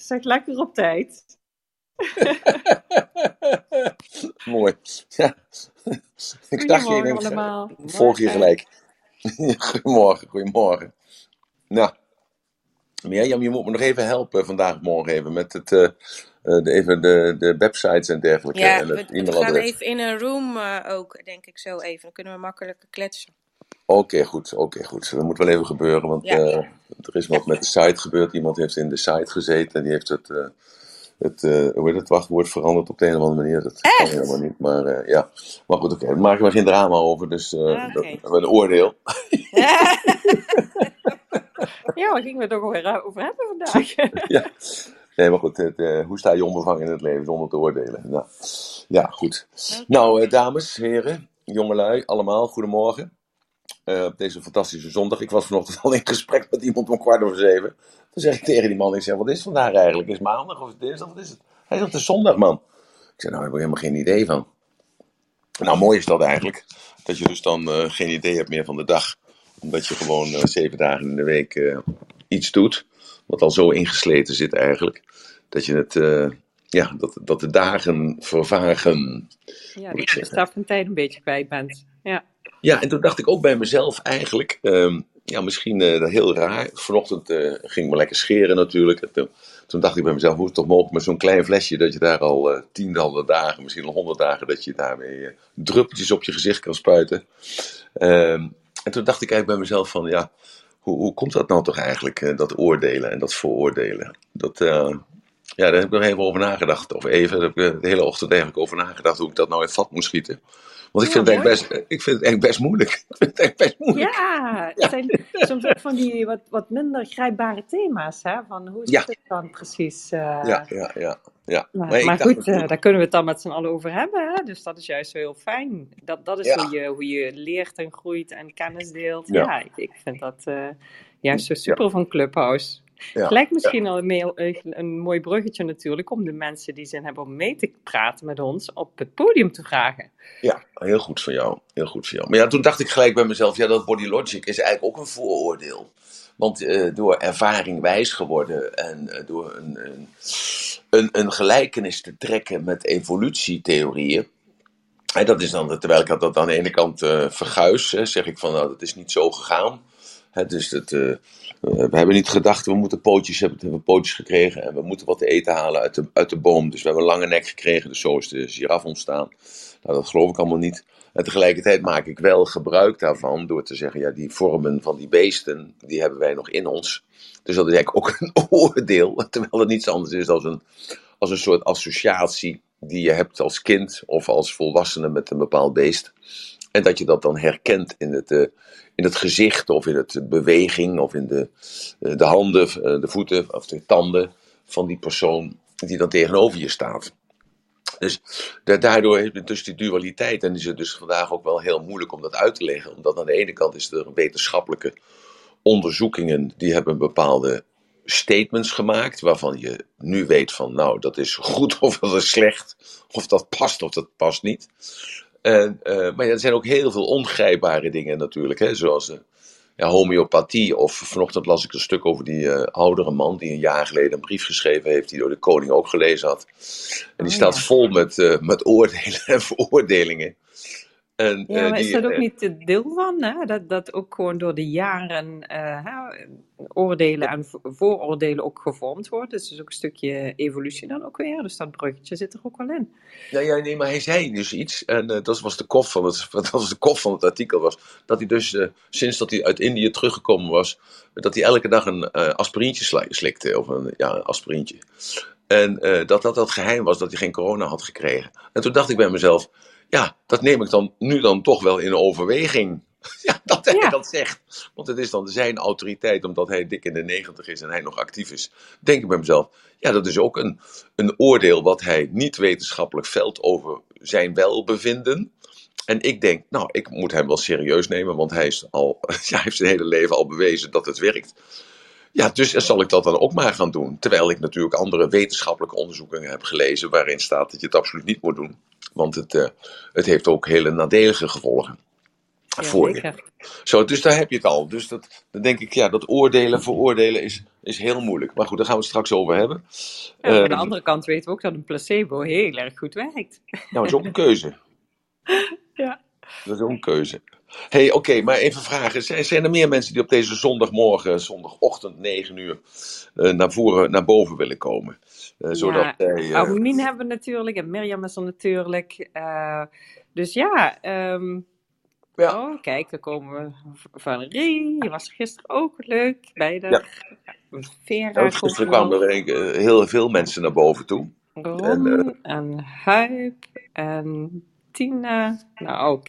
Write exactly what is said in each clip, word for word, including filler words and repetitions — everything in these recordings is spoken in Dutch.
Zeg lekker op tijd. Mooi. Ja. Ik dacht je ineens, allemaal. volg je gelijk. Goedemorgen, goedemorgen. Nou, Mirjam, je moet me nog even helpen vandaag morgen even met het, uh, de, even de, de websites en dergelijke. Ja, en het we, we gaan even in een room uh, ook, denk ik zo even. Dan kunnen we makkelijker kletsen. Oké, okay, goed, oké, okay, goed. Dat moet wel even gebeuren, want ja. uh, er is wat ja. met de site gebeurd. Iemand heeft in de site gezeten en die heeft het... Uh, Het, uh, hoe heet het wachtwoord veranderd op de een of andere manier. Dat Echt? kan helemaal niet. Maar uh, ja, maar goed, oké. Okay. Daar maken we geen drama over. Dus uh, okay. dat hebben we een oordeel. Ja, waar gingen we het toch weer over hebben vandaag? Ja. Nee, maar goed. Het, uh, hoe sta je onbevangen in het leven zonder te oordelen? Nou, ja, goed. Okay. Nou, uh, dames, heren, jongelui, allemaal, goedemorgen. Uh, op deze fantastische zondag. Ik was vanochtend al in gesprek met iemand om kwart over zeven. Toen zeg ik tegen die man, ik zeg, wat is het vandaag eigenlijk? Is het maandag of dinsdag? Wat is het? Hij zegt, het is zondag, man. Ik zeg, nou, daar heb ik helemaal geen idee van. Nou, mooi is dat eigenlijk. Dat je dus dan uh, geen idee hebt meer van de dag. Omdat je gewoon uh, zeven dagen in de week uh, iets doet. Wat al zo ingesleten zit eigenlijk. Dat je het... Uh, ja, dat, dat de dagen vervagen. Ja, dat je de stap van tijd een beetje kwijt bent. Ja. Ja, en toen dacht ik ook bij mezelf eigenlijk, um, ja, misschien uh, heel raar. Vanochtend uh, ging ik me lekker scheren natuurlijk. En toen, toen dacht ik bij mezelf, hoe is het toch mogelijk met zo'n klein flesje dat je daar al uh, tientallen dagen, misschien al honderd dagen, dat je daarmee uh, druppeltjes op je gezicht kan spuiten. Um, en toen dacht ik eigenlijk bij mezelf van, ja, hoe, hoe komt dat nou toch eigenlijk, uh, dat oordelen en dat veroordelen? Dat... Uh, Ja, daar heb ik nog even over nagedacht. Of even, daar heb ik de hele ochtend eigenlijk over nagedacht hoe ik dat nou in vat moet schieten. Want ik vind, ja, het best, ik vind het echt best moeilijk. Ik vind het echt best moeilijk. Ja, het zijn ja. soms ook van die wat, wat minder grijpbare thema's. Hè? Van hoe zit ja. het dan precies? Uh... Ja, ja, ja. ja. Maar, maar, maar goed, uh, daar kunnen we het dan met z'n allen over hebben. Hè? Dus dat is juist heel fijn. Dat, dat is ja. hoe, je, hoe je leert en groeit en kennis deelt. Ja, ja ik, ik vind dat uh, juist zo super ja. van Clubhouse. Ja, Gelijk misschien ja. al een, een mooi bruggetje natuurlijk om de mensen die zin hebben om mee te praten met ons op het podium te vragen. Ja, heel goed van jou. Heel goed van jou. Maar ja, toen dacht ik gelijk bij mezelf, ja, dat body logic is eigenlijk ook een vooroordeel. Want uh, door ervaring wijs geworden en uh, door een, een, een, een gelijkenis te trekken met evolutietheorieën. En dat is dan, terwijl ik dat aan de ene kant uh, verguis, hè, zeg ik van, nou, dat is niet zo gegaan. Hè, dus het... Uh, We hebben niet gedacht, we moeten pootjes hebben, we hebben pootjes gekregen en we moeten wat te eten halen uit de, uit de boom. Dus we hebben een lange nek gekregen, dus zo is de giraf ontstaan. Nou, dat geloof ik allemaal niet. En tegelijkertijd maak ik wel gebruik daarvan door te zeggen, ja, die vormen van die beesten, die hebben wij nog in ons. Dus dat is eigenlijk ook een oordeel, terwijl het niets anders is dan een, als een soort associatie die je hebt als kind of als volwassene met een bepaald beest. En dat je dat dan herkent in het, uh, in het gezicht of in de beweging of in de, uh, de handen, uh, de voeten of de tanden van die persoon die dan tegenover je staat. Dus da- daardoor heeft het dus die dualiteit en is het dus vandaag ook wel heel moeilijk om dat uit te leggen. Omdat aan de ene kant is er wetenschappelijke onderzoekingen die hebben bepaalde statements gemaakt waarvan je nu weet van nou dat is goed of dat is slecht of dat past of dat past niet. En, uh, maar ja, er zijn ook heel veel ongrijpbare dingen natuurlijk, hè, zoals uh, ja, homeopathie. Of vanochtend las ik een stuk over die uh, oudere man die een jaar geleden een brief geschreven heeft, die door de koning ook gelezen had. En die oh, staat ja. vol met, uh, met oordelen en veroordelingen. En, ja, maar uh, is die, dat ook uh, niet het deel van, hè? Dat, dat ook gewoon door de jaren uh, hè, oordelen en vooroordelen ook gevormd wordt. Dus dat is ook een stukje evolutie dan ook weer. Dus dat bruggetje zit er ook wel in. Nou ja, nee, maar hij zei dus iets, en uh, dat was de kop van het, dat was de kop van het artikel, was dat hij dus, uh, sinds dat hij uit Indië teruggekomen was, dat hij elke dag een uh, aspirintje sli- slikte, of een, ja, een aspirintje. En uh, dat dat het geheim was dat hij geen corona had gekregen. En toen dacht ik bij mezelf, ja, dat neem ik dan nu dan toch wel in overweging. Ja, dat hij ja. dat zegt. Want het is dan zijn autoriteit, omdat hij dik in de negentig is en hij nog actief is. Denk ik bij mezelf, ja, dat is ook een, een oordeel wat hij niet wetenschappelijk velt over zijn welbevinden. En ik denk, nou, ik moet hem wel serieus nemen, want hij, is al, ja, hij heeft zijn hele leven al bewezen dat het werkt. Ja, dus zal ik dat dan ook maar gaan doen. Terwijl ik natuurlijk andere wetenschappelijke onderzoeken heb gelezen waarin staat dat je het absoluut niet moet doen. Want het, uh, het heeft ook hele nadelige gevolgen. Ja, voor zeker. je. Zo, dus daar heb je het al. Dus dat, dan denk ik, ja, dat oordelen, veroordelen is, is heel moeilijk. Maar goed, daar gaan we het straks over hebben. Ja, voor de Um, andere kant weten we ook dat een placebo heel erg goed werkt. nou, dat is ook een keuze. Ja. Dat is ook een keuze. Hé, hey, oké, okay, maar even vragen. Zijn, zijn er meer mensen die op deze zondagmorgen, zondagochtend, negen uur, uh, naar, voren, naar boven willen komen? Uh, ja, zodat zij, uh... Armin hebben we natuurlijk en Mirjam is er natuurlijk. Uh, dus ja, um, ja, oh kijk, dan komen we Valerie, die was gisteren ook leuk bij de ja. Vera. Ja, gisteren kwamen er uh, heel veel mensen naar boven toe. Ron en, uh... en Huip en Tina, nou ook.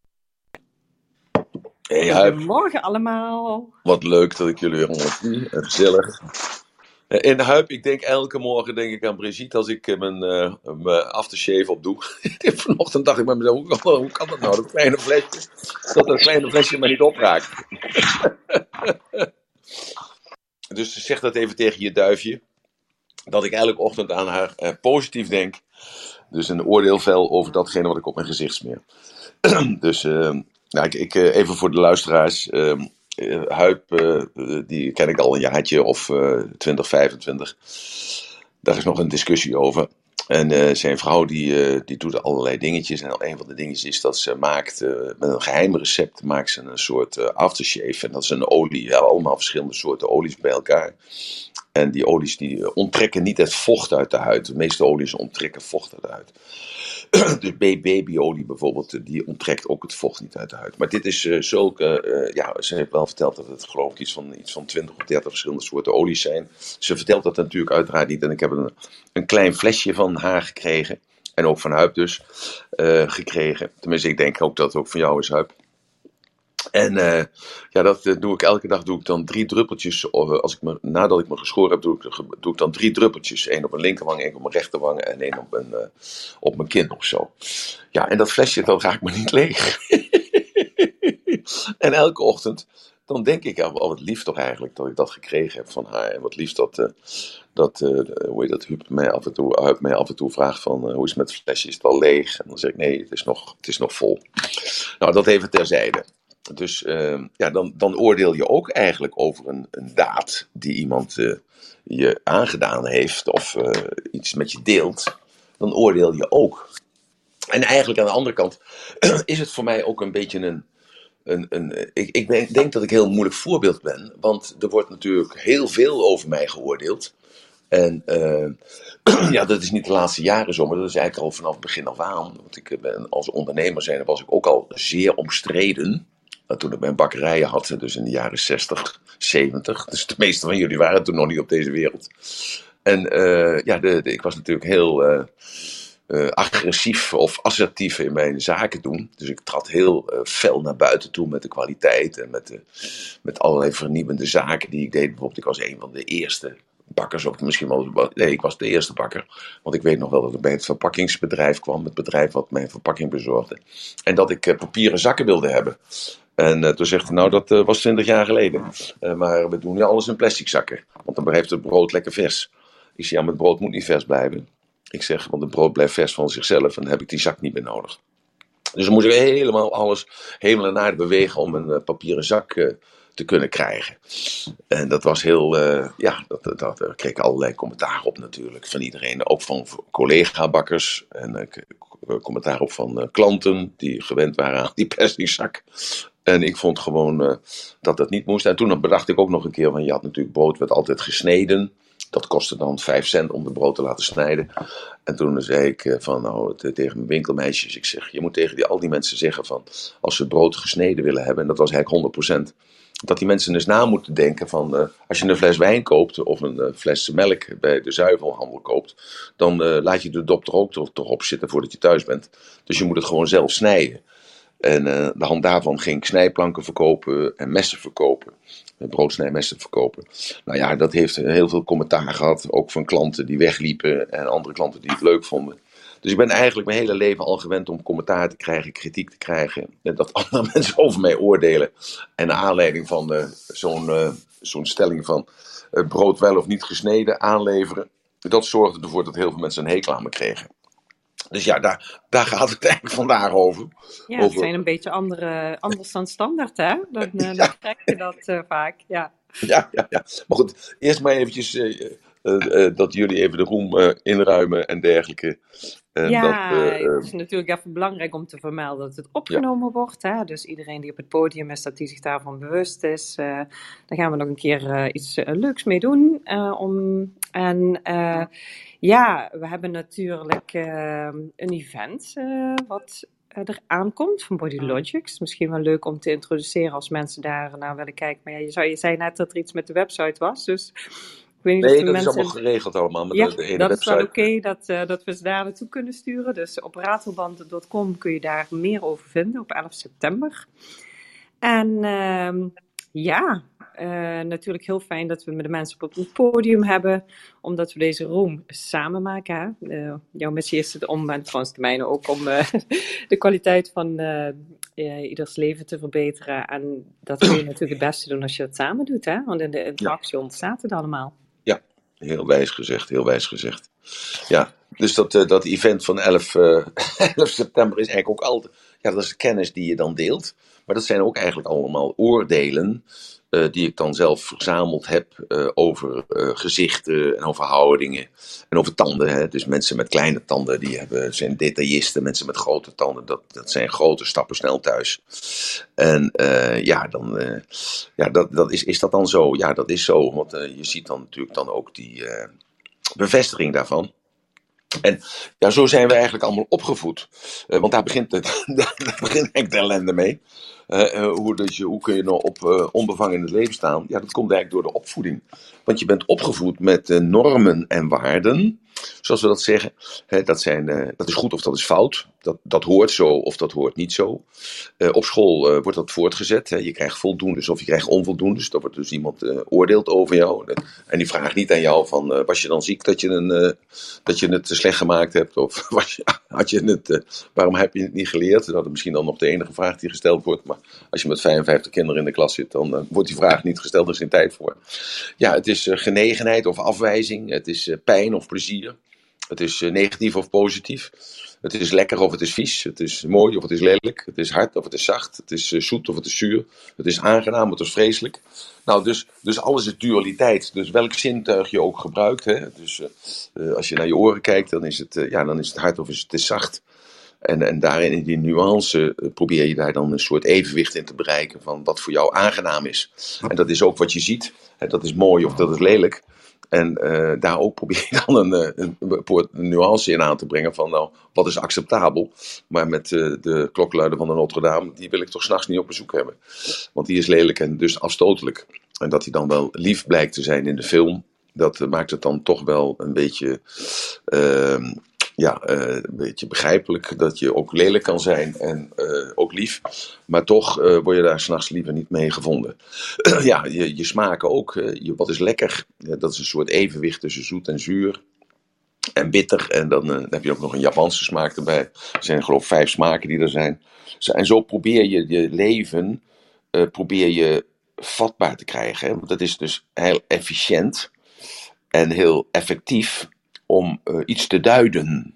Hey, Huip. Goedemorgen allemaal. Wat leuk dat ik jullie weer allemaal zie. Gezellig. In Huip, ik denk elke morgen denk ik aan Brigitte als ik mijn, uh, mijn aftershave opdoe. Vanochtend dacht ik bij mezelf, hoe kan, hoe kan dat nou? Dat kleine flesje, dat dat kleine flesje maar niet opraakt. Dus zeg dat even tegen je duifje. Dat ik elke ochtend aan haar uh, positief denk. Dus een oordeel vel over datgene wat ik op mijn gezicht smeer. Dus uh, nou, ik, ik, uh, even voor de luisteraars. Uh, uh, Huip, uh, die ken ik al een jaartje of uh, twintig, vijfentwintig. Daar is nog een discussie over. En uh, zijn vrouw die, uh, die doet allerlei dingetjes. En een van de dingetjes is dat ze maakt, uh, met een geheim recept, maakt ze een soort uh, aftershave. En dat is een olie, ja, allemaal verschillende soorten olies bij elkaar. En die olies die onttrekken niet het vocht uit de huid. De meeste olies onttrekken vocht uit de huid. Dus babyolie bijvoorbeeld, die onttrekt ook het vocht niet uit de huid. Maar dit is uh, zulke, uh, ja, ze heeft wel verteld dat het geloof ik iets van, iets van twintig of dertig verschillende soorten olies zijn. Ze vertelt dat natuurlijk uiteraard niet en ik heb een, een klein flesje van haar gekregen. En ook van Huip dus, uh, gekregen. Tenminste, ik denk ook dat het ook van jou is, Huip. En uh, ja, dat uh, doe ik elke dag, doe ik dan drie druppeltjes, of, uh, als ik me, nadat ik me geschoren heb, doe ik, doe ik dan drie druppeltjes. Eén op mijn linkerwang, één op mijn rechterwang en één op mijn, uh, op mijn kin of zo. Ja, en dat flesje, dat raakt me niet leeg. En elke ochtend, dan denk ik, ja, wat lief toch eigenlijk dat ik dat gekregen heb van haar. En wat lief dat, uh, dat uh, hoe heet dat, Huub mij af en toe, Huub mij af en toe vraagt van, uh, hoe is het met het flesje, is het al leeg? En dan zeg ik, nee, het is nog, het is nog vol. Nou, dat even terzijde. Dus uh, ja, dan, dan oordeel je ook eigenlijk over een, een daad die iemand uh, je aangedaan heeft of uh, iets met je deelt. Dan oordeel je ook. En eigenlijk aan de andere kant is het voor mij ook een beetje een... een, een ik, ik denk, denk dat ik een heel moeilijk voorbeeld ben. Want er wordt natuurlijk heel veel over mij geoordeeld. En uh, ja, dat is niet de laatste jaren zo, maar dat is eigenlijk al vanaf het begin af aan. Want ik ben als ondernemer zijn, was ik ook al zeer omstreden. Toen ik mijn bakkerijen had, dus in de jaren zestig, zeventig. Dus de meeste van jullie waren toen nog niet op deze wereld. En uh, ja, de, de, ik was natuurlijk heel uh, uh, agressief of assertief in mijn zaken doen. Dus ik trad heel uh, fel naar buiten toe met de kwaliteit en met, de, met allerlei vernieuwende zaken die ik deed. Bijvoorbeeld, ik was een van de eerste bakkers, of misschien wel, nee, ik was de eerste bakker. Want ik weet nog wel dat ik bij het verpakkingsbedrijf kwam, het bedrijf wat mijn verpakking bezorgde. En dat ik uh, papieren zakken wilde hebben. En uh, toen zegt hij, nou dat uh, was twintig jaar geleden. Uh, maar we doen nu alles in plastic zakken. Want dan blijft het brood lekker vers. Ik zeg, ja, maar het brood moet niet vers blijven. Ik zeg, want het brood blijft vers van zichzelf. En dan heb ik die zak niet meer nodig. Dus dan moest ik helemaal alles hemel en aarde bewegen om een uh, papieren zak uh, te kunnen krijgen. En dat was heel, uh, ja, dat, dat, dat, daar kreeg ik allerlei commentaar op natuurlijk. Van iedereen, ook van collega-bakkers. En uh, commentaar op van uh, klanten die gewend waren aan die plastic zak. En ik vond gewoon uh, dat dat niet moest. En toen bedacht ik ook nog een keer, want je had natuurlijk brood, werd altijd gesneden. Dat kostte dan vijf cent om het brood te laten snijden. En toen zei ik uh, van, nou, t- tegen mijn winkelmeisjes, ik zeg, je moet tegen die, al die mensen zeggen van, als ze het brood gesneden willen hebben, en dat was eigenlijk honderd procent, dat die mensen dus na moeten denken van, uh, als je een fles wijn koopt of een uh, fles melk bij de zuivelhandel koopt, dan uh, laat je de dop er ook toch, toch op zitten voordat je thuis bent. Dus je moet het gewoon zelf snijden. En uh, de hand daarvan ging ik snijplanken verkopen en messen verkopen. Broodsnijmessen verkopen. Nou ja, dat heeft heel veel commentaar gehad. Ook van klanten die wegliepen en andere klanten die het leuk vonden. Dus ik ben eigenlijk mijn hele leven al gewend om commentaar te krijgen, kritiek te krijgen. En dat andere mensen over mij oordelen. En naar aanleiding van uh, zo'n, uh, zo'n stelling van uh, brood wel of niet gesneden aanleveren. Dat zorgde ervoor dat heel veel mensen een hekel aan me kregen. Dus ja, daar, daar gaat het eigenlijk vandaag over. Ja, het over... zijn een beetje andere, anders dan standaard, hè? Dan, uh, dan krijg je dat uh, vaak, ja. Ja, ja, ja. Maar goed, eerst maar eventjes uh, uh, uh, dat jullie even de room uh, inruimen en dergelijke. En ja, dat, uh, het is natuurlijk even belangrijk om te vermelden dat het opgenomen ja. wordt. Hè? Dus iedereen die op het podium is, dat die zich daarvan bewust is. Uh, daar gaan we nog een keer uh, iets uh, leuks mee doen. Uh, om, en uh, ja, we hebben natuurlijk uh, een event uh, wat er aankomt van Body Logics. Misschien wel leuk om te introduceren als mensen daar naar willen kijken. Maar ja, je, zou, je zei net dat er iets met de website was, dus... Nee, dat mensen... is allemaal geregeld allemaal met ja, de, de ene dat website. is wel oké okay, dat, uh, dat we ze daar naartoe kunnen sturen. Dus op ratelband punt com kun je daar meer over vinden op elf september. En uh, ja, uh, natuurlijk heel fijn dat we met de mensen op het podium hebben. Omdat we deze room samen maken. Hè? Uh, jouw missie is het om, en trouwens de mijne ook, om uh, de kwaliteit van uh, uh, ieders leven te verbeteren. En dat kun je natuurlijk het beste doen als je dat samen doet. Hè? Want in de interactie ja. ontstaat het allemaal. Ja, heel wijs gezegd, heel wijs gezegd. Ja, dus dat, uh, dat event van elf september is eigenlijk ook altijd... Ja, dat is de kennis die je dan deelt. Maar dat zijn ook eigenlijk allemaal oordelen... Uh, die ik dan zelf verzameld heb uh, over uh, gezichten en over houdingen en over tanden. Hè. Dus mensen met kleine tanden die hebben, zijn detailisten, mensen met grote tanden, dat, dat zijn grote stappen snel thuis. En uh, ja, dan uh, ja, dat, dat is, is dat dan zo? Ja, dat is zo, want uh, je ziet dan natuurlijk dan ook die uh, bevestiging daarvan. En ja, zo zijn we eigenlijk allemaal opgevoed. Uh, want daar begint, het, daar begint eigenlijk de ellende mee. Uh, uh, hoe, dus je, hoe kun je nou op uh, onbevangen in het leven staan? Ja, dat komt eigenlijk door de opvoeding. Want je bent opgevoed met uh, normen en waarden. Zoals we dat zeggen. He, dat, zijn, uh, dat is goed of dat is fout. Dat, dat hoort zo of dat hoort niet zo. Uh, op school uh, wordt dat voortgezet. He. Je krijgt voldoendes of je krijgt onvoldoendes. Dan wordt dus iemand uh, oordeelt over jou. En die vraagt niet aan jou van... Uh, was je dan ziek dat je, een, uh, dat je het slecht gemaakt hebt? Of was je, had je het, uh, waarom heb je het niet geleerd? Dat is misschien dan nog de enige vraag die gesteld wordt. Maar als je met vijfenvijftig kinderen in de klas zit... dan uh, wordt die vraag niet gesteld. Er is geen tijd voor. Ja, het is uh, genegenheid of afwijzing. Het is uh, pijn of plezier. Het is uh, negatief of positief. Het is lekker of het is vies. Het is mooi of het is lelijk. Het is hard of het is zacht. Het is uh, zoet of het is zuur. Het is aangenaam of het is vreselijk. Nou, dus, dus alles is dualiteit. Dus welk zintuig je ook gebruikt. Hè? Dus uh, uh, als je naar je oren kijkt, dan is het, uh, ja, dan is het hard of is het is zacht. En, en daarin, in die nuance, uh, probeer je daar dan een soort evenwicht in te bereiken van wat voor jou aangenaam is. En dat is ook wat je ziet. Hè? Dat is mooi of dat is lelijk. En uh, daar ook probeer je dan een, een, een, een nuance in aan te brengen van nou, wat is acceptabel. Maar met uh, de klokluider van de Notre Dame, die wil ik toch 's nachts niet op bezoek hebben. Want die is lelijk en dus afstotelijk. En dat hij dan wel lief blijkt te zijn in de film, dat uh, maakt het dan toch wel een beetje... Uh, Ja, uh, een beetje begrijpelijk dat je ook lelijk kan zijn en uh, ook lief. Maar toch uh, word je daar 's nachts liever niet mee gevonden. ja, je, je smaken ook. Uh, je, wat is lekker? Uh, dat is een soort evenwicht tussen zoet en zuur. En bitter. En dan, uh, dan heb je ook nog een Japanse smaak erbij. Er zijn geloof ik vijf smaken die er zijn. En zo probeer je je leven uh, probeer je vatbaar te krijgen. Hè? Want dat is dus heel efficiënt en heel effectief om uh, iets te duiden.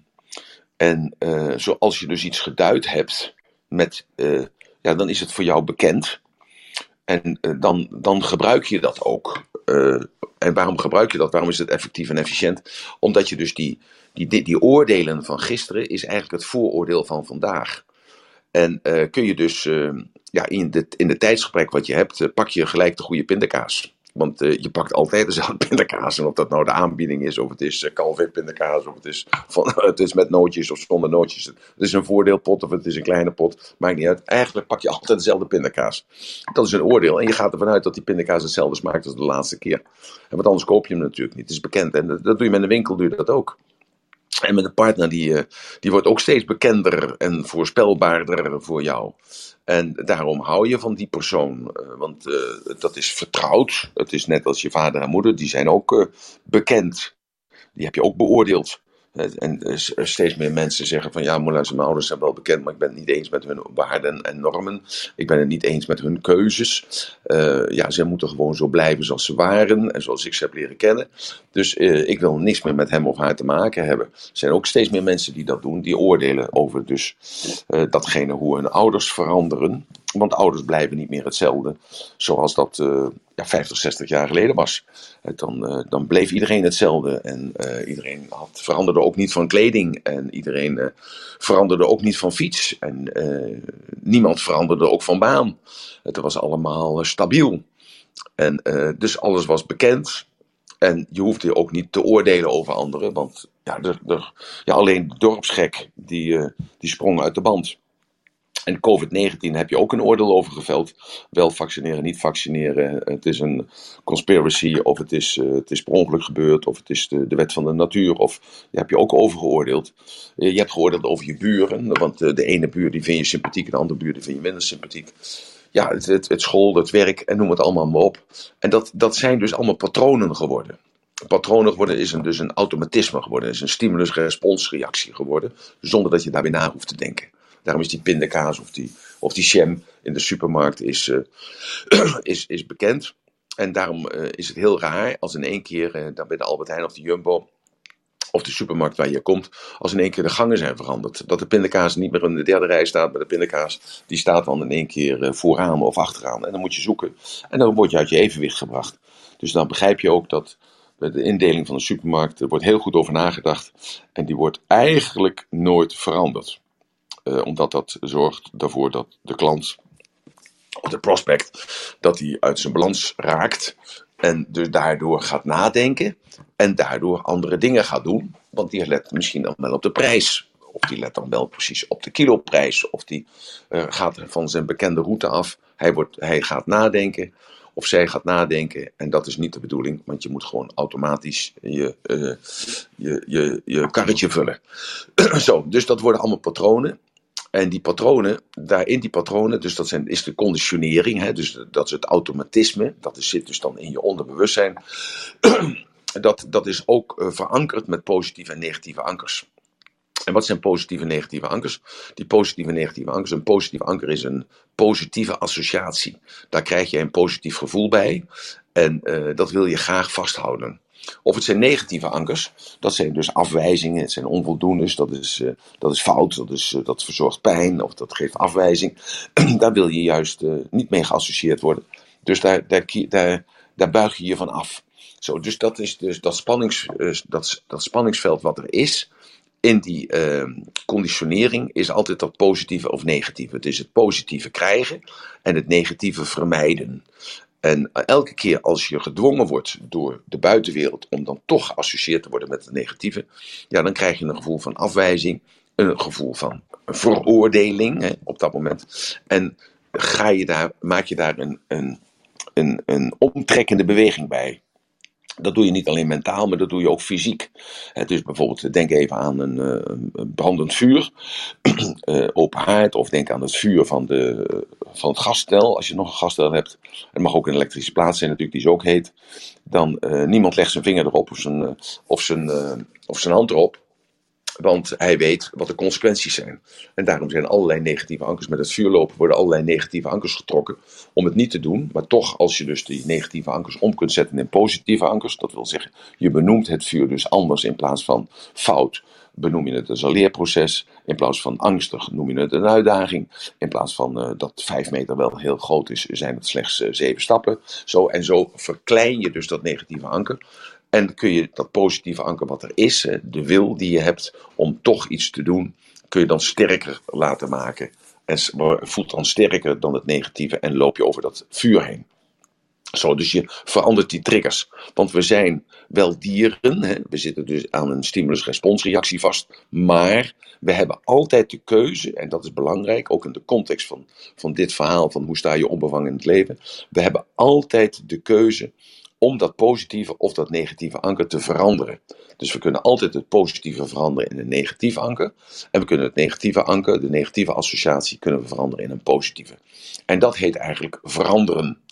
En uh, zoals je dus iets geduid hebt, met, uh, ja, dan is het voor jou bekend. En uh, dan, dan gebruik je dat ook. Uh, en waarom gebruik je dat? Waarom is het effectief en efficiënt? Omdat je dus die, die, die, die oordelen van gisteren is eigenlijk het vooroordeel van vandaag. En uh, kun je dus uh, ja, in, de, in de tijdsgebrek wat je hebt, uh, pak je gelijk de goede pindakaas. Want uh, je pakt altijd dezelfde pindakaas. En of dat nou de aanbieding is, of het is uh, Calvé pindakaas, of het is, van, uh, het is met nootjes of zonder nootjes. Het is een voordeelpot of het is een kleine pot. Maakt niet uit. Eigenlijk pak je altijd dezelfde pindakaas. Dat is een oordeel. En je gaat ervan uit dat die pindakaas hetzelfde smaakt als de laatste keer. En wat anders koop je hem natuurlijk niet. Het is bekend. En dat, dat doe je met een winkel, doe je dat ook. En met een partner, die, uh, die wordt ook steeds bekender en voorspelbaarder voor jou. En daarom hou je van die persoon. Uh, want uh, dat is vertrouwd. Het is net als je vader en moeder. Die zijn ook uh, bekend. Die heb je ook beoordeeld. En steeds meer mensen zeggen van ja, maar luister, mijn ouders zijn wel bekend, maar ik ben het niet eens met hun waarden en normen. Ik ben het niet eens met hun keuzes. Uh, ja, ze moeten gewoon zo blijven zoals ze waren en zoals ik ze heb leren kennen. Dus uh, ik wil niks meer met hem of haar te maken hebben. Er zijn ook steeds meer mensen die dat doen, die oordelen over dus uh, datgene hoe hun ouders veranderen. Want ouders blijven niet meer hetzelfde zoals dat uh, ja, vijftig, zestig jaar geleden was. Dan, uh, dan bleef iedereen hetzelfde en uh, iedereen had, veranderde ook niet van kleding en iedereen uh, veranderde ook niet van fiets en uh, niemand veranderde ook van baan. Het was allemaal uh, stabiel en uh, dus alles was bekend en je hoefde ook niet te oordelen over anderen, want ja, de, de, ja, alleen de dorpsgek die, uh, die sprong uit de band. En covid negentien heb je ook een oordeel over geveld. Wel vaccineren, niet vaccineren. Het is een conspiracy of het is, uh, het is per ongeluk gebeurd. Of het is de, de wet van de natuur. Of daar heb je ook over geoordeeld. Uh, je hebt geoordeeld over je buren. Want uh, de ene buur die vind je sympathiek. En de andere buur die vind je minder sympathiek. Ja, het, het, het school, het werk en noem het allemaal maar op. En dat, dat zijn dus allemaal patronen geworden. Patronen geworden is een, dus een automatisme geworden. Is een stimulus-responsreactie geworden. Zonder dat je daarbij na hoeft te denken. Daarom is die pindakaas of die, of die jam in de supermarkt is, uh, is, is bekend. En daarom uh, is het heel raar als in één keer, uh, dan bij de Albert Heijn of de Jumbo of de supermarkt waar je komt, als in één keer de gangen zijn veranderd. Dat de pindakaas niet meer in de derde rij staat, maar de pindakaas die staat dan in één keer uh, vooraan of achteraan. En dan moet je zoeken en dan word je uit je evenwicht gebracht. Dus dan begrijp je ook dat de indeling van de supermarkt, er wordt heel goed over nagedacht en die wordt eigenlijk nooit veranderd. Uh, omdat dat zorgt ervoor dat de klant, of de prospect, dat hij uit zijn balans raakt. En dus daardoor gaat nadenken. En daardoor andere dingen gaat doen. Want die let misschien dan wel op de prijs. Of die let dan wel precies op de kiloprijs. Of die uh, gaat van zijn bekende route af. Hij, wordt, hij gaat nadenken. Of zij gaat nadenken. En dat is niet de bedoeling. Want je moet gewoon automatisch je, uh, je, je, je karretje vullen. Zo, dus dat worden allemaal patronen. En die patronen, daarin die patronen, dus dat zijn, is de conditionering, hè, dus dat is het automatisme, dat is, zit dus dan in je onderbewustzijn. Dat, dat is ook uh, verankerd met positieve en negatieve ankers. En wat zijn positieve en negatieve ankers? Die positieve en negatieve ankers, een positieve anker is een positieve associatie. Daar krijg je een positief gevoel bij en uh, dat wil je graag vasthouden. Of het zijn negatieve ankers, dat zijn dus afwijzingen, het zijn onvoldoendes, dat is, uh, dat is fout, dat, is, uh, dat verzorgt pijn of dat geeft afwijzing. Daar wil je juist uh, niet mee geassocieerd worden. Dus daar, daar, daar, daar buig je je van af. Zo, dus dat is dus dat, spannings, uh, dat, dat spanningsveld wat er is in die uh, conditionering is altijd dat positieve of negatieve. Het is het positieve krijgen en het negatieve vermijden. En elke keer als je gedwongen wordt door de buitenwereld om dan toch geassocieerd te worden met het negatieve, ja, dan krijg je een gevoel van afwijzing, een gevoel van veroordeling hè, op dat moment. En ga je daar, maak je daar een, een, een, een omtrekkende beweging bij. Dat doe je niet alleen mentaal, maar dat doe je ook fysiek. Dus bijvoorbeeld, denk even aan een, een brandend vuur, uh, open haard, of denk aan het vuur van, de, van het gasstel, als je nog een gasstel hebt. Het mag ook een elektrische plaats zijn natuurlijk, die is ook heet. Dan, uh, niemand legt zijn vinger erop of zijn, of zijn, uh, of zijn hand erop. Want hij weet wat de consequenties zijn. En daarom zijn allerlei negatieve ankers. Met het vuur lopen worden allerlei negatieve ankers getrokken. Om het niet te doen. Maar toch, als je dus die negatieve ankers om kunt zetten in positieve ankers. Dat wil zeggen, je benoemt het vuur dus anders. In plaats van fout benoem je het als een leerproces. In plaats van angstig noem je het een uitdaging. In plaats van uh, dat vijf meter wel heel groot is, zijn het slechts uh, zeven stappen. Zo en zo verklein je dus dat negatieve anker. En kun je dat positieve anker wat er is, de wil die je hebt om toch iets te doen, kun je dan sterker laten maken. En voelt dan sterker dan het negatieve en loop je over dat vuur heen. Zo, dus je verandert die triggers. Want we zijn wel dieren, hè? We zitten dus aan een stimulus-responsreactie vast, maar we hebben altijd de keuze, en dat is belangrijk, ook in de context van, van dit verhaal, van hoe sta je onbevangen in het leven. We hebben altijd de keuze om dat positieve of dat negatieve anker te veranderen. Dus we kunnen altijd het positieve veranderen in een negatieve anker. En we kunnen het negatieve anker, de negatieve associatie, kunnen we veranderen in een positieve. En dat heet eigenlijk veranderen.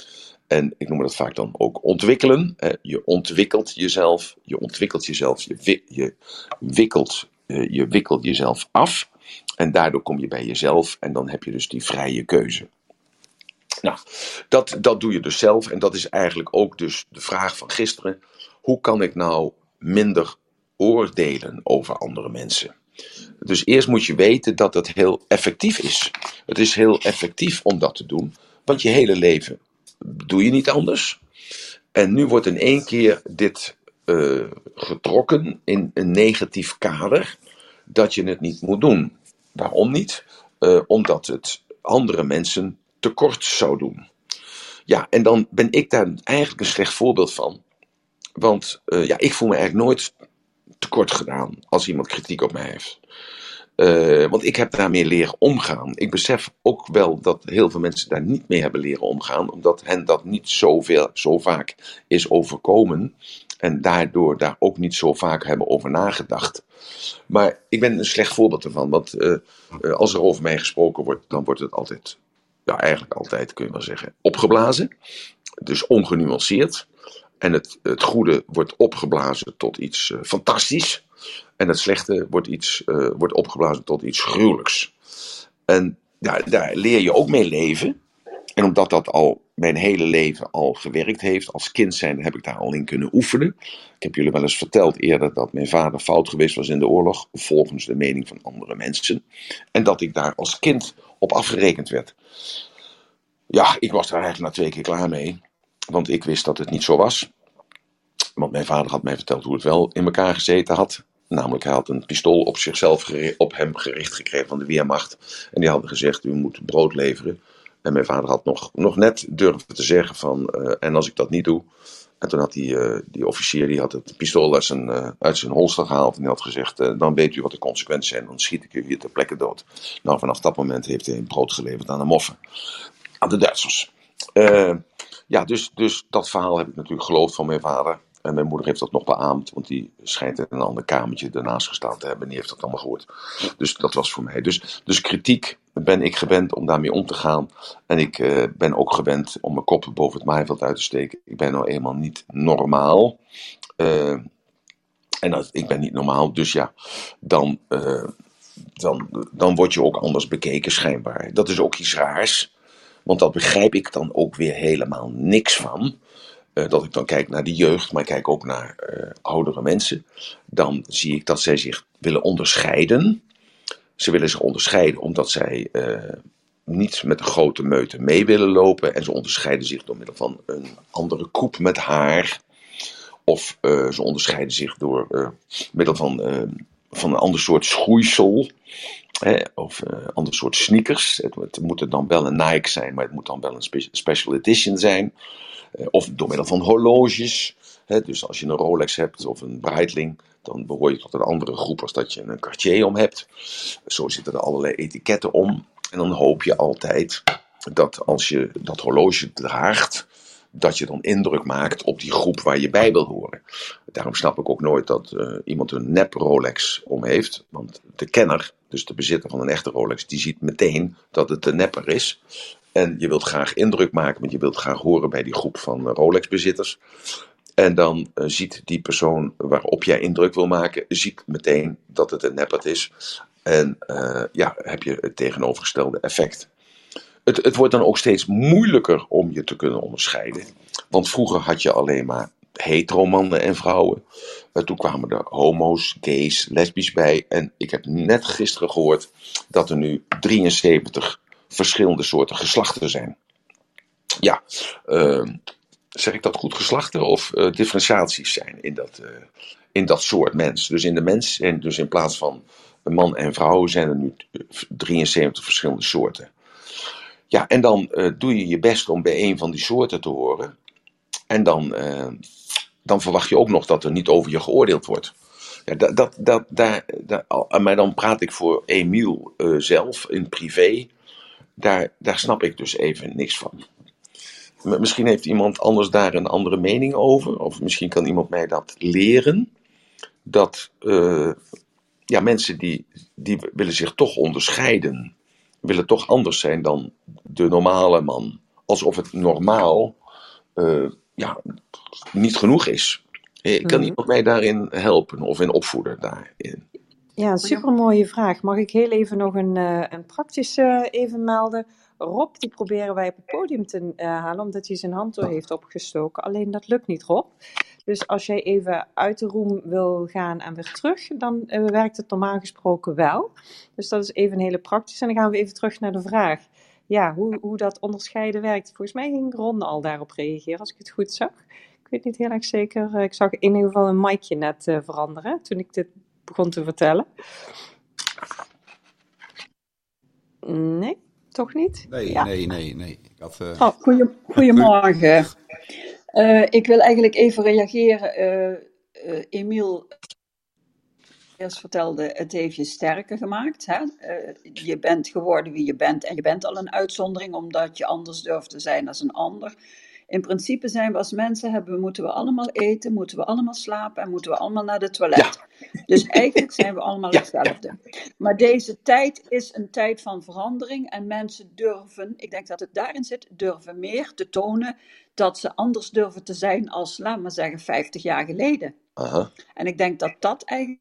En ik noem dat vaak dan ook ontwikkelen. Hè. Je ontwikkelt jezelf. Je ontwikkelt jezelf. Je, wi- je, wikkelt, uh, je wikkelt jezelf af. En daardoor kom je bij jezelf. En dan heb je dus die vrije keuze. Nou, dat, dat doe je dus zelf. En dat is eigenlijk ook dus de vraag van gisteren. Hoe kan ik nou minder oordelen over andere mensen? Dus eerst moet je weten dat het heel effectief is. Het is heel effectief om dat te doen. Want je hele leven doe je niet anders. En nu wordt in één keer dit uh, getrokken in een negatief kader. Dat je het niet moet doen. Waarom niet? Uh, omdat het andere mensen tekort zou doen. Ja, en dan ben ik daar eigenlijk een slecht voorbeeld van. Want uh, ja, ik voel me eigenlijk nooit tekort gedaan als iemand kritiek op mij heeft. Uh, want ik heb daarmee leren omgaan. Ik besef ook wel dat heel veel mensen daar niet mee hebben leren omgaan. Omdat hen dat niet zoveel, zo vaak is overkomen. En daardoor daar ook niet zo vaak hebben over nagedacht. Maar ik ben een slecht voorbeeld ervan. Want uh, uh, als er over mij gesproken wordt, dan wordt het altijd, ja eigenlijk altijd kun je wel zeggen, opgeblazen. Dus ongenuanceerd. En het, het goede wordt opgeblazen tot iets uh, fantastisch. En het slechte wordt, iets, uh, wordt opgeblazen tot iets gruwelijks. En ja, daar leer je ook mee leven. En omdat dat al mijn hele leven al gewerkt heeft, als kind zijn heb ik daar al in kunnen oefenen. Ik heb jullie wel eens verteld eerder dat mijn vader fout geweest was in de oorlog, volgens de mening van andere mensen. En dat ik daar als kind op afgerekend werd. Ja, ik was daar eigenlijk na twee keer klaar mee. Want ik wist dat het niet zo was. Want mijn vader had mij verteld hoe het wel in elkaar gezeten had. Namelijk, hij had een pistool op zichzelf gericht, op hem gericht gekregen van de Wehrmacht. En die hadden gezegd, u moet brood leveren. En mijn vader had nog, nog net durven te zeggen van, uh, en als ik dat niet doe. En toen had die, uh, die officier, die had het pistool uit zijn, uh, uit zijn holster gehaald. En die had gezegd, uh, dan weet u wat de consequenties zijn. Dan schiet ik u hier ter plekke dood. Nou, vanaf dat moment heeft hij brood geleverd aan de moffen. Aan de Duitsers. Uh, ja, dus, dus dat verhaal heb ik natuurlijk geloofd van mijn vader. En mijn moeder heeft dat nog beaamd, want die schijnt in een ander kamertje ernaast gestaan te hebben. En die heeft dat allemaal gehoord. Dus dat was voor mij. Dus, dus kritiek ben ik gewend om daarmee om te gaan. En ik uh, ben ook gewend om mijn kop boven het maaiveld uit te steken. Ik ben nou eenmaal niet normaal. Uh, en dat, ik ben niet normaal, dus ja, dan, uh, dan, dan word je ook anders bekeken schijnbaar. Dat is ook iets raars. Want dat begrijp ik dan ook weer helemaal niks van. Uh, dat ik dan kijk naar de jeugd, maar ik kijk ook naar uh, oudere mensen. Dan zie ik dat zij zich willen onderscheiden. Ze willen zich onderscheiden omdat zij uh, niet met de grote meute mee willen lopen. En ze onderscheiden zich door middel van een andere koep met haar. Of uh, ze onderscheiden zich door uh, middel van, uh, van een ander soort schoeisel. Hè, of een uh, ander soort sneakers. Het, het moet er dan wel een Nike zijn, maar het moet dan wel een spe- special edition zijn. Uh, of door middel van horloges. Hè, dus als je een Rolex hebt of een Breitling, dan behoor je tot een andere groep als dat je een Cartier om hebt. Zo zitten er allerlei etiketten om. En dan hoop je altijd dat als je dat horloge draagt, dat je dan indruk maakt op die groep waar je bij wil horen. Daarom snap ik ook nooit dat uh, iemand een nep Rolex om heeft. Want de kenner, dus de bezitter van een echte Rolex, die ziet meteen dat het een nepper is. En je wilt graag indruk maken, want je wilt graag horen bij die groep van uh, Rolex-bezitters. En dan uh, ziet die persoon waarop jij indruk wil maken, ziet meteen dat het een neppert is. En uh, ja, heb je het tegenovergestelde effect. Het, het wordt dan ook steeds moeilijker om je te kunnen onderscheiden. Want vroeger had je alleen maar hetero mannen en vrouwen. Uh, toen kwamen er homo's, gays, lesbisch bij. En ik heb net gisteren gehoord dat er nu drieënzeventig verschillende soorten geslachten zijn. Ja, uh, zeg ik dat goed, geslachten of uh, differentiaties zijn in dat, uh, in dat soort mens. Dus in de mens, en dus in plaats van man en vrouw zijn er nu drieënzeventig verschillende soorten. Ja, en dan uh, doe je je best om bij een van die soorten te horen. En dan, uh, dan verwacht je ook nog dat er niet over je geoordeeld wordt. Ja, dat, dat, dat, daar, daar, maar dan praat ik voor Emiel uh, zelf in privé. Daar, daar snap ik dus even niks van. Misschien heeft iemand anders daar een andere mening over. Of misschien kan iemand mij dat leren. Dat uh, ja, mensen die, die willen zich toch onderscheiden. Willen toch anders zijn dan de normale man. Alsof het normaal uh, ja, niet genoeg is. Kan mm-hmm. iemand mij daarin helpen of in opvoeden daarin? Ja, een supermooie vraag. Mag ik heel even nog een, uh, een praktische even melden? Rob, die proberen wij op het podium te uh, halen, omdat hij zijn hand door heeft opgestoken. Alleen dat lukt niet, Rob. Dus als jij even uit de room wil gaan en weer terug, dan uh, werkt het normaal gesproken wel. Dus dat is even een hele praktische. En dan gaan we even terug naar de vraag. Ja, hoe, hoe dat onderscheiden werkt. Volgens mij ging Ron al daarop reageren, als ik het goed zag. Ik weet niet heel erg zeker. Uh, ik zag in ieder geval een micje net uh, veranderen, toen ik dit begon te vertellen. Nee, toch niet? Nee, ja. nee, nee, nee. Ik had, uh... oh, goeie, goedemorgen. Uh, ik wil eigenlijk even reageren. Uh, uh, Emiel eerst vertelde, het heeft je sterker gemaakt. Hè? Uh, je bent geworden wie je bent en je bent al een uitzondering omdat je anders durft te zijn dan een ander. In principe zijn we als mensen, hebben, moeten we allemaal eten, moeten we allemaal slapen en moeten we allemaal naar de toilet. Ja. Dus eigenlijk zijn we allemaal ja. hetzelfde. Maar deze tijd is een tijd van verandering en mensen durven, ik denk dat het daarin zit, durven meer te tonen dat ze anders durven te zijn als, laat maar zeggen, vijftig jaar geleden. Uh-huh. En ik denk dat dat eigenlijk...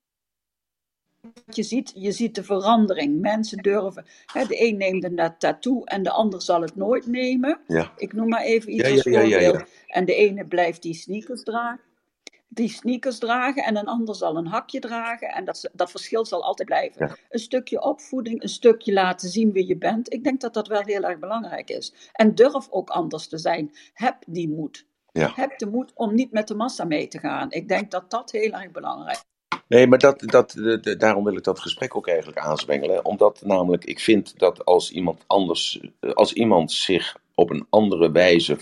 Je ziet, je ziet de verandering. Mensen durven. Hè, de een neemt een tattoo en de ander zal het nooit nemen. Ja. Ik noem maar even iets ja, als ja, voorbeeld. Ja, ja, ja. En de ene blijft die sneakers dragen. Die sneakers dragen en een ander zal een hakje dragen. En dat, dat verschil zal altijd blijven. Ja. Een stukje opvoeding, een stukje laten zien wie je bent. Ik denk dat dat wel heel erg belangrijk is. En durf ook anders te zijn. Heb die moed. Ja. Heb de moed om niet met de massa mee te gaan. Ik denk dat dat heel erg belangrijk is. Nee, maar dat, dat, de, de, daarom wil ik dat gesprek ook eigenlijk aanzwengelen. Omdat namelijk ik vind dat als iemand anders, als iemand zich op een andere wijze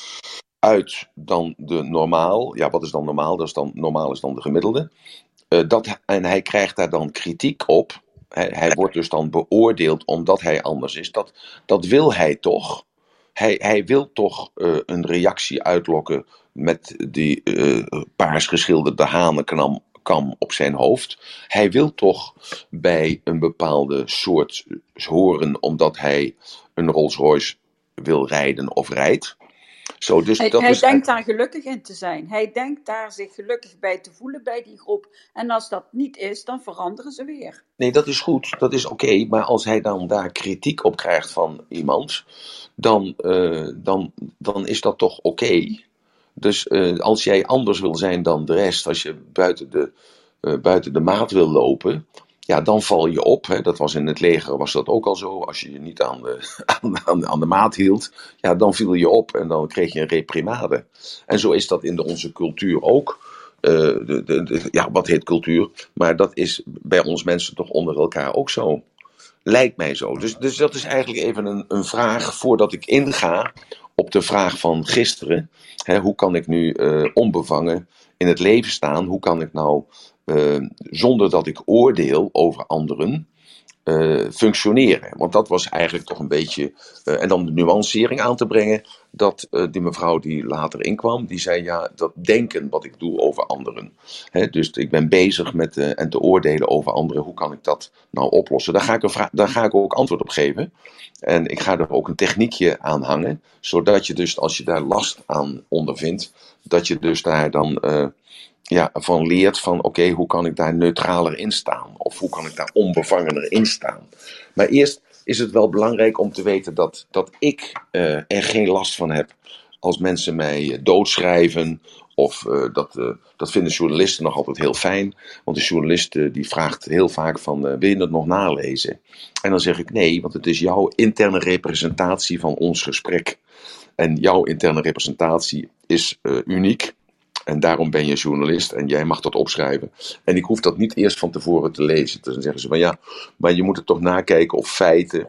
uit dan de normaal. Ja, wat is dan normaal? Dat is dan, normaal is dan de gemiddelde. Uh, dat, en hij krijgt daar dan kritiek op. Hij, hij wordt dus dan beoordeeld omdat hij anders is. Dat, dat wil hij toch. Hij, hij wil toch uh, een reactie uitlokken met die uh, paars geschilderde hanenkam kam op zijn hoofd. Hij wil toch bij een bepaalde soort horen omdat hij een Rolls Royce wil rijden of rijdt. Zo, dus hij dat hij is denkt daar gelukkig in te zijn. Hij denkt daar zich gelukkig bij te voelen bij die groep. En als dat niet is, dan veranderen ze weer. Nee, dat is goed. Dat is oké. Okay, maar als hij dan daar kritiek op krijgt van iemand, dan, uh, dan, dan is dat toch oké. Okay. Dus uh, als jij anders wil zijn dan de rest, als je buiten de, uh, buiten de maat wil lopen, ja, dan val je op. Hè. Dat was in het leger was dat ook al zo. Als je je niet aan de, aan, de, aan de maat hield, ja, dan viel je op en dan kreeg je een reprimade. En zo is dat in de, onze cultuur ook. Uh, de, de, de, ja, wat heet cultuur? Maar dat is bij ons mensen toch onder elkaar ook zo. Lijkt mij zo. Dus, dus dat is eigenlijk even een, een vraag voordat ik inga op de vraag van gisteren. Hè, hoe kan ik nu uh, onbevangen in het leven staan? Hoe kan ik nou, uh, zonder dat ik oordeel over anderen, uh, functioneren? Want dat was eigenlijk toch een beetje... Uh, en dan de nuancering aan te brengen, dat uh, die mevrouw die later inkwam, die zei, ja, dat denken wat ik doe over anderen. Hè, dus ik ben bezig met uh, en te oordelen over anderen. Hoe kan ik dat nou oplossen? Daar ga ik, een vra- daar ga ik ook antwoord op geven. En ik ga er ook een techniekje aan hangen, zodat je dus, als je daar last aan ondervindt, dat je dus daar dan uh, ja, van leert van, oké, okay, hoe kan ik daar neutraler in staan? Of hoe kan ik daar onbevangener in staan? Maar eerst is het wel belangrijk om te weten dat, dat ik uh, er geen last van heb als mensen mij uh, doodschrijven. Of uh, dat, uh, dat vinden journalisten nog altijd heel fijn. Want de journalist uh, die vraagt heel vaak van, uh, wil je het nog nalezen? En dan zeg ik nee, want het is jouw interne representatie van ons gesprek. En jouw interne representatie is uh, uniek. En daarom ben je journalist en jij mag dat opschrijven. En ik hoef dat niet eerst van tevoren te lezen. Dus dan zeggen ze van ja, maar je moet het toch nakijken op feiten.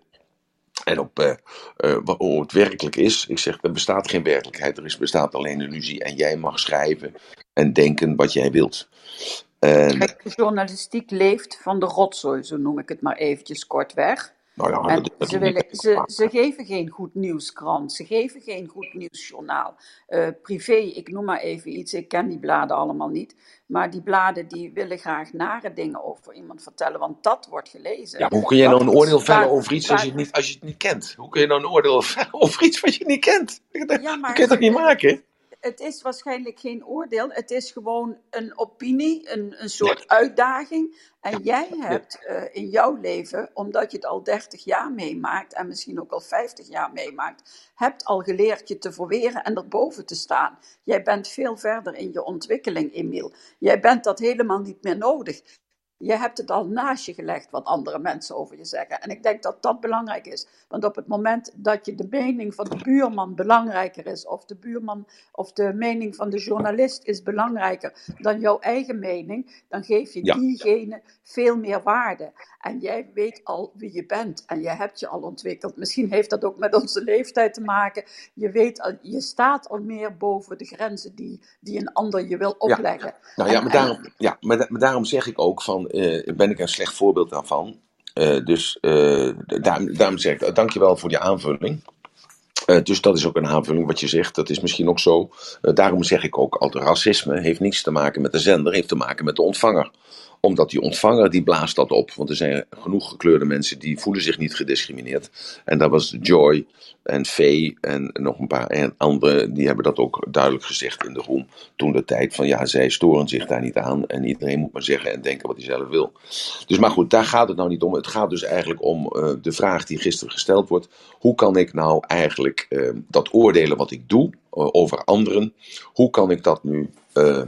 En op uh, uh, hoe het werkelijk is. Ik zeg, er bestaat geen werkelijkheid. Er is, bestaat alleen een illusie. En jij mag schrijven en denken wat jij wilt. En... Kijk, de journalistiek leeft van de rotzooi, zo noem ik het maar eventjes kortweg. Nou ja, en dat, dat ze, willen, ze, ze geven geen goed nieuwskrant, ze geven geen goed nieuwsjournaal. Uh, privé, ik noem maar even iets, ik ken die bladen allemaal niet. Maar die bladen die willen graag nare dingen over iemand vertellen, want dat wordt gelezen. Ja, hoe kun je nou een oordeel vellen over iets als je, het niet, als je het niet kent? Hoe kun je nou een oordeel vellen over iets wat je niet kent? Dat, ja, maar, dat kun je toch niet maken? het is waarschijnlijk geen oordeel. Het is gewoon een opinie, een, een soort ja. uitdaging. En ja. jij hebt ja. uh, in jouw leven, omdat je het al dertig jaar meemaakt en misschien ook al vijftig jaar meemaakt, hebt al geleerd je te verweren en erboven te staan. Jij bent veel verder in je ontwikkeling, Emiel. Jij bent dat helemaal niet meer nodig. Je hebt het al naast je gelegd wat andere mensen over je zeggen. En ik denk dat dat belangrijk is. Want op het moment dat je de mening van de buurman belangrijker is, of de buurman of de mening van de journalist is belangrijker dan jouw eigen mening, dan geef je ja. diegene veel meer waarde. En jij weet al wie je bent en je hebt je al ontwikkeld. Misschien heeft dat ook met onze leeftijd te maken. Je weet al, je staat al meer boven de grenzen die, die een ander je wil opleggen. Ja. Nou ja, en, maar, daarom, en, ja maar, maar daarom zeg ik ook van, uh, ben ik een slecht voorbeeld daarvan. Uh, dus uh, daar, daarom zeg ik, dankjewel voor die aanvulling. Uh, dus dat is ook een aanvulling wat je zegt, dat is misschien ook zo. Uh, daarom zeg ik ook altijd, racisme heeft niets te maken met de zender, heeft te maken met de ontvanger. Omdat die ontvanger, die blaast dat op. Want er zijn genoeg gekleurde mensen die voelen zich niet gediscrimineerd. En dat was Joy en Faye en nog een paar en anderen, die hebben dat ook duidelijk gezegd in de room. Toen de tijd van, ja, zij storen zich daar niet aan. En iedereen moet maar zeggen en denken wat hij zelf wil. Dus maar goed, daar gaat het nou niet om. Het gaat dus eigenlijk om uh, de vraag die gisteren gesteld wordt. Hoe kan ik nou eigenlijk uh, dat oordelen wat ik doe uh, over anderen, hoe kan ik dat nu Uh,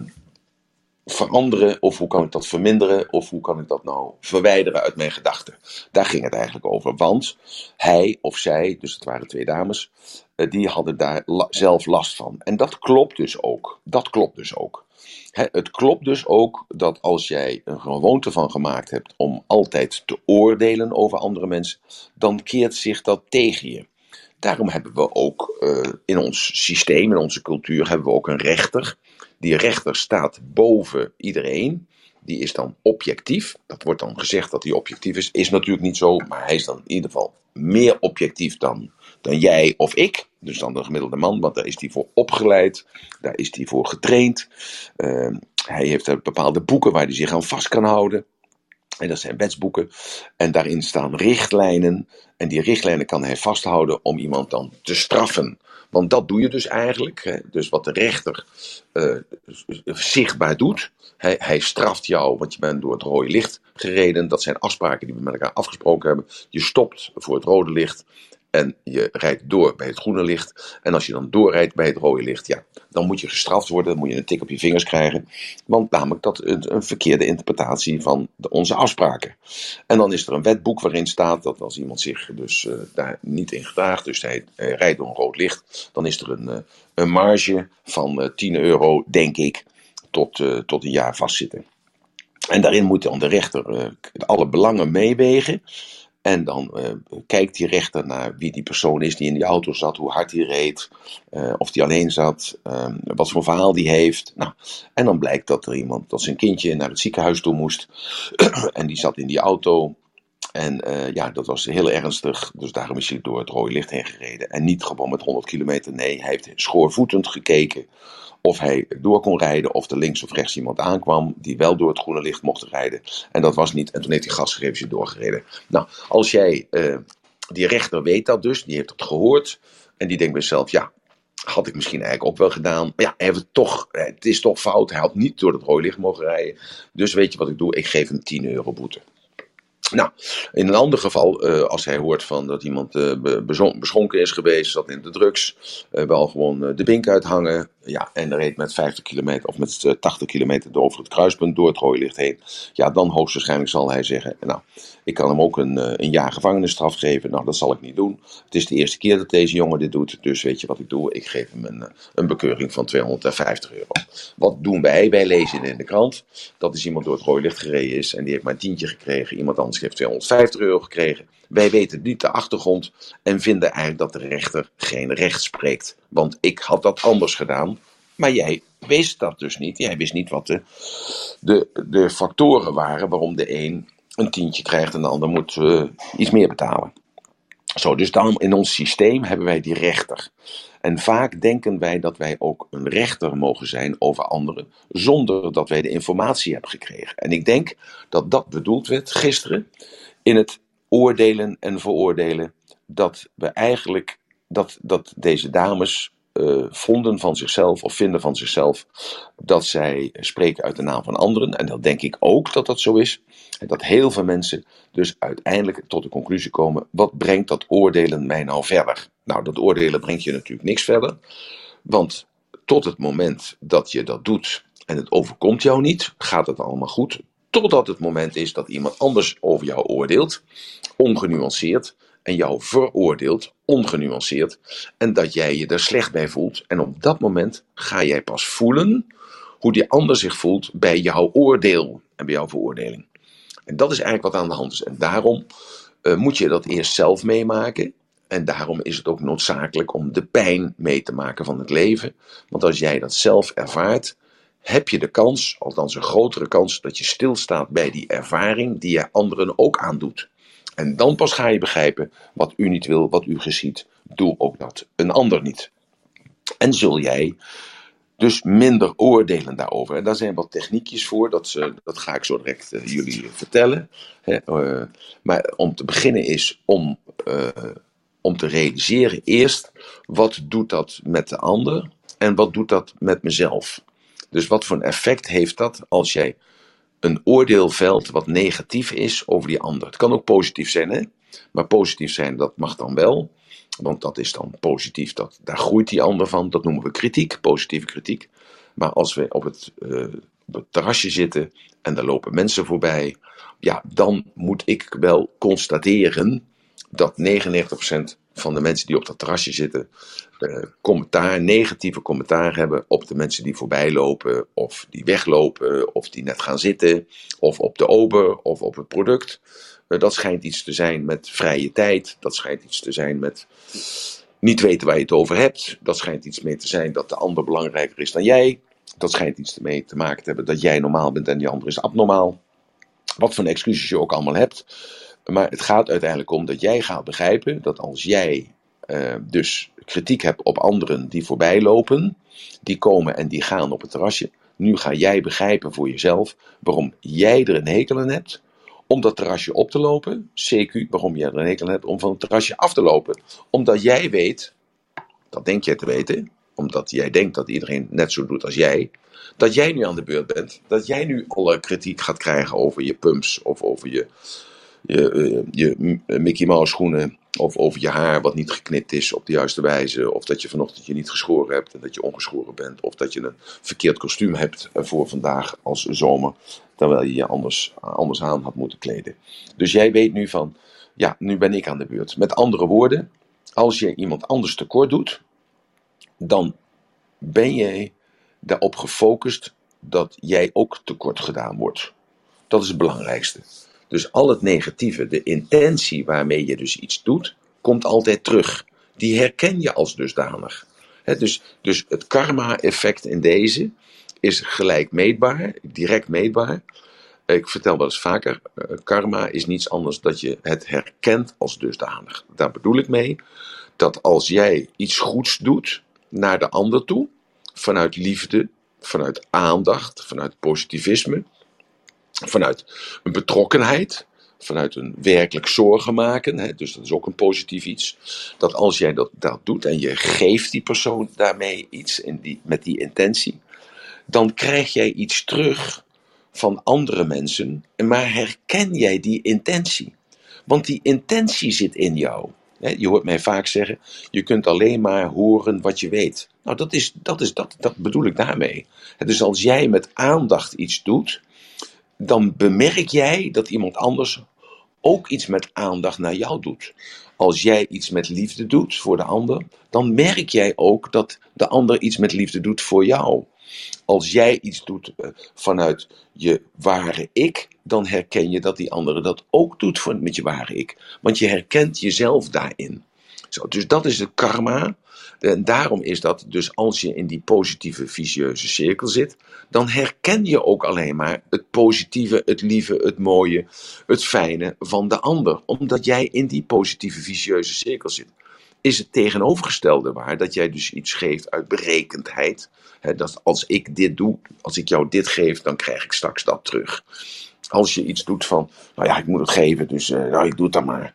veranderen, of hoe kan ik dat verminderen, of hoe kan ik dat nou verwijderen uit mijn gedachten. Daar ging het eigenlijk over, want hij of zij, dus het waren twee dames, die hadden daar la- zelf last van. En dat klopt dus ook. Dat klopt dus ook. He, het klopt dus ook dat als jij een gewoonte van gemaakt hebt om altijd te oordelen over andere mensen, dan keert zich dat tegen je. Daarom hebben we ook uh, in ons systeem, in onze cultuur, hebben we ook een rechter. Die rechter staat boven iedereen. Die is dan objectief. Dat wordt dan gezegd dat hij objectief is. Is natuurlijk niet zo, maar hij is dan in ieder geval meer objectief dan, dan jij of ik. Dus dan de gemiddelde man, want daar is hij voor opgeleid. Daar is hij voor getraind. Uh, hij heeft bepaalde boeken waar hij zich aan vast kan houden. En dat zijn wetsboeken. En daarin staan richtlijnen. En die richtlijnen kan hij vasthouden om iemand dan te straffen. Want dat doe je dus eigenlijk. Hè. Dus wat de rechter uh, zichtbaar doet. Hij, hij straft jou, want je bent door het rode licht gereden. Dat zijn afspraken die we met elkaar afgesproken hebben. Je stopt voor het rode licht. En je rijdt door bij het groene licht. En als je dan doorrijdt bij het rode licht, ja, dan moet je gestraft worden. Dan moet je een tik op je vingers krijgen. Want namelijk dat een, een verkeerde interpretatie van de, onze afspraken. En dan is er een wetboek waarin staat dat als iemand zich dus uh, daar niet in gedraagt, dus hij, hij rijdt door een rood licht, dan is er een, uh, een marge van uh, tien euro, denk ik, tot, uh, tot een jaar vastzitten. En daarin moet dan de rechter uh, alle belangen meewegen. En dan uh, kijkt die rechter naar wie die persoon is die in die auto zat, hoe hard hij reed, uh, of die alleen zat, uh, wat voor verhaal die heeft. Nou, en dan blijkt dat er iemand, dat zijn kindje naar het ziekenhuis toe moest. En die zat in die auto. En uh, ja, dat was heel ernstig. Dus daarom is hij door het rode licht heen gereden. En niet gewoon met honderd kilometer. Nee, hij heeft schoorvoetend gekeken of hij door kon rijden, of er links of rechts iemand aankwam die wel door het groene licht mocht rijden. En dat was niet. En toen heeft hij gas gegeven, is hij doorgereden. Nou, als jij, uh, die rechter weet dat dus, die heeft het gehoord. En die denkt bij zichzelf, ja, had ik misschien eigenlijk ook wel gedaan. Maar ja, hij heeft het toch, het is toch fout. Hij had niet door het rode licht mogen rijden. Dus weet je wat ik doe? Ik geef hem tien euro boete. Nou, in een ander geval, uh, als hij hoort van dat iemand uh, bezon- beschonken is geweest, zat in de drugs, uh, wel gewoon uh, de bink uithangen, ja, en reed met vijftig kilometer of met uh, tachtig kilometer over het kruispunt door het rode licht heen, ja, dan hoogstwaarschijnlijk zal hij zeggen, nou, ik kan hem ook een, uh, een jaar gevangenisstraf geven, nou, dat zal ik niet doen. Het is de eerste keer dat deze jongen dit doet, dus weet je wat ik doe? Ik geef hem een, een bekeuring van tweehonderdvijftig euro. Wat doen wij? Wij lezen in de krant dat is iemand door het rode licht gereden is en die heeft maar een tientje gekregen, iemand anders heeft tweehonderdvijftig euro gekregen. Wij weten niet de achtergrond en vinden eigenlijk dat de rechter geen recht spreekt. Want ik had dat anders gedaan, maar jij wist dat dus niet. Jij wist niet wat de, de, de factoren waren waarom de een een tientje krijgt en de ander moet uh, iets meer betalen. Zo, dus daarom in ons systeem hebben wij die rechter. En vaak denken wij dat wij ook een rechter mogen zijn over anderen, zonder dat wij de informatie hebben gekregen. En ik denk dat dat bedoeld werd gisteren in het oordelen en veroordelen, dat we eigenlijk, dat, dat deze dames uh, vonden van zichzelf of vinden van zichzelf dat zij spreken uit de naam van anderen. En dat denk ik ook dat dat zo is. En dat heel veel mensen dus uiteindelijk tot de conclusie komen, wat brengt dat oordelen mij nou verder? Nou, dat oordelen brengt je natuurlijk niks verder. Want tot het moment dat je dat doet en het overkomt jou niet, gaat het allemaal goed. Totdat het moment is dat iemand anders over jou oordeelt, ongenuanceerd, en jou veroordeelt, ongenuanceerd, en dat jij je er slecht bij voelt. En op dat moment ga jij pas voelen hoe die ander zich voelt bij jouw oordeel en bij jouw veroordeling. En dat is eigenlijk wat aan de hand is. En daarom uh, moet je dat eerst zelf meemaken. En daarom is het ook noodzakelijk om de pijn mee te maken van het leven. Want als jij dat zelf ervaart, heb je de kans, althans een grotere kans, dat je stilstaat bij die ervaring die je anderen ook aandoet. En dan pas ga je begrijpen wat u niet wil, wat u geschiet, doe ook dat een ander niet. En zul jij dus minder oordelen daarover. En daar zijn wat techniekjes voor, dat, uh, dat ga ik zo direct uh, jullie vertellen. Hè, uh, maar om te beginnen is om, uh, om te realiseren eerst, wat doet dat met de ander en wat doet dat met mezelf? Dus wat voor een effect heeft dat als jij een oordeel velt wat negatief is over die ander? Het kan ook positief zijn, hè? Maar positief zijn, dat mag dan wel. Want dat is dan positief, dat, daar groeit die ander van. Dat noemen we kritiek, positieve kritiek. Maar als we op het, uh, op het terrasje zitten en daar lopen mensen voorbij, ja, dan moet ik wel constateren dat negenennegentig procent van de mensen die op dat terrasje zitten, uh, commentaar, negatieve commentaar hebben op de mensen die voorbij lopen, of die weglopen, of die net gaan zitten, of op de ober, of op het product. Uh, dat schijnt iets te zijn met vrije tijd, dat schijnt iets te zijn met niet weten waar je het over hebt, dat schijnt iets mee te zijn dat de ander belangrijker is dan jij, dat schijnt iets mee te maken te hebben dat jij normaal bent en die ander is abnormaal. Wat voor excuses je ook allemaal hebt. Maar het gaat uiteindelijk om dat jij gaat begrijpen dat als jij uh, dus kritiek hebt op anderen die voorbij lopen, die komen en die gaan op het terrasje, nu ga jij begrijpen voor jezelf waarom jij er een hekel aan hebt om dat terrasje op te lopen. C Q, waarom jij er een hekel aan hebt om van het terrasje af te lopen. Omdat jij weet, dat denk jij te weten, omdat jij denkt dat iedereen net zo doet als jij, dat jij nu aan de beurt bent, dat jij nu alle kritiek gaat krijgen over je pumps of over je Je, je Mickey Mouse schoenen of over je haar wat niet geknipt is op de juiste wijze, of dat je vanochtend je niet geschoren hebt en dat je ongeschoren bent, of dat je een verkeerd kostuum hebt voor vandaag als zomer, terwijl je je anders, anders aan had moeten kleden. Dus jij weet nu van, ja, nu ben ik aan de beurt. Met andere woorden, als je iemand anders tekort doet, dan ben jij daarop gefocust dat jij ook tekort gedaan wordt. Dat is het belangrijkste. Dus al het negatieve, de intentie waarmee je dus iets doet, komt altijd terug. Die herken je als dusdanig. He, dus, dus het karma-effect in deze is gelijk meetbaar, direct meetbaar. Ik vertel wel eens vaker, karma is niets anders dan dat je het herkent als dusdanig. Daar bedoel ik mee dat als jij iets goeds doet naar de ander toe, vanuit liefde, vanuit aandacht, vanuit positivisme, vanuit een betrokkenheid, vanuit een werkelijk zorgen maken, hè, dus dat is ook een positief iets, dat als jij dat, dat doet en je geeft die persoon daarmee iets in die, met die intentie, dan krijg jij iets terug van andere mensen, maar herken jij die intentie? Want die intentie zit in jou. Je hoort mij vaak zeggen, je kunt alleen maar horen wat je weet. Nou, dat, is, dat, is, dat, dat bedoel ik daarmee. Dus als jij met aandacht iets doet, dan bemerk jij dat iemand anders ook iets met aandacht naar jou doet. Als jij iets met liefde doet voor de ander, dan merk jij ook dat de ander iets met liefde doet voor jou. Als jij iets doet vanuit je ware ik, dan herken je dat die andere dat ook doet met je ware ik. Want je herkent jezelf daarin. Zo, dus dat is het karma. En daarom is dat, dus als je in die positieve vicieuze cirkel zit, dan herken je ook alleen maar het positieve, het lieve, het mooie, het fijne van de ander. Omdat jij in die positieve vicieuze cirkel zit. Is het tegenovergestelde waar, dat jij dus iets geeft uit berekendheid. Hè, dat als ik dit doe, als ik jou dit geef, dan krijg ik straks dat terug. Als je iets doet van, nou ja, ik moet het geven, dus uh, nou, ik doe het dan maar.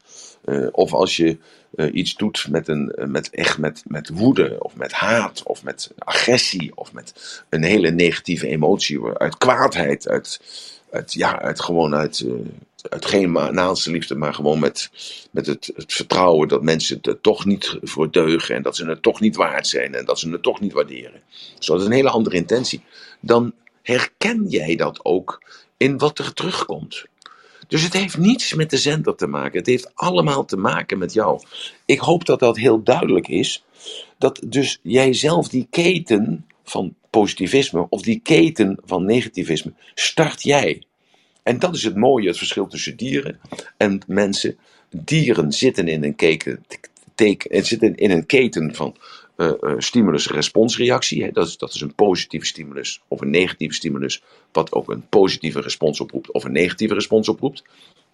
Uh, of als je uh, iets doet met, een, uh, met, echt met, met woede, of met haat, of met agressie, of met een hele negatieve emotie, uit kwaadheid, uit, uit, ja, uit gewoon uit, uh, uit geen naaste liefde, maar gewoon met, met het, het vertrouwen dat mensen het toch niet voor deugen en dat ze het toch niet waard zijn en dat ze het toch niet waarderen. Dus dat is een hele andere intentie. Dan herken jij dat ook in wat er terugkomt. Dus het heeft niets met de zender te maken. Het heeft allemaal te maken met jou. Ik hoop dat dat heel duidelijk is. Dat dus jij zelf die keten van positivisme of die keten van negativisme start jij. En dat is het mooie, het verschil tussen dieren en mensen. Dieren zitten in een keten, teken, zitten in een keten van uh, uh, stimulus-responsreactie. Dat is, dat is een positieve stimulus of een negatieve stimulus, wat ook een positieve respons oproept of een negatieve respons oproept.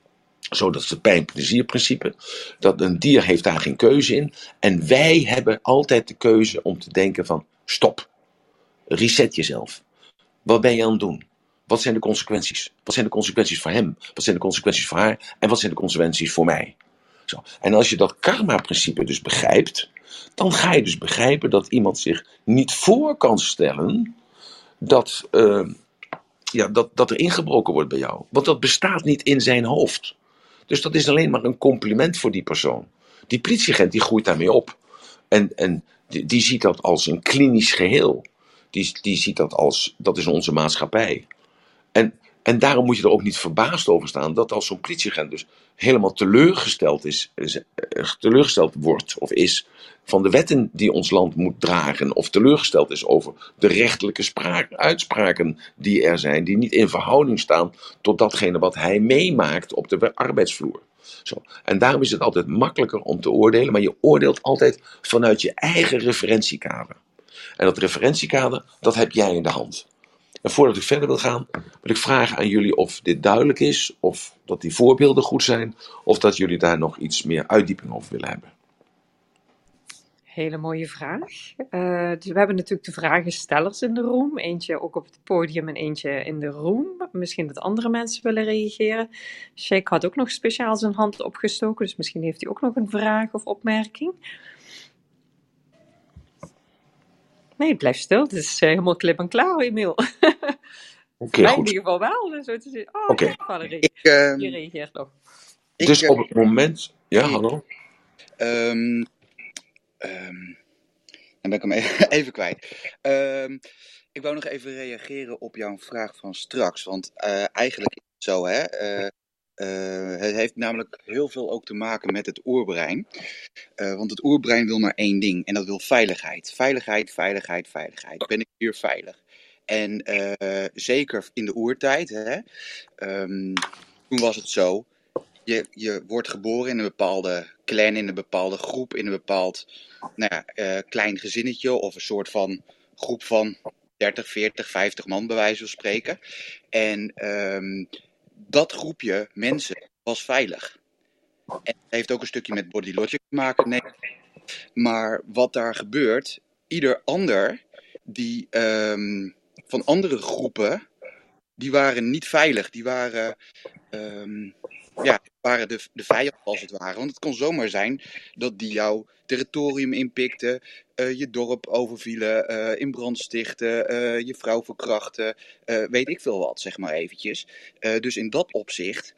Zo, dat is het pijn-plezierprincipe. Dat een dier heeft daar geen keuze in. En wij hebben altijd de keuze om te denken van stop. Reset jezelf. Wat ben je aan het doen? Wat zijn de consequenties? Wat zijn de consequenties voor hem? Wat zijn de consequenties voor haar? En wat zijn de consequenties voor mij? Zo. En als je dat karma-principe dus begrijpt, dan ga je dus begrijpen dat iemand zich niet voor kan stellen dat, uh, ja, dat, dat er ingebroken wordt bij jou. Want dat bestaat niet in zijn hoofd. Dus dat is alleen maar een compliment voor die persoon. Die politieagent die groeit daarmee op. En, en die, die ziet dat als een klinisch geheel. Die, die ziet dat als, dat is onze maatschappij. En, en daarom moet je er ook niet verbaasd over staan dat als zo'n politieagent dus helemaal teleurgesteld is, is, teleurgesteld wordt of is van de wetten die ons land moet dragen, of teleurgesteld is over de rechtelijke spraak, uitspraken die er zijn, die niet in verhouding staan tot datgene wat hij meemaakt op de arbeidsvloer. Zo. En daarom is het altijd makkelijker om te oordelen, maar je oordeelt altijd vanuit je eigen referentiekader. En dat referentiekader, dat heb jij in de hand. En voordat ik verder wil gaan, wil ik vragen aan jullie of dit duidelijk is, of dat die voorbeelden goed zijn, of dat jullie daar nog iets meer uitdieping over willen hebben. Hele mooie vraag. Uh, dus we hebben natuurlijk de vragenstellers in de room. Eentje ook op het podium en eentje in de room. Misschien dat andere mensen willen reageren. Sheikh had ook nog speciaal zijn hand opgestoken, dus misschien heeft hij ook nog een vraag of opmerking. Nee, blijf stil. Het is uh, helemaal klip en klaar, Emiel. Oké, okay, goed. In ieder geval wel. Zo te zien. Oh, okay. Valerie, ik, uh, je reageert nog. Dus ik, op het moment... Ja, ik, hallo? Um, um, dan ben ik hem even, even kwijt. Um, ik wou nog even reageren op jouw vraag van straks. Want uh, eigenlijk is het zo, hè... Uh, Uh, het heeft namelijk heel veel ook te maken met het oerbrein. Uh, want het oerbrein wil maar één ding. En dat wil veiligheid. Veiligheid, veiligheid, veiligheid. Ben ik hier veilig? En uh, zeker in de oertijd. Hè, um, toen was het zo. Je, je wordt geboren in een bepaalde clan. In een bepaalde groep. In een bepaald nou ja, uh, klein gezinnetje. Of een soort van groep van dertig, veertig, vijftig man bij wijze van spreken. En... Um, dat groepje mensen was veilig. En het heeft ook een stukje met body logic te maken. Nee. Maar wat daar gebeurt, ieder ander die um, van andere groepen, die waren niet veilig. Die waren, um, ja, waren de, de vijand als het ware. Want het kon zomaar zijn dat die jouw territorium inpikten, uh, je dorp overvielen, uh, in brand stichten, uh, je vrouw verkrachten, uh, weet ik veel wat, zeg maar eventjes. Uh, dus in dat opzicht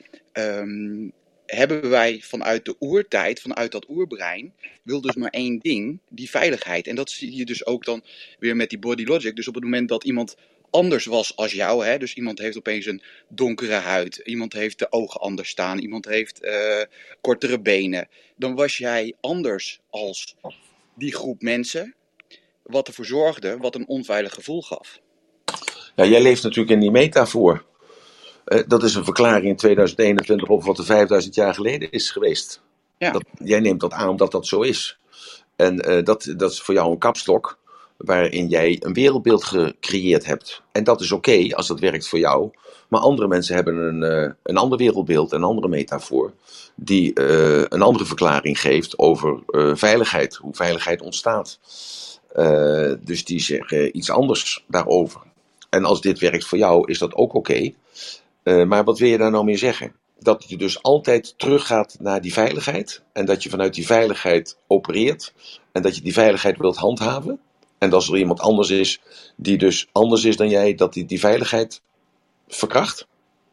um, hebben wij vanuit de oertijd, vanuit dat oerbrein, wil dus maar één ding, die veiligheid. En dat zie je dus ook dan weer met die body logic. Dus op het moment dat iemand anders was als jou, hè, dus iemand heeft opeens een donkere huid, iemand heeft de ogen anders staan, iemand heeft uh, kortere benen, dan was jij anders als die groep mensen, wat ervoor zorgde, wat een onveilig gevoel gaf. Ja, jij leeft natuurlijk in die metafoor. Uh, dat is een verklaring in tweeduizend eenentwintig op wat er vijfduizend jaar geleden is geweest. Ja. Dat, jij neemt dat aan dat dat zo is. En uh, dat, dat is voor jou een kapstok waarin jij een wereldbeeld gecreëerd hebt. En dat is oké okay als dat werkt voor jou. Maar andere mensen hebben een, uh, een ander wereldbeeld, een andere metafoor, die uh, een andere verklaring geeft over uh, veiligheid, hoe veiligheid ontstaat. Uh, dus die zeggen iets anders daarover. En als dit werkt voor jou, is dat ook oké. Okay. Uh, maar wat wil je daar nou mee zeggen? dat je dus altijd teruggaat naar die veiligheid. En dat je vanuit die veiligheid opereert. En dat je die veiligheid wilt handhaven. En als er iemand anders is die dus anders is dan jij, dat die die veiligheid verkracht?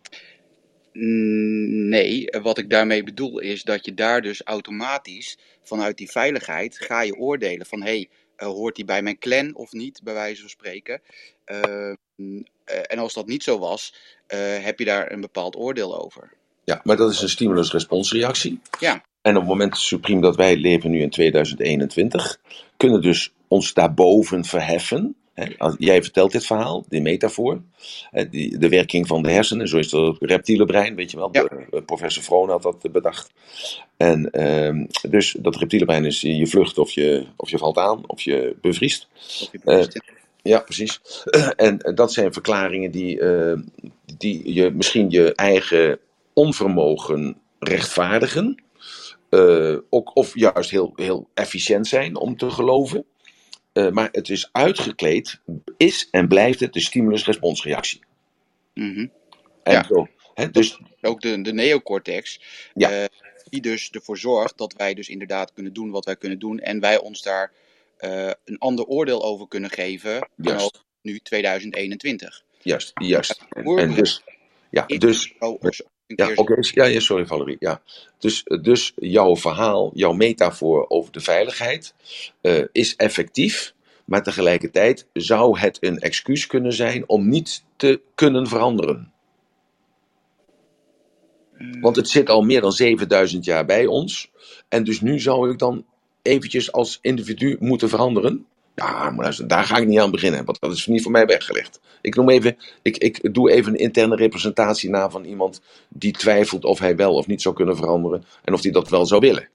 Nee, wat ik daarmee bedoel is dat je daar dus automatisch vanuit die veiligheid ga je oordelen van hé, hey, uh, hoort die bij mijn clan of niet, bij wijze van spreken. Uh, uh, en als dat niet zo was, uh, heb je daar een bepaald oordeel over. Ja, maar dat is een stimulus-responsreactie. Ja. En op het moment, Supreme, dat wij leven nu in tweeduizend eenentwintig, kunnen dus ons daarboven verheffen. Jij vertelt dit verhaal, die metafoor, de werking van de hersenen, zo is het reptiele brein, weet je wel. Ja. De, professor Vroon had dat bedacht. En uh, dus dat reptiele brein is je vlucht of je, of je valt aan, of je bevriest. Of je bevriest. Uh, ja, precies. En dat zijn verklaringen die, uh, die je misschien je eigen onvermogen rechtvaardigen. Uh, ook, of juist heel, heel efficiënt zijn om te geloven. Uh, maar het is uitgekleed, is en blijft het de stimulus-responsreactie. Mm-hmm. En ja. zo, hè, dus, ook de, de neocortex, ja. uh, die dus ervoor zorgt dat wij dus inderdaad kunnen doen wat wij kunnen doen. En wij ons daar uh, een ander oordeel over kunnen geven. Dan nu tweeduizend eenentwintig. Juist, juist. En, en dus, ja, dus... Ja, oké. Okay. Ja, ja, sorry Valerie. Ja. Dus, dus jouw verhaal, jouw metafoor over de veiligheid uh, is effectief, maar tegelijkertijd zou het een excuus kunnen zijn om niet te kunnen veranderen. Want het zit al meer dan zevenduizend jaar bij ons en dus nu zou ik dan eventjes als individu moeten veranderen. Ja, maar luister, daar ga ik niet aan beginnen, want dat is niet voor mij weggelegd. Ik noem even, ik, ik doe even een interne representatie na van iemand die twijfelt of hij wel of niet zou kunnen veranderen en of hij dat wel zou willen.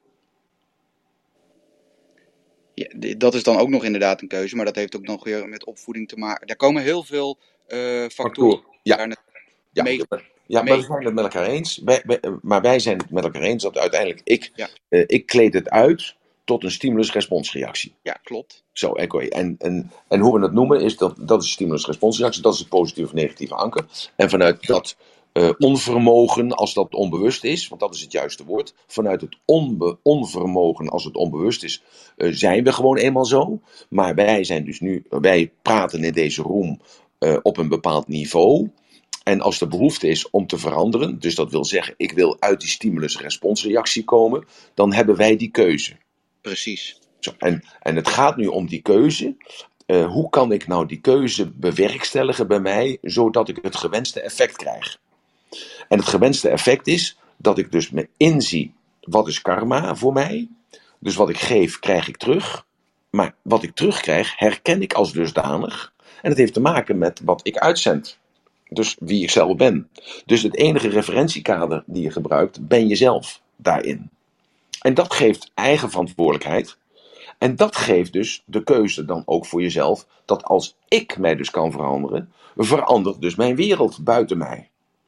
Ja, dat is dan ook nog inderdaad een keuze, maar dat heeft ook nog weer met opvoeding te maken. Daar komen heel veel uh, factoren ja. daar ja, mee. Ja, maar we zijn het met elkaar eens. Wij, wij, maar wij zijn het met elkaar eens dat uiteindelijk ik, ja. uh, ik kleed het uit tot een stimulus-responsreactie. Ja, klopt. Zo, okay. en, en, en hoe we het noemen, is dat, dat is stimulus-responsreactie, dat is het positieve of negatieve anker. En vanuit dat uh, onvermogen, als dat onbewust is, want dat is het juiste woord, vanuit het onbe, onvermogen, als het onbewust is, uh, zijn we gewoon eenmaal zo. Maar wij zijn dus nu, wij praten in deze room uh, op een bepaald niveau. En als er behoefte is om te veranderen, dus dat wil zeggen, ik wil uit die stimulus-responsreactie komen, dan hebben wij die keuze. Precies. Zo, en, en het gaat nu om die keuze. Uh, hoe kan ik nou die keuze bewerkstelligen bij mij, zodat ik het gewenste effect krijg? En het gewenste effect is dat ik dus me inzie, wat is karma voor mij? Dus wat ik geef, krijg ik terug. Maar wat ik terugkrijg, herken ik als dusdanig. En het heeft te maken met wat ik uitzend. Dus wie ik zelf ben. Dus het enige referentiekader die je gebruikt, ben jezelf daarin. En dat geeft eigen verantwoordelijkheid. En dat geeft dus de keuze dan ook voor jezelf, dat als ik mij dus kan veranderen, verandert dus mijn wereld buiten mij.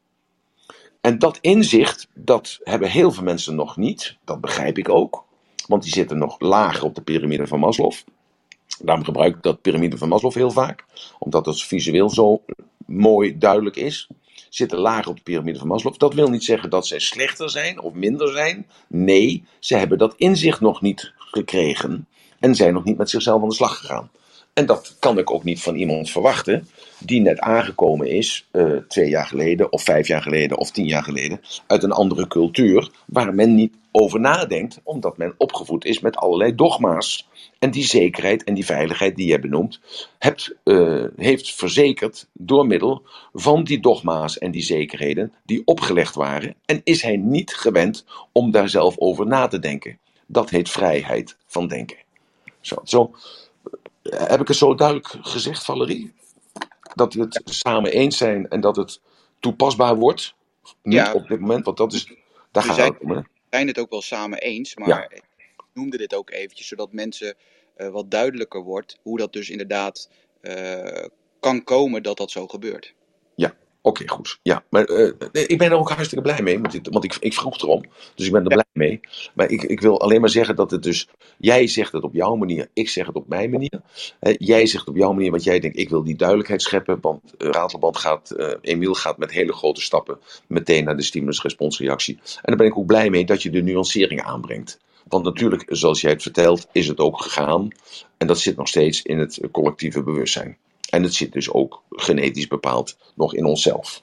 En dat inzicht, dat hebben heel veel mensen nog niet. Dat begrijp ik ook. Want die zitten nog lager op de piramide van Maslow. Daarom gebruik ik dat piramide van Maslow heel vaak. Omdat het visueel zo mooi duidelijk is. Zitten lager op de piramide van Maslow. Dat wil niet zeggen dat zij slechter zijn of minder zijn. Nee, ze hebben dat inzicht nog niet gekregen. En zijn nog niet met zichzelf aan de slag gegaan. En dat kan ik ook niet van iemand verwachten die net aangekomen is, uh, twee jaar geleden, of vijf jaar geleden, of tien jaar geleden, uit een andere cultuur, waar men niet over nadenkt, omdat men opgevoed is met allerlei dogma's. En die zekerheid en die veiligheid die je benoemt, hebt, uh, heeft verzekerd door middel van die dogma's en die zekerheden die opgelegd waren. En is hij niet gewend om daar zelf over na te denken. Dat heet vrijheid van denken. Zo, zo heb ik het zo duidelijk gezegd, Valerie? Dat we het samen eens zijn en dat het toepasbaar wordt? Niet ja, op dit moment, want dat is, daar we gaat zijn, het om. Hè? We zijn het ook wel samen eens, maar Ja. ik noemde dit ook eventjes, zodat mensen uh, wat duidelijker wordt hoe dat dus inderdaad uh, kan komen dat dat zo gebeurt. Ja, Oké, okay, goed. Ja, maar uh, ik ben er ook hartstikke blij mee, want, dit, want ik, ik vroeg erom, dus ik ben er blij mee. Maar ik, ik wil alleen maar zeggen dat het dus, jij zegt het op jouw manier, ik zeg het op mijn manier. Uh, jij zegt op jouw manier, want jij denkt, ik wil die duidelijkheid scheppen, want uh, Ratelband gaat, uh, Emiel gaat met hele grote stappen meteen naar de stimulus-responsreactie. En daar ben ik ook blij mee dat je de nuancering aanbrengt. Want natuurlijk, zoals jij het vertelt, is het ook gegaan, en dat zit nog steeds in het collectieve bewustzijn. En het zit dus ook genetisch bepaald nog in onszelf.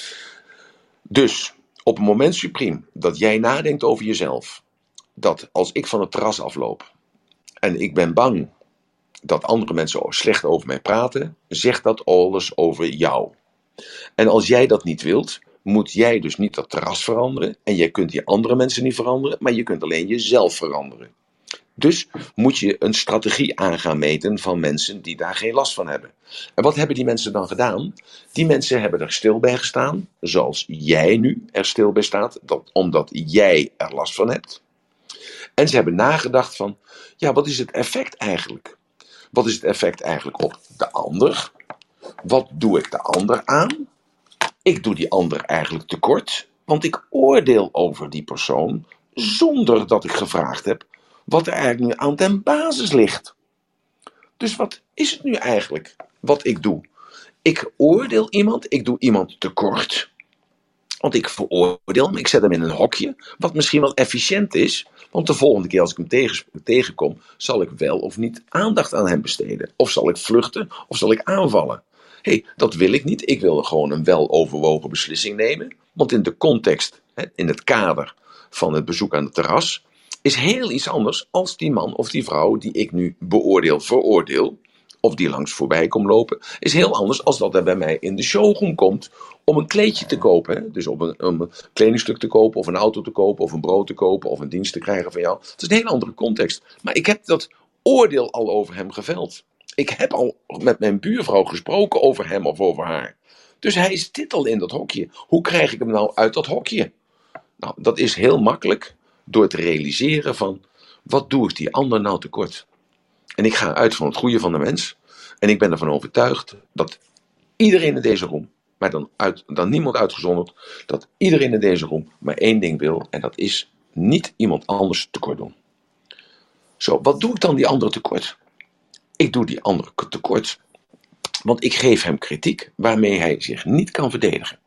Dus op het moment supreme dat jij nadenkt over jezelf, dat als ik van het terras afloop en ik ben bang dat andere mensen slecht over mij praten, zegt dat alles over jou. En als jij dat niet wilt, moet jij dus niet dat terras veranderen. En jij kunt die andere mensen niet veranderen, maar je kunt alleen jezelf veranderen. Dus moet je een strategie aan gaan meten van mensen die daar geen last van hebben. En wat hebben die mensen dan gedaan? Die mensen hebben er stil bij gestaan, zoals jij nu er stil bij staat, dat, omdat jij er last van hebt. En ze hebben nagedacht van, ja, wat is het effect eigenlijk? Wat is het effect eigenlijk op de ander? Wat doe ik de ander aan? Ik doe die ander eigenlijk tekort, want ik oordeel over die persoon zonder dat ik gevraagd heb wat er eigenlijk nu aan ten basis ligt. Dus wat is het nu eigenlijk wat ik doe? Ik oordeel iemand, ik doe iemand tekort. Want ik veroordeel hem, ik zet hem in een hokje, wat misschien wel efficiënt is. Want de volgende keer als ik hem tegen, tegenkom, zal ik wel of niet aandacht aan hem besteden. Of zal ik vluchten, of zal ik aanvallen. Hé, hey, dat wil ik niet. Ik wil gewoon een weloverwogen beslissing nemen. Want in de context, in het kader van het bezoek aan het terras, is heel iets anders als die man of die vrouw die ik nu beoordeel, veroordeel, of die langs voorbij komt lopen, is heel anders als dat er bij mij in de showroom komt om een kleedje te kopen. Hè? Dus om een, om een kledingstuk te kopen, of een auto te kopen, of een brood te kopen, of een dienst te krijgen van jou. Het is een hele andere context. Maar ik heb dat oordeel al over hem geveld. Ik heb al met mijn buurvrouw gesproken over hem of over haar. Dus hij zit al in dat hokje. Hoe krijg ik hem nou uit dat hokje? Nou, dat is heel makkelijk door te realiseren van, wat doe ik die ander nou tekort? En ik ga uit van het goede van de mens. En ik ben ervan overtuigd dat iedereen in deze room, maar dan, uit, dan niemand uitgezonderd, dat iedereen in deze room maar één ding wil. En dat is niet iemand anders tekort doen. Zo, wat doe ik dan die andere tekort? Ik doe die andere tekort, want ik geef hem kritiek waarmee hij zich niet kan verdedigen.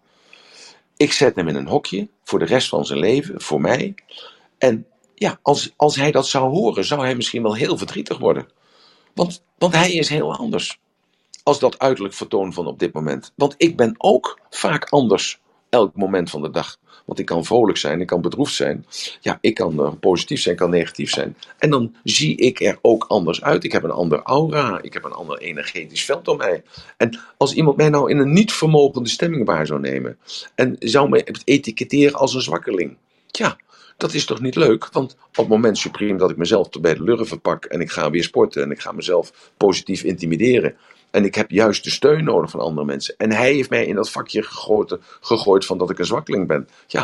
Ik zet hem in een hokje voor de rest van zijn leven, voor mij. En ja, als, als hij dat zou horen, zou hij misschien wel heel verdrietig worden. Want, want hij is heel anders als dat uiterlijk vertoon van op dit moment. Want ik ben ook vaak anders elk moment van de dag. Want ik kan vrolijk zijn, ik kan bedroefd zijn. Ja, ik kan uh, positief zijn, ik kan negatief zijn. En dan zie ik er ook anders uit. Ik heb een ander aura, ik heb een ander energetisch veld om mij. En als iemand mij nou in een niet vermogende stemming waar zou nemen en zou mij etiketteren als een zwakkeling. Tja, dat is toch niet leuk? Want op het moment supreme dat ik mezelf bij de lurven pak en ik ga weer sporten en ik ga mezelf positief intimideren. En ik heb juist de steun nodig van andere mensen. En hij heeft mij in dat vakje gegooid, gegooid van dat ik een zwakkeling ben. Ja,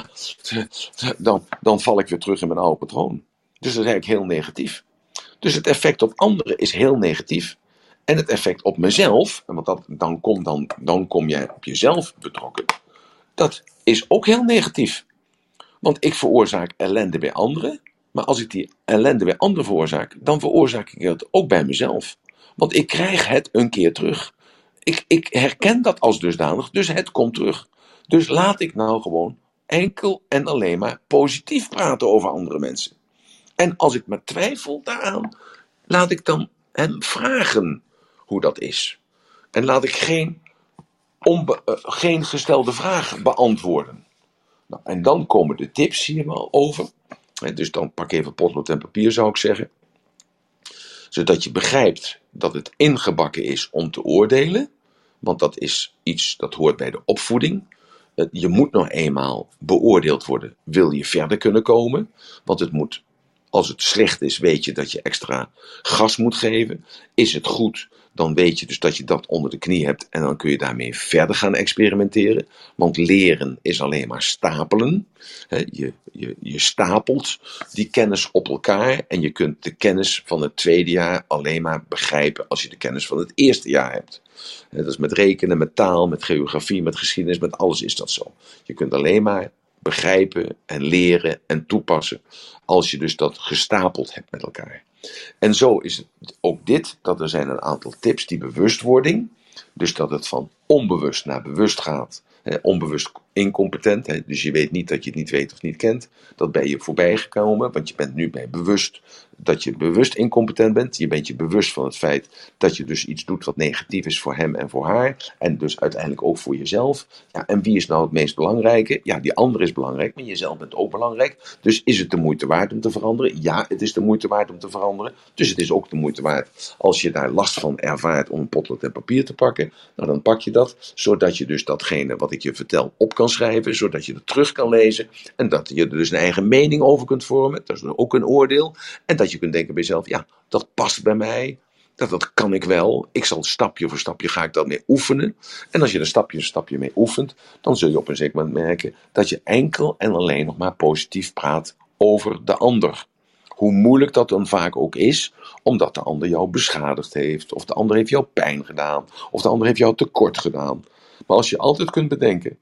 dan, dan val ik weer terug in mijn oude patroon. Dus dat is eigenlijk heel negatief. Dus het effect op anderen is heel negatief. En het effect op mezelf, want dat, dan, kom, dan, dan kom jij op jezelf betrokken. Dat is ook heel negatief. Want ik veroorzaak ellende bij anderen. Maar als ik die ellende bij anderen veroorzaak, dan veroorzaak ik het ook bij mezelf. Want ik krijg het een keer terug. Ik, ik herken dat als dusdanig, dus het komt terug. Dus laat ik nou gewoon enkel en alleen maar positief praten over andere mensen. En als ik maar twijfel daaraan, laat ik dan hem vragen hoe dat is. En laat ik geen, onbe- uh, geen gestelde vraag beantwoorden. Nou, en dan komen de tips hier wel over. Dus dan pak even potlood en papier, zou ik zeggen. Zodat je begrijpt dat het ingebakken is om te oordelen. Want dat is iets dat hoort bij de opvoeding. Je moet nog eenmaal beoordeeld worden. Wil je verder kunnen komen? Want het moet, als het slecht is, weet je dat je extra gas moet geven. Is het goed, dan weet je dus dat je dat onder de knie hebt en dan kun je daarmee verder gaan experimenteren. Want leren is alleen maar stapelen. He, je, je, je stapelt die kennis op elkaar en je kunt de kennis van het tweede jaar alleen maar begrijpen als je de kennis van het eerste jaar hebt. He, dat is met rekenen, met taal, met geografie, met geschiedenis, met alles is dat zo. Je kunt alleen maar begrijpen en leren en toepassen als je dus dat gestapeld hebt met elkaar. En zo is het ook dit, dat er zijn een aantal tips die bewustwording, dus dat het van onbewust naar bewust gaat, hè, onbewust incompetent, hè, dus je weet niet dat je het niet weet of niet kent, dat ben je voorbij gekomen, want je bent nu bij bewust dat je bewust incompetent bent, je bent je bewust van het feit dat je dus iets doet wat negatief is voor hem en voor haar, en dus uiteindelijk ook voor jezelf. Ja, en wie is nou het meest belangrijke? Ja, die ander is belangrijk, maar jezelf bent ook belangrijk, dus is het de moeite waard om te veranderen? Ja, het is de moeite waard om te veranderen, dus het is ook de moeite waard als je daar last van ervaart om een potlood en papier te pakken, nou dan pak je dat, zodat je dus datgene wat ik je vertel op kan schrijven, zodat je het terug kan lezen, en dat je er dus een eigen mening over kunt vormen, dat is ook een oordeel, en dat je kunt denken bij jezelf, ja, dat past bij mij, dat, dat kan ik wel, ik zal stapje voor stapje ga ik dat mee oefenen, en als je er stapje voor stapje mee oefent, dan zul je op een zeker moment merken dat je enkel en alleen nog maar positief praat over de ander. Hoe moeilijk dat dan vaak ook is, omdat de ander jou beschadigd heeft, of de ander heeft jou pijn gedaan, of de ander heeft jou tekort gedaan. Maar als je altijd kunt bedenken,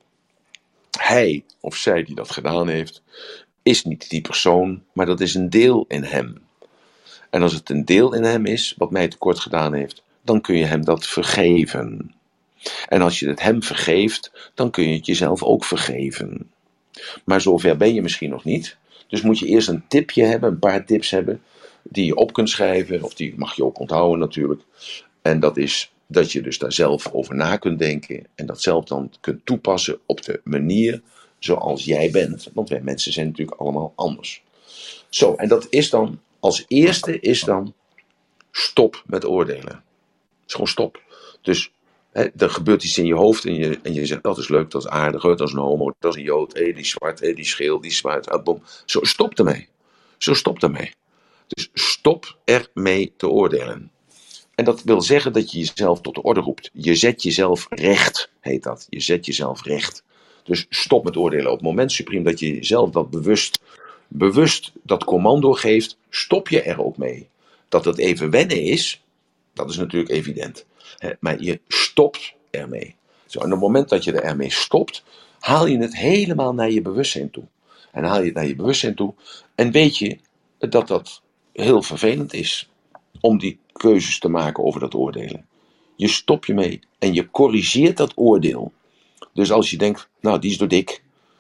hij of zij die dat gedaan heeft, is niet die persoon, maar dat is een deel in hem. En als het een deel in hem is, wat mij tekort gedaan heeft, dan kun je hem dat vergeven. En als je het hem vergeeft, dan kun je het jezelf ook vergeven. Maar zover ben je misschien nog niet. Dus moet je eerst een tipje hebben, een paar tips hebben, die je op kunt schrijven, of die mag je ook onthouden natuurlijk. En dat is dat je dus daar zelf over na kunt denken en dat zelf dan kunt toepassen op de manier zoals jij bent. Want wij mensen zijn natuurlijk allemaal anders. Zo, en dat is dan, als eerste is dan, stop met oordelen. Het is gewoon stop. Dus hè, er gebeurt iets in je hoofd en je, en je zegt, dat is leuk, dat is aardig, dat is een homo, dat is een jood, hé, die is zwart, hé, die is geel, die is zwart, ah, bom. Zo, stop ermee. Zo, stop ermee. Dus stop ermee te oordelen. En dat wil zeggen dat je jezelf tot de orde roept. Je zet jezelf recht, heet dat. Je zet jezelf recht. Dus stop met oordelen. Op het moment supreme dat je jezelf dat bewust, bewust dat commando geeft, stop je er ook mee. Dat het even wennen is, dat is natuurlijk evident. Hè, maar je stopt ermee. Zo, en op het moment dat je er ermee stopt, haal je het helemaal naar je bewustzijn toe. En haal je het naar je bewustzijn toe en weet je dat dat heel vervelend is om die keuzes te maken over dat oordelen. Je stopt je mee en je corrigeert dat oordeel. Dus als je denkt, nou die is door dik.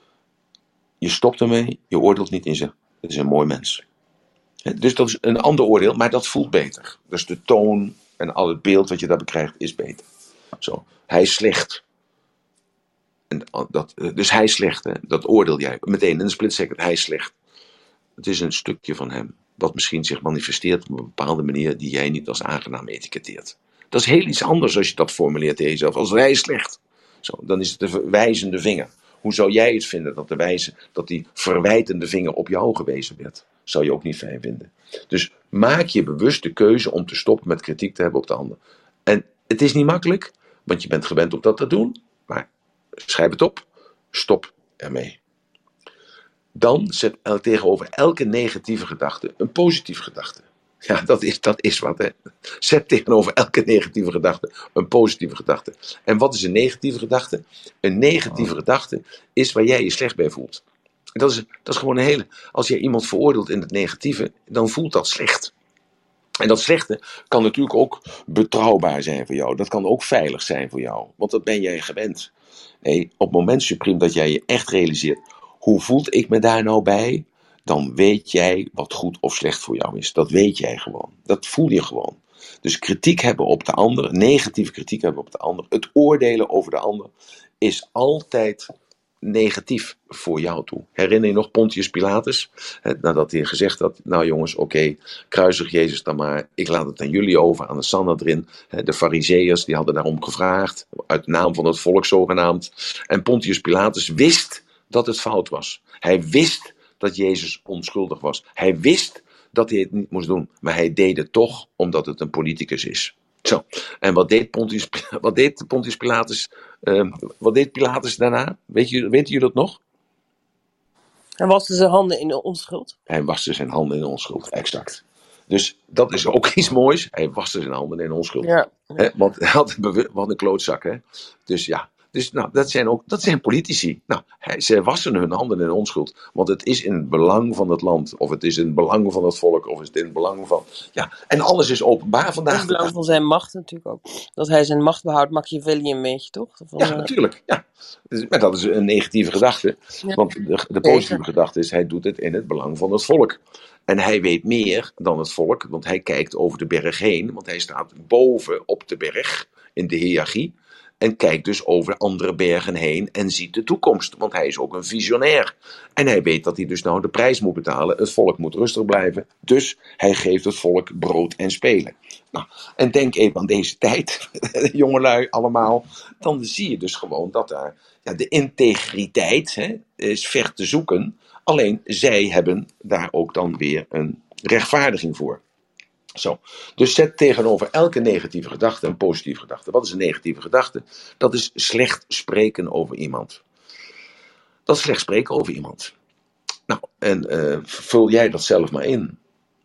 Je stopt ermee, je oordeelt niet in ze. Het is een mooi mens. Dus dat is een ander oordeel, maar dat voelt beter. Dus de toon en al het beeld wat je daarbij krijgt is beter. Zo, hij is slecht. En dat, dus hij is slecht, hè? Dat oordeel jij meteen in een split second, hij is slecht. Het is een stukje van hem, wat misschien zich manifesteert op een bepaalde manier die jij niet als aangenaam etiketteert. Dat is heel iets anders als je dat formuleert tegen jezelf. Als hij is slecht, zo, dan is het de wijzende vinger. Hoe zou jij het vinden dat, de wijze, dat die verwijtende vinger op jou gewezen werd? Zou je ook niet fijn vinden. Dus maak je bewust de keuze om te stoppen met kritiek te hebben op de ander. En het is niet makkelijk, want je bent gewend om dat te doen. Maar schrijf het op, stop ermee. Dan zet tegenover elke negatieve gedachte een positieve gedachte. Ja, dat is, dat is wat, hè. Zet tegenover elke negatieve gedachte een positieve gedachte. En wat is een negatieve gedachte? Een negatieve oh. gedachte is waar jij je slecht bij voelt. Dat is, dat is gewoon een hele... Als jij iemand veroordeelt in het negatieve, dan voelt dat slecht. En dat slechte kan natuurlijk ook betrouwbaar zijn voor jou. Dat kan ook veilig zijn voor jou. Want dat ben jij gewend. Nee, op het moment supreme dat jij je echt realiseert... Hoe voelt ik me daar nou bij? Dan weet jij wat goed of slecht voor jou is. Dat weet jij gewoon. Dat voel je gewoon. Dus kritiek hebben op de ander, negatieve kritiek hebben op de ander, het oordelen over de ander, is altijd negatief voor jou toe. Herinner je nog Pontius Pilatus? Nadat hij gezegd had, nou jongens, oké, okay, kruisig Jezus dan maar, ik laat het aan jullie over, aan de Sanhedrin. De Farizeeërs, die hadden daarom gevraagd, uit naam van het volk zogenaamd. En Pontius Pilatus wist dat het fout was. Hij wist dat Jezus onschuldig was. Hij wist dat hij het niet moest doen. Maar hij deed het toch omdat het een politicus is. Zo, en wat deed Pontius, wat deed Pontius Pilatus, uh, wat deed Pilatus daarna? Weet je, weten jullie dat nog? Hij waste zijn handen in de onschuld. Hij waste zijn handen in de onschuld, exact. Dus dat is ook iets moois. Hij waste zijn handen in de onschuld. Ja. He, want hij had bewu- wat een klootzak, hè. Dus ja, dus, nou, dat zijn ook dat zijn politici. Nou, hij, zij wassen hun handen in de onschuld. Want het is in het belang van het land. Of het is in het belang van het volk. Of het is in het belang van... Ja, en alles is openbaar vandaag. In het belang van zijn macht natuurlijk ook. Dat hij zijn macht behoudt, Machiavelli een beetje, toch? Van, ja, uh... natuurlijk. Ja. Dus, maar dat is een negatieve gedachte. Ja. Want de, de positieve gedachte is, hij doet het in het belang van het volk. En hij weet meer dan het volk, want hij kijkt over de berg heen. Want hij staat boven op de berg in de hiërarchie. En kijkt dus over andere bergen heen en ziet de toekomst. Want hij is ook een visionair. En hij weet dat hij dus nou de prijs moet betalen. Het volk moet rustig blijven. Dus hij geeft het volk brood en spelen. Nou, en denk even aan deze tijd, jongelui allemaal. Dan zie je dus gewoon dat daar ja, de integriteit hè, is ver te zoeken. Alleen zij hebben daar ook dan weer een rechtvaardiging voor. Zo. Dus zet tegenover elke negatieve gedachte een positieve gedachte. Wat is een negatieve gedachte? Dat is slecht spreken over iemand. Dat is slecht spreken over iemand. Nou, en uh, vul jij dat zelf maar in.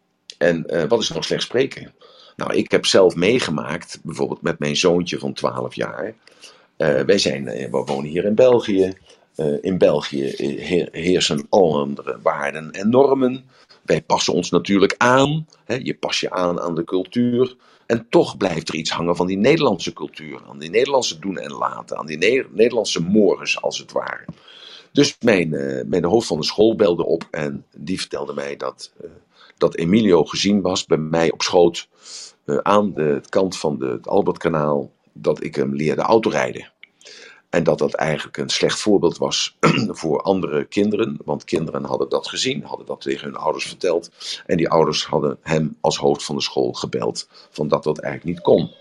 En uh, wat is nou slecht spreken? Nou, ik heb zelf meegemaakt, bijvoorbeeld met mijn zoontje van twaalf jaar. Uh, wij zijn, uh, we wonen hier in België. Uh, in België heer, heersen andere waarden en normen. Wij passen ons natuurlijk aan. Hè, je pas je aan aan de cultuur. En toch blijft er iets hangen van die Nederlandse cultuur. Aan die Nederlandse doen en laten. Aan die ne- Nederlandse mores als het ware. Dus mijn, uh, mijn hoofd van de school belde op. En die vertelde mij dat, uh, dat Emilio gezien was bij mij op schoot. Uh, aan de kant van de, het Albertkanaal. Dat ik hem leerde autorijden. En dat dat eigenlijk een slecht voorbeeld was voor andere kinderen. Want kinderen hadden dat gezien, hadden dat tegen hun ouders verteld. En die ouders hadden hem als hoofd van de school gebeld. Van dat dat eigenlijk niet kon.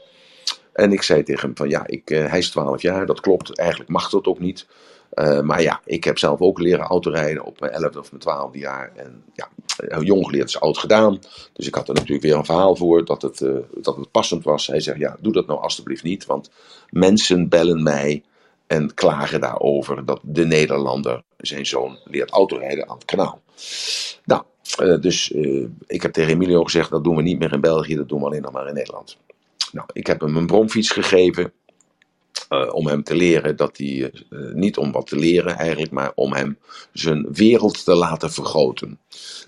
En ik zei tegen hem van ja, ik, uh, hij is twaalf jaar, dat klopt. Eigenlijk mag dat ook niet. Uh, maar ja, ik heb zelf ook leren autorijden op mijn elfde of mijn twaalfde jaar. En ja, jong geleerd is oud gedaan. Dus ik had er natuurlijk weer een verhaal voor dat het, uh, dat het passend was. Hij zegt ja, doe dat nou alstublieft niet. Want mensen bellen mij en klagen daarover dat de Nederlander zijn zoon leert autorijden aan het kanaal. Nou, uh, dus uh, ik heb tegen Emilio gezegd, dat doen we niet meer in België, dat doen we alleen nog maar in Nederland. Nou, ik heb hem een bromfiets gegeven, uh, om hem te leren dat hij, uh, niet om wat te leren eigenlijk, maar om hem zijn wereld te laten vergroten.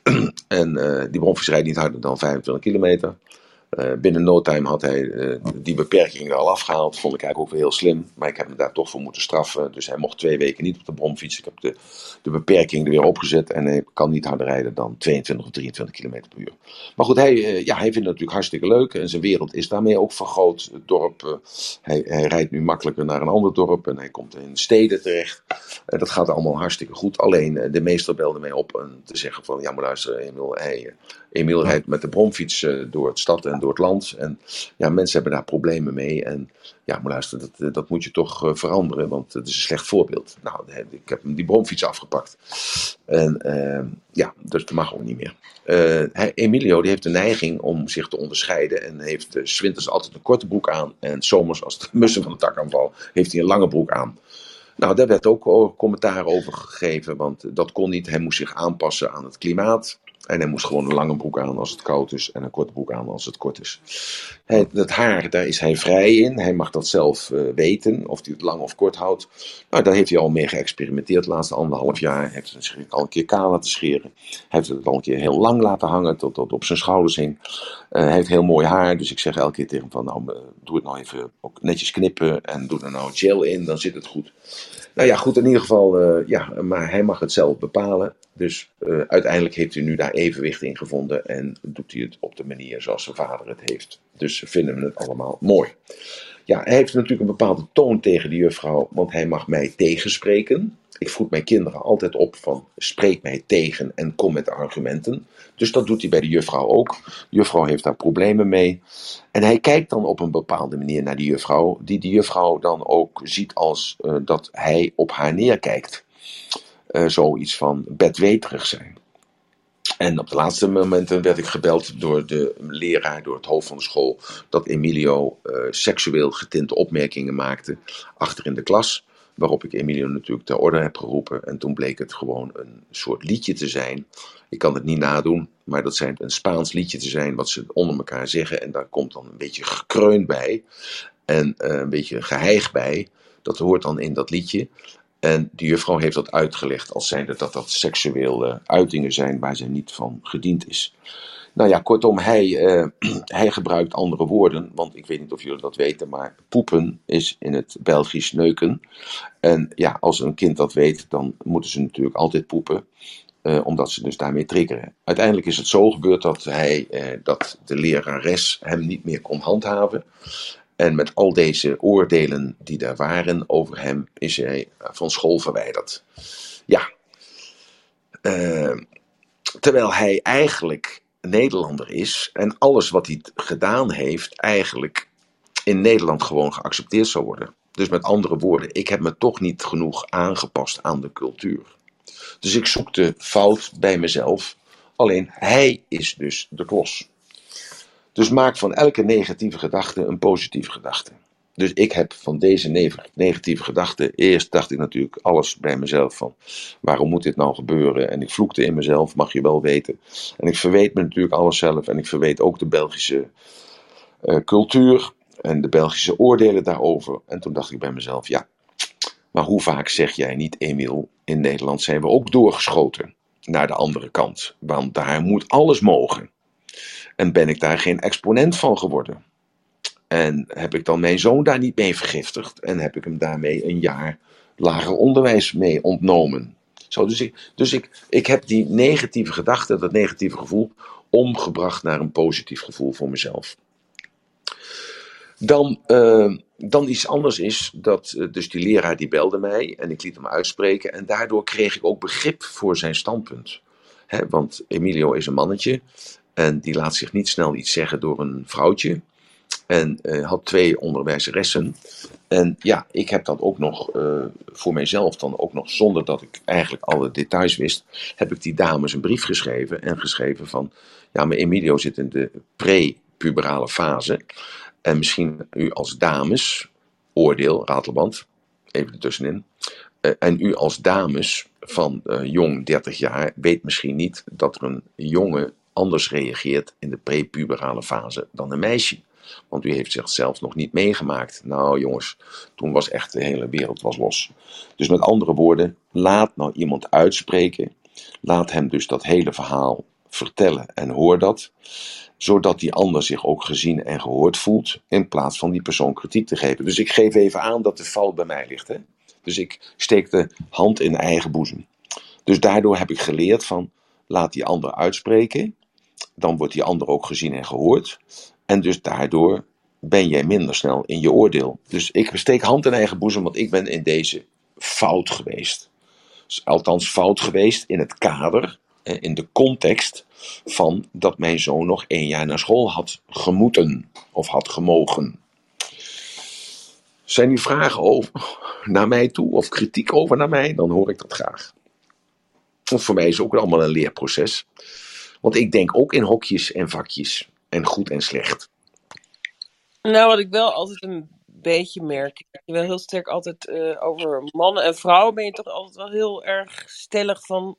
En uh, die bromfiets rijdt niet harder dan vijfentwintig kilometer. Uh, binnen no time had hij uh, die beperking al afgehaald. Vond ik eigenlijk ook weer heel slim. Maar ik heb hem daar toch voor moeten straffen. Dus hij mocht twee weken niet op de bromfiets. Ik heb de, de beperking er weer opgezet. En hij kan niet harder rijden dan tweeëntwintig of drieëntwintig kilometer per uur. Maar goed, hij, uh, ja, hij vindt het natuurlijk hartstikke leuk. En zijn wereld is daarmee ook vergroot. Het dorp, uh, hij, hij rijdt nu makkelijker naar een ander dorp. En hij komt in steden terecht. Uh, dat gaat allemaal hartstikke goed. Alleen uh, de meester belde mij op en te zeggen van... Ja, maar luister, Emil, hij... Uh, Emil rijdt met de bromfiets uh, door het stad en door het land. En ja, mensen hebben daar problemen mee. En ja, maar luister, dat, dat moet je toch uh, veranderen, want het is een slecht voorbeeld. Nou, ik heb hem die bromfiets afgepakt. En uh, ja, dus dat mag ook niet meer. Uh, hij, Emilio die heeft de neiging om zich te onderscheiden. En heeft uh, 's winters altijd een korte broek aan. En 's zomers, als de mussen van de tak aanvallen, heeft hij een lange broek aan. Nou, daar werd ook commentaar over gegeven, want dat kon niet. Hij moest zich aanpassen aan het klimaat. En hij moest gewoon een lange broek aan als het koud is en een korte broek aan als het kort is. Hij, het haar, daar is hij vrij in. Hij mag dat zelf uh, weten, of hij het lang of kort houdt. Nou, daar heeft hij al mee geëxperimenteerd de laatste anderhalf jaar. Hij heeft zich al een keer kaal laten scheren. Hij heeft het al een keer heel lang laten hangen, tot dat op zijn schouders hing. Uh, hij heeft heel mooi haar, dus ik zeg elke keer tegen hem van, nou, uh, doe het nou even ook netjes knippen en doe er nou gel in, dan zit het goed. Nou ja, goed, in ieder geval, uh, ja, maar hij mag het zelf bepalen. Dus uh, uiteindelijk heeft hij nu daar evenwicht in gevonden en doet hij het op de manier zoals zijn vader het heeft. Dus vinden we het allemaal mooi. Ja, hij heeft natuurlijk een bepaalde toon tegen de juffrouw, want hij mag mij tegenspreken. Ik voed mijn kinderen altijd op van spreek mij tegen en kom met argumenten. Dus dat doet hij bij de juffrouw ook. De juffrouw heeft daar problemen mee. En hij kijkt dan op een bepaalde manier naar die juffrouw, die die juffrouw dan ook ziet als uh, dat hij op haar neerkijkt. Uh, zoiets van bedweterig zijn. En op de laatste momenten werd ik gebeld door de leraar, door het hoofd van de school, dat Emilio uh, seksueel getinte opmerkingen maakte achter in de klas. Waarop ik Emilio natuurlijk ter orde heb geroepen. En toen bleek het gewoon een soort liedje te zijn. Ik kan het niet nadoen, maar dat schijnt een Spaans liedje te zijn wat ze onder elkaar zeggen. En daar komt dan een beetje gekreun bij en uh, een beetje geheig bij. Dat hoort dan in dat liedje. En die juffrouw heeft dat uitgelegd als zijnde dat dat seksuele uitingen zijn waar ze niet van gediend is. Nou ja, kortom, hij, uh, hij gebruikt andere woorden, want ik weet niet of jullie dat weten, maar poepen is in het Belgisch neuken. En ja, als een kind dat weet, dan moeten ze natuurlijk altijd poepen, uh, omdat ze dus daarmee triggeren. Uiteindelijk is het zo gebeurd dat, hij, uh, dat de lerares hem niet meer kon handhaven. En met al deze oordelen die er waren over hem, is hij van school verwijderd. Ja, uh, terwijl hij eigenlijk Nederlander is en alles wat hij gedaan heeft eigenlijk in Nederland gewoon geaccepteerd zou worden. Dus met andere woorden, ik heb me toch niet genoeg aangepast aan de cultuur. Dus ik zoek de fout bij mezelf, alleen hij is dus de klos. Dus maak van elke negatieve gedachte een positieve gedachte. Dus ik heb van deze negatieve gedachten, eerst dacht ik natuurlijk alles bij mezelf van, waarom moet dit nou gebeuren? En ik vloekte in mezelf, mag je wel weten. En ik verweet me natuurlijk alles zelf en ik verweet ook de Belgische uh, cultuur en de Belgische oordelen daarover. En toen dacht ik bij mezelf, ja, maar hoe vaak zeg jij niet, Emiel, in Nederland zijn we ook doorgeschoten naar de andere kant. Want daar moet alles mogen. En ben ik daar geen exponent van geworden? En heb ik dan mijn zoon daar niet mee vergiftigd? En heb ik hem daarmee een jaar lager onderwijs mee ontnomen? Zo, dus ik, dus ik, ik heb die negatieve gedachte, dat negatieve gevoel, omgebracht naar een positief gevoel voor mezelf. Dan, uh, dan iets anders is, dat uh, dus die leraar die belde mij en ik liet hem uitspreken. En daardoor kreeg ik ook begrip voor zijn standpunt. He, want Emilio is een mannetje en die laat zich niet snel iets zeggen door een vrouwtje. En uh, had twee onderwijzeressen. En ja, ik heb dat ook nog uh, voor mijzelf dan ook nog, zonder dat ik eigenlijk alle details wist, heb ik die dames een brief geschreven. En geschreven van, ja, maar Emilio zit in de pre-puberale fase. En misschien u als dames, oordeel, ratelband, even ertussenin. Uh, en u als dames van uh, jong dertig jaar weet misschien niet dat er een jongen anders reageert in de pre-puberale fase dan een meisje. Want u heeft zichzelf nog niet meegemaakt. Nou jongens, toen was echt de hele wereld was los. Dus met andere woorden, laat nou iemand uitspreken. Laat hem dus dat hele verhaal vertellen en hoor dat. Zodat die ander zich ook gezien en gehoord voelt. In plaats van die persoon kritiek te geven. Dus ik geef even aan dat de fout bij mij ligt. Hè? Dus ik steek de hand in eigen boezem. Dus daardoor heb ik geleerd van, laat die ander uitspreken. Dan wordt die ander ook gezien en gehoord. En dus daardoor ben jij minder snel in je oordeel. Dus ik steek hand in eigen boezem, want ik ben in deze fout geweest. Dus althans fout geweest in het kader, in de context van dat mijn zoon nog één jaar naar school had gemoeten of had gemogen. Zijn er vragen over naar mij toe of kritiek over naar mij, dan hoor ik dat graag. Want voor mij is het ook allemaal een leerproces. Want ik denk ook in hokjes en vakjes. En goed en slecht. Nou, wat ik wel altijd een beetje merk. Je wel heel sterk altijd uh, over mannen en vrouwen. Ben je toch altijd wel heel erg stellig van.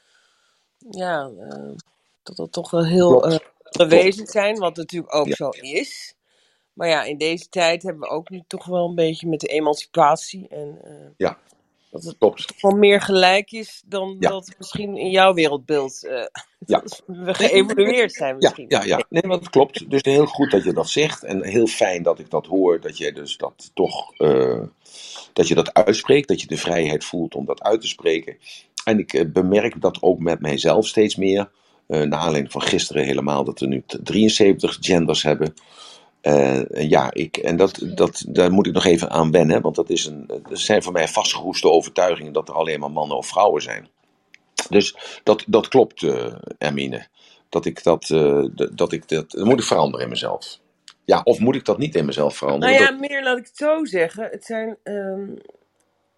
Ja, uh, dat dat toch wel heel uh, bewezen zijn. Wat natuurlijk ook ja. zo is. Maar ja, in deze tijd hebben we ook nu toch wel een beetje met de emancipatie. En uh, ja. dat het Klopt. toch wel meer gelijk is dan ja. dat misschien in jouw wereldbeeld uh, ja. we geëvolueerd zijn misschien. Ja, ja, ja. Nee, maar dat klopt. Dus heel goed dat je dat zegt. En heel fijn dat ik dat hoor. Dat je dus dat toch, uh, dat je dat uitspreekt. Dat je de vrijheid voelt om dat uit te spreken. En ik uh, bemerk dat ook met mijzelf steeds meer. Uh, naar aanleiding van gisteren helemaal. Dat we nu drieënzeventig genders hebben. Uh, ja, ik, en dat, dat, daar moet ik nog even aan wennen, want dat, is een, dat zijn voor mij vastgeroeste overtuigingen dat er alleen maar mannen of vrouwen zijn. Dus dat, dat klopt, uh, Hermine. Dat ik dat, uh, dat ik dat, dat moet ik veranderen in mezelf. Ja, of moet ik dat niet in mezelf veranderen? Nou ja, dat... meer laat ik het zo zeggen. Het zijn, um,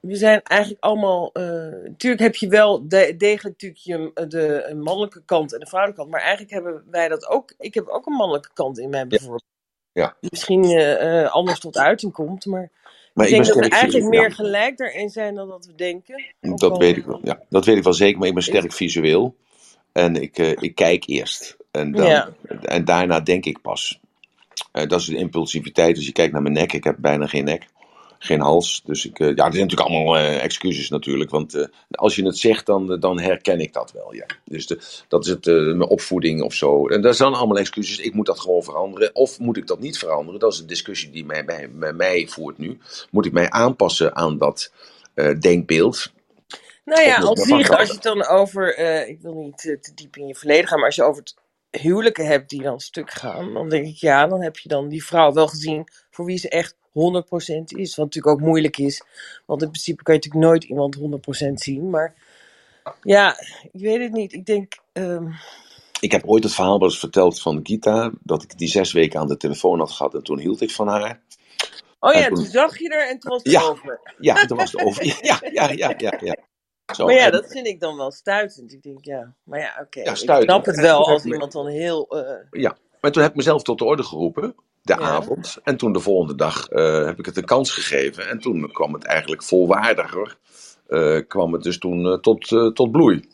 we zijn eigenlijk allemaal... Uh, natuurlijk heb je wel de, degelijk natuurlijk je, de een mannelijke kant en de vrouwelijke kant. Maar eigenlijk hebben wij dat ook... Ik heb ook een mannelijke kant in mij bijvoorbeeld. Ja. Ja. Die misschien uh, anders tot uiting komt, maar... Maar ik ik denk ben dat we eigenlijk visueel, meer ja. gelijk daarin zijn dan dat we denken. Ook Dat al, weet ik wel, ja. Dat weet ik wel zeker, maar ik ben sterk visueel. En ik, uh, ik kijk eerst. En, dan, ja. en daarna denk ik pas. Uh, dat is de impulsiviteit. Dus je kijkt naar mijn nek. Ik heb bijna geen nek. Geen hals. Dus ik, uh, ja, er zijn natuurlijk allemaal uh, excuses natuurlijk. Want uh, als je het zegt, dan, dan herken ik dat wel, ja. Dus de, dat is het, uh, mijn opvoeding of zo. En dat zijn allemaal excuses. Ik moet dat gewoon veranderen. Of moet ik dat niet veranderen? Dat is een discussie die mij, bij, bij mij voert nu. Moet ik mij aanpassen aan dat uh, denkbeeld? Nou ja, op zich, als je het dan over... Uh, ik wil niet uh, te diep in je verleden gaan, maar als je over het huwelijken hebt die dan stuk gaan, dan denk ik, ja, dan heb je dan die vrouw wel gezien voor wie ze echt honderd procent is. Wat natuurlijk ook moeilijk is, want in principe kan je natuurlijk nooit iemand honderd procent zien. Maar ja, ik weet het niet. Ik denk... Um... Ik heb ooit het verhaal wel eens verteld van Gita, dat ik die zes weken aan de telefoon had gehad en toen hield ik van haar. Oh ja, toen... toen zag je er en toen was het ja, over. Ja, toen was het over. Ja, ja, ja, ja, ja. Zo, maar ja, en... dat vind ik dan wel stuitend. Ik denk, ja, maar ja, oké. Okay. Ja, ik snap het wel als iemand dan heel... Uh... Ja, maar toen heb ik mezelf tot de orde geroepen, de ja. avond. En toen de volgende dag uh, heb ik het een kans gegeven. En toen kwam het eigenlijk volwaardiger. Uh, kwam het dus toen uh, tot, uh, tot bloei.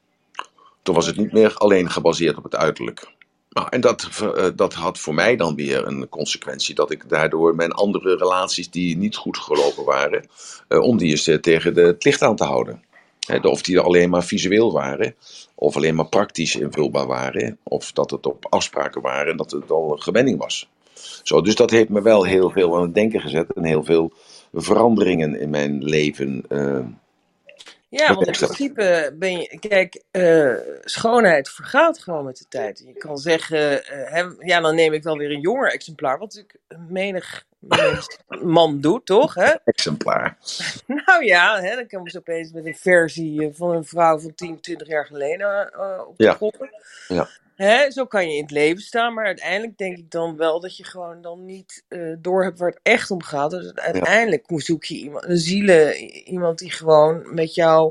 Toen was het niet meer alleen gebaseerd op het uiterlijk. Nou, en dat, uh, dat had voor mij dan weer een consequentie. Dat ik daardoor mijn andere relaties die niet goed gelopen waren, uh, om die eens uh, tegen de, het licht aan te houden. He, of die alleen maar visueel waren, of alleen maar praktisch invulbaar waren, of dat het op afspraken waren en dat het al een gewenning was. Zo, dus dat heeft me wel heel veel aan het denken gezet en heel veel veranderingen in mijn leven. Uh, ja, want in principe ben je, kijk, uh, schoonheid vergaat gewoon met de tijd. Je kan zeggen, uh, hem, ja, dan neem ik wel weer een jonger exemplaar, wat natuurlijk menig, menig man doet, toch? Hè? Exemplaar. Nou ja, hè, dan komen ze opeens met een versie van een vrouw van tien, twintig jaar geleden uh, op de ja. koppen. Ja. Hè, zo kan je in het leven staan, maar uiteindelijk denk ik dan wel dat je gewoon dan niet uh, door hebt waar het echt om gaat. Dus uiteindelijk ja. zoek je iemand, een zielen, iemand die gewoon met jou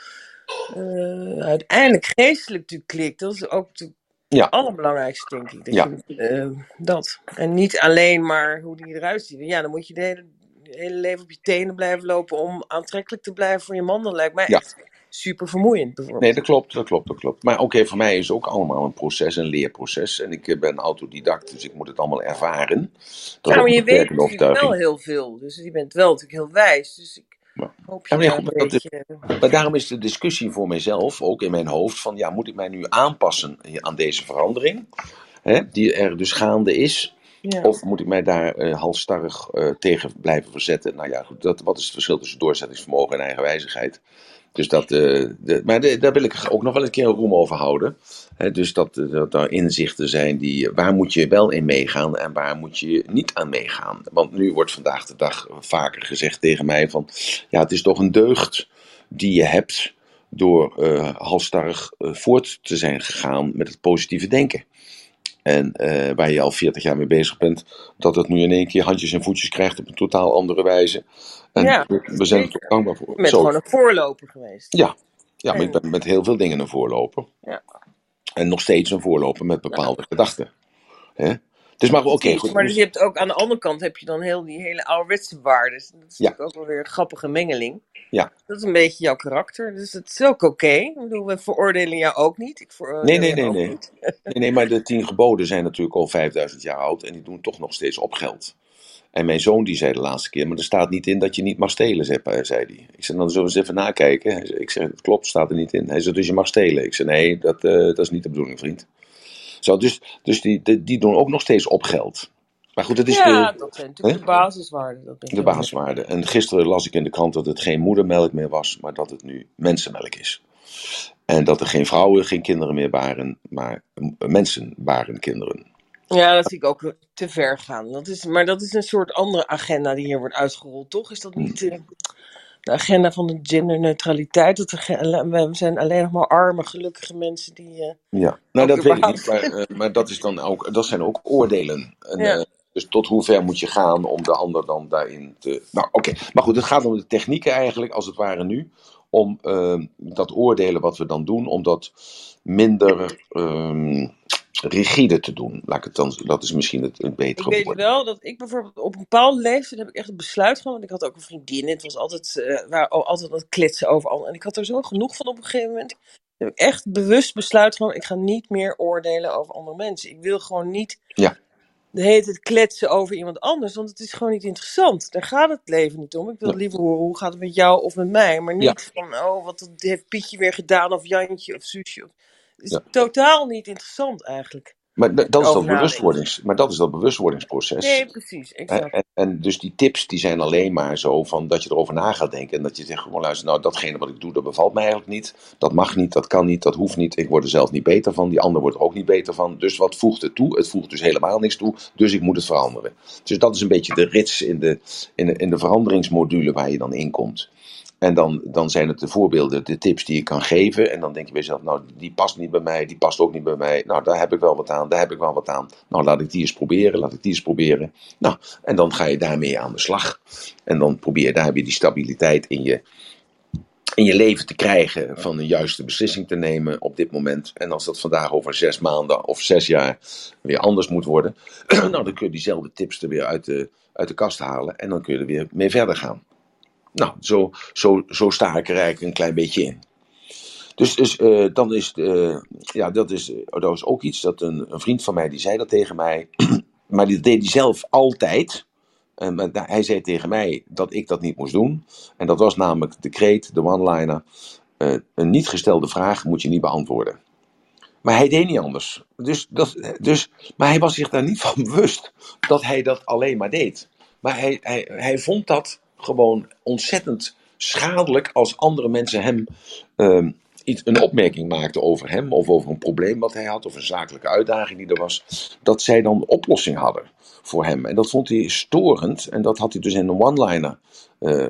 uh, uiteindelijk geestelijk natuurlijk klikt. Dat is ook het ja. allerbelangrijkste, denk ik. Dat, ja. je, uh, dat. En niet alleen maar hoe die eruit ziet. Ja, dan moet je de hele, de hele leven op je tenen blijven lopen om aantrekkelijk te blijven voor je man. Dat lijkt mij ja. echt super vermoeiend, bijvoorbeeld. Nee, dat klopt, dat klopt, dat klopt. Maar oké, okay, voor mij is het ook allemaal een proces, een leerproces. En ik ben autodidact, dus ik moet het allemaal ervaren. Dat ja, maar je weet natuurlijk wel heel veel. Dus je bent wel natuurlijk heel wijs. Dus ik ja. hoop je ja, maar, een ja, beetje... Maar, maar daarom is de discussie voor mijzelf, ook in mijn hoofd, van ja, moet ik mij nu aanpassen aan deze verandering, hè, die er dus gaande is? Ja. Of moet ik mij daar uh, halstarrig uh, tegen blijven verzetten? Nou ja, goed, dat, wat is het verschil tussen doorzettingsvermogen en eigenwijzigheid? Dus dat, uh, de, maar de, daar wil ik ook nog wel een keer een roem over houden. He, dus dat, dat er inzichten zijn die, waar moet je wel in meegaan en waar moet je niet aan meegaan. Want nu wordt vandaag de dag vaker gezegd tegen mij van, ja, het is toch een deugd die je hebt door uh, halstarrig uh, voort te zijn gegaan met het positieve denken. En uh, waar je al veertig jaar mee bezig bent, dat het nu in één keer handjes en voetjes krijgt op een totaal andere wijze. En ja, we zijn er toch dankbaar voor. Je bent Zo. gewoon een voorloper geweest. Ja, ja, maar ik ben met heel veel dingen een voorloper. Ja. En nog steeds een voorloper met bepaalde ja. gedachten. Hè? Dus maar oké, okay, goed. Maar dus je hebt ook aan de andere kant heb je dan heel die hele ouderwetse waarden. Dat is ja. natuurlijk ook wel weer een grappige mengeling. Ja. Dat is een beetje jouw karakter. Dus dat is ook oké. Okay. Ik bedoel, we veroordelen jou ook niet. Ik veroordeel nee, nee, nee, ook nee. Niet. nee. Nee, maar de tien geboden zijn natuurlijk al vijfduizend jaar oud. En die doen toch nog steeds op geld. En mijn zoon die zei de laatste keer, maar er staat niet in dat je niet mag stelen, zei hij. Ik zei, dan zullen we eens even nakijken. Hij zei, ik zei, het klopt, staat er niet in. Hij zei, dus je mag stelen. Ik zei, nee, dat, uh, dat is niet de bedoeling, vriend. Zo, dus dus die, die, die doen ook nog steeds op geld. Maar goed, het is ja, de, dat zijn natuurlijk hè? de basiswaarden. Dat de basiswaarden. En gisteren las ik in de krant dat het geen moedermelk meer was, maar dat het nu mensenmelk is. En dat er geen vrouwen, geen kinderen meer waren, maar mensen waren kinderen. Ja, dat zie ik ook te ver gaan. Dat is, maar dat is een soort andere agenda die hier wordt uitgerold, toch? Is dat niet uh, de agenda van de genderneutraliteit? Dat we, we zijn alleen nog maar arme, gelukkige mensen die... Uh, ja, nou dat weet ik niet, maar, uh, maar dat, is dan ook, dat zijn ook oordelen. En, ja. uh, Dus tot hoe ver moet je gaan om de ander dan daarin te... Nou, oké. Okay. Maar goed, het gaat om de technieken eigenlijk, als het ware nu. Om uh, dat oordelen wat we dan doen, om dat minder um, rigide te doen. Laat ik het dan, dat is misschien het, het betere woord. Ik weet wel dat ik bijvoorbeeld op een bepaalde leeftijd heb ik echt het besluit genomen. Want ik had ook een vriendin. Het was altijd, uh, waar, altijd wat kletsen over al. En ik had er zo genoeg van op een gegeven moment. Heb ik echt bewust besluit genomen. Ik ga niet meer oordelen over andere mensen. Ik wil gewoon niet ja. de hele tijd kletsen over iemand anders. Want het is gewoon niet interessant. Daar gaat het leven niet om. Ik wil Nee. liever horen hoe gaat het met jou of met mij. Maar niet Ja. van, oh, wat heeft Pietje weer gedaan. Of Jantje of Suusje. Het is Ja. totaal niet interessant eigenlijk. Maar dat is dat, bewustwordings, maar dat is dat bewustwordingsproces. Nee, precies. Exact. En, en dus die tips die zijn alleen maar zo van dat je erover na gaat denken. En dat je zegt gewoon luister, nou datgene wat ik doe, dat bevalt mij eigenlijk niet. Dat mag niet, dat kan niet, dat hoeft niet. Ik word er zelf niet beter van, die ander wordt er ook niet beter van. Dus wat voegt het toe? Het voegt dus helemaal niks toe, dus ik moet het veranderen. Dus dat is een beetje de rits in de, in de, in de veranderingsmodule waar je dan in komt. En dan, dan zijn het de voorbeelden, de tips die je kan geven. En dan denk je bij jezelf, nou die past niet bij mij, die past ook niet bij mij. Nou daar heb ik wel wat aan, daar heb ik wel wat aan. Nou laat ik die eens proberen, laat ik die eens proberen. Nou, en dan ga je daarmee aan de slag. En dan probeer je daar weer die stabiliteit in je, in je leven te krijgen. Van een juiste beslissing te nemen op dit moment. En als dat vandaag over zes maanden of zes jaar weer anders moet worden. Nou dan kun je diezelfde tips er weer uit de, uit de kast halen. En dan kun je er weer mee verder gaan. Nou, zo, zo, zo sta ik er eigenlijk een klein beetje in. Dus, dus uh, dan is, uh, ja, dat is, dat was ook iets dat een, een vriend van mij, die zei dat tegen mij. Maar die deed hij zelf altijd. En uh, hij zei tegen mij dat ik dat niet moest doen. En dat was namelijk de kreet, de one-liner. Uh, een niet gestelde vraag moet je niet beantwoorden. Maar hij deed niet anders. Dus, dat, dus, maar hij was zich daar niet van bewust dat hij dat alleen maar deed. Maar hij, hij, hij vond dat gewoon ontzettend schadelijk als andere mensen hem uh, iets, een opmerking maakten over hem of over een probleem wat hij had of een zakelijke uitdaging die er was, dat zij dan een oplossing hadden voor hem. En dat vond hij storend en dat had hij dus in een one-liner uh,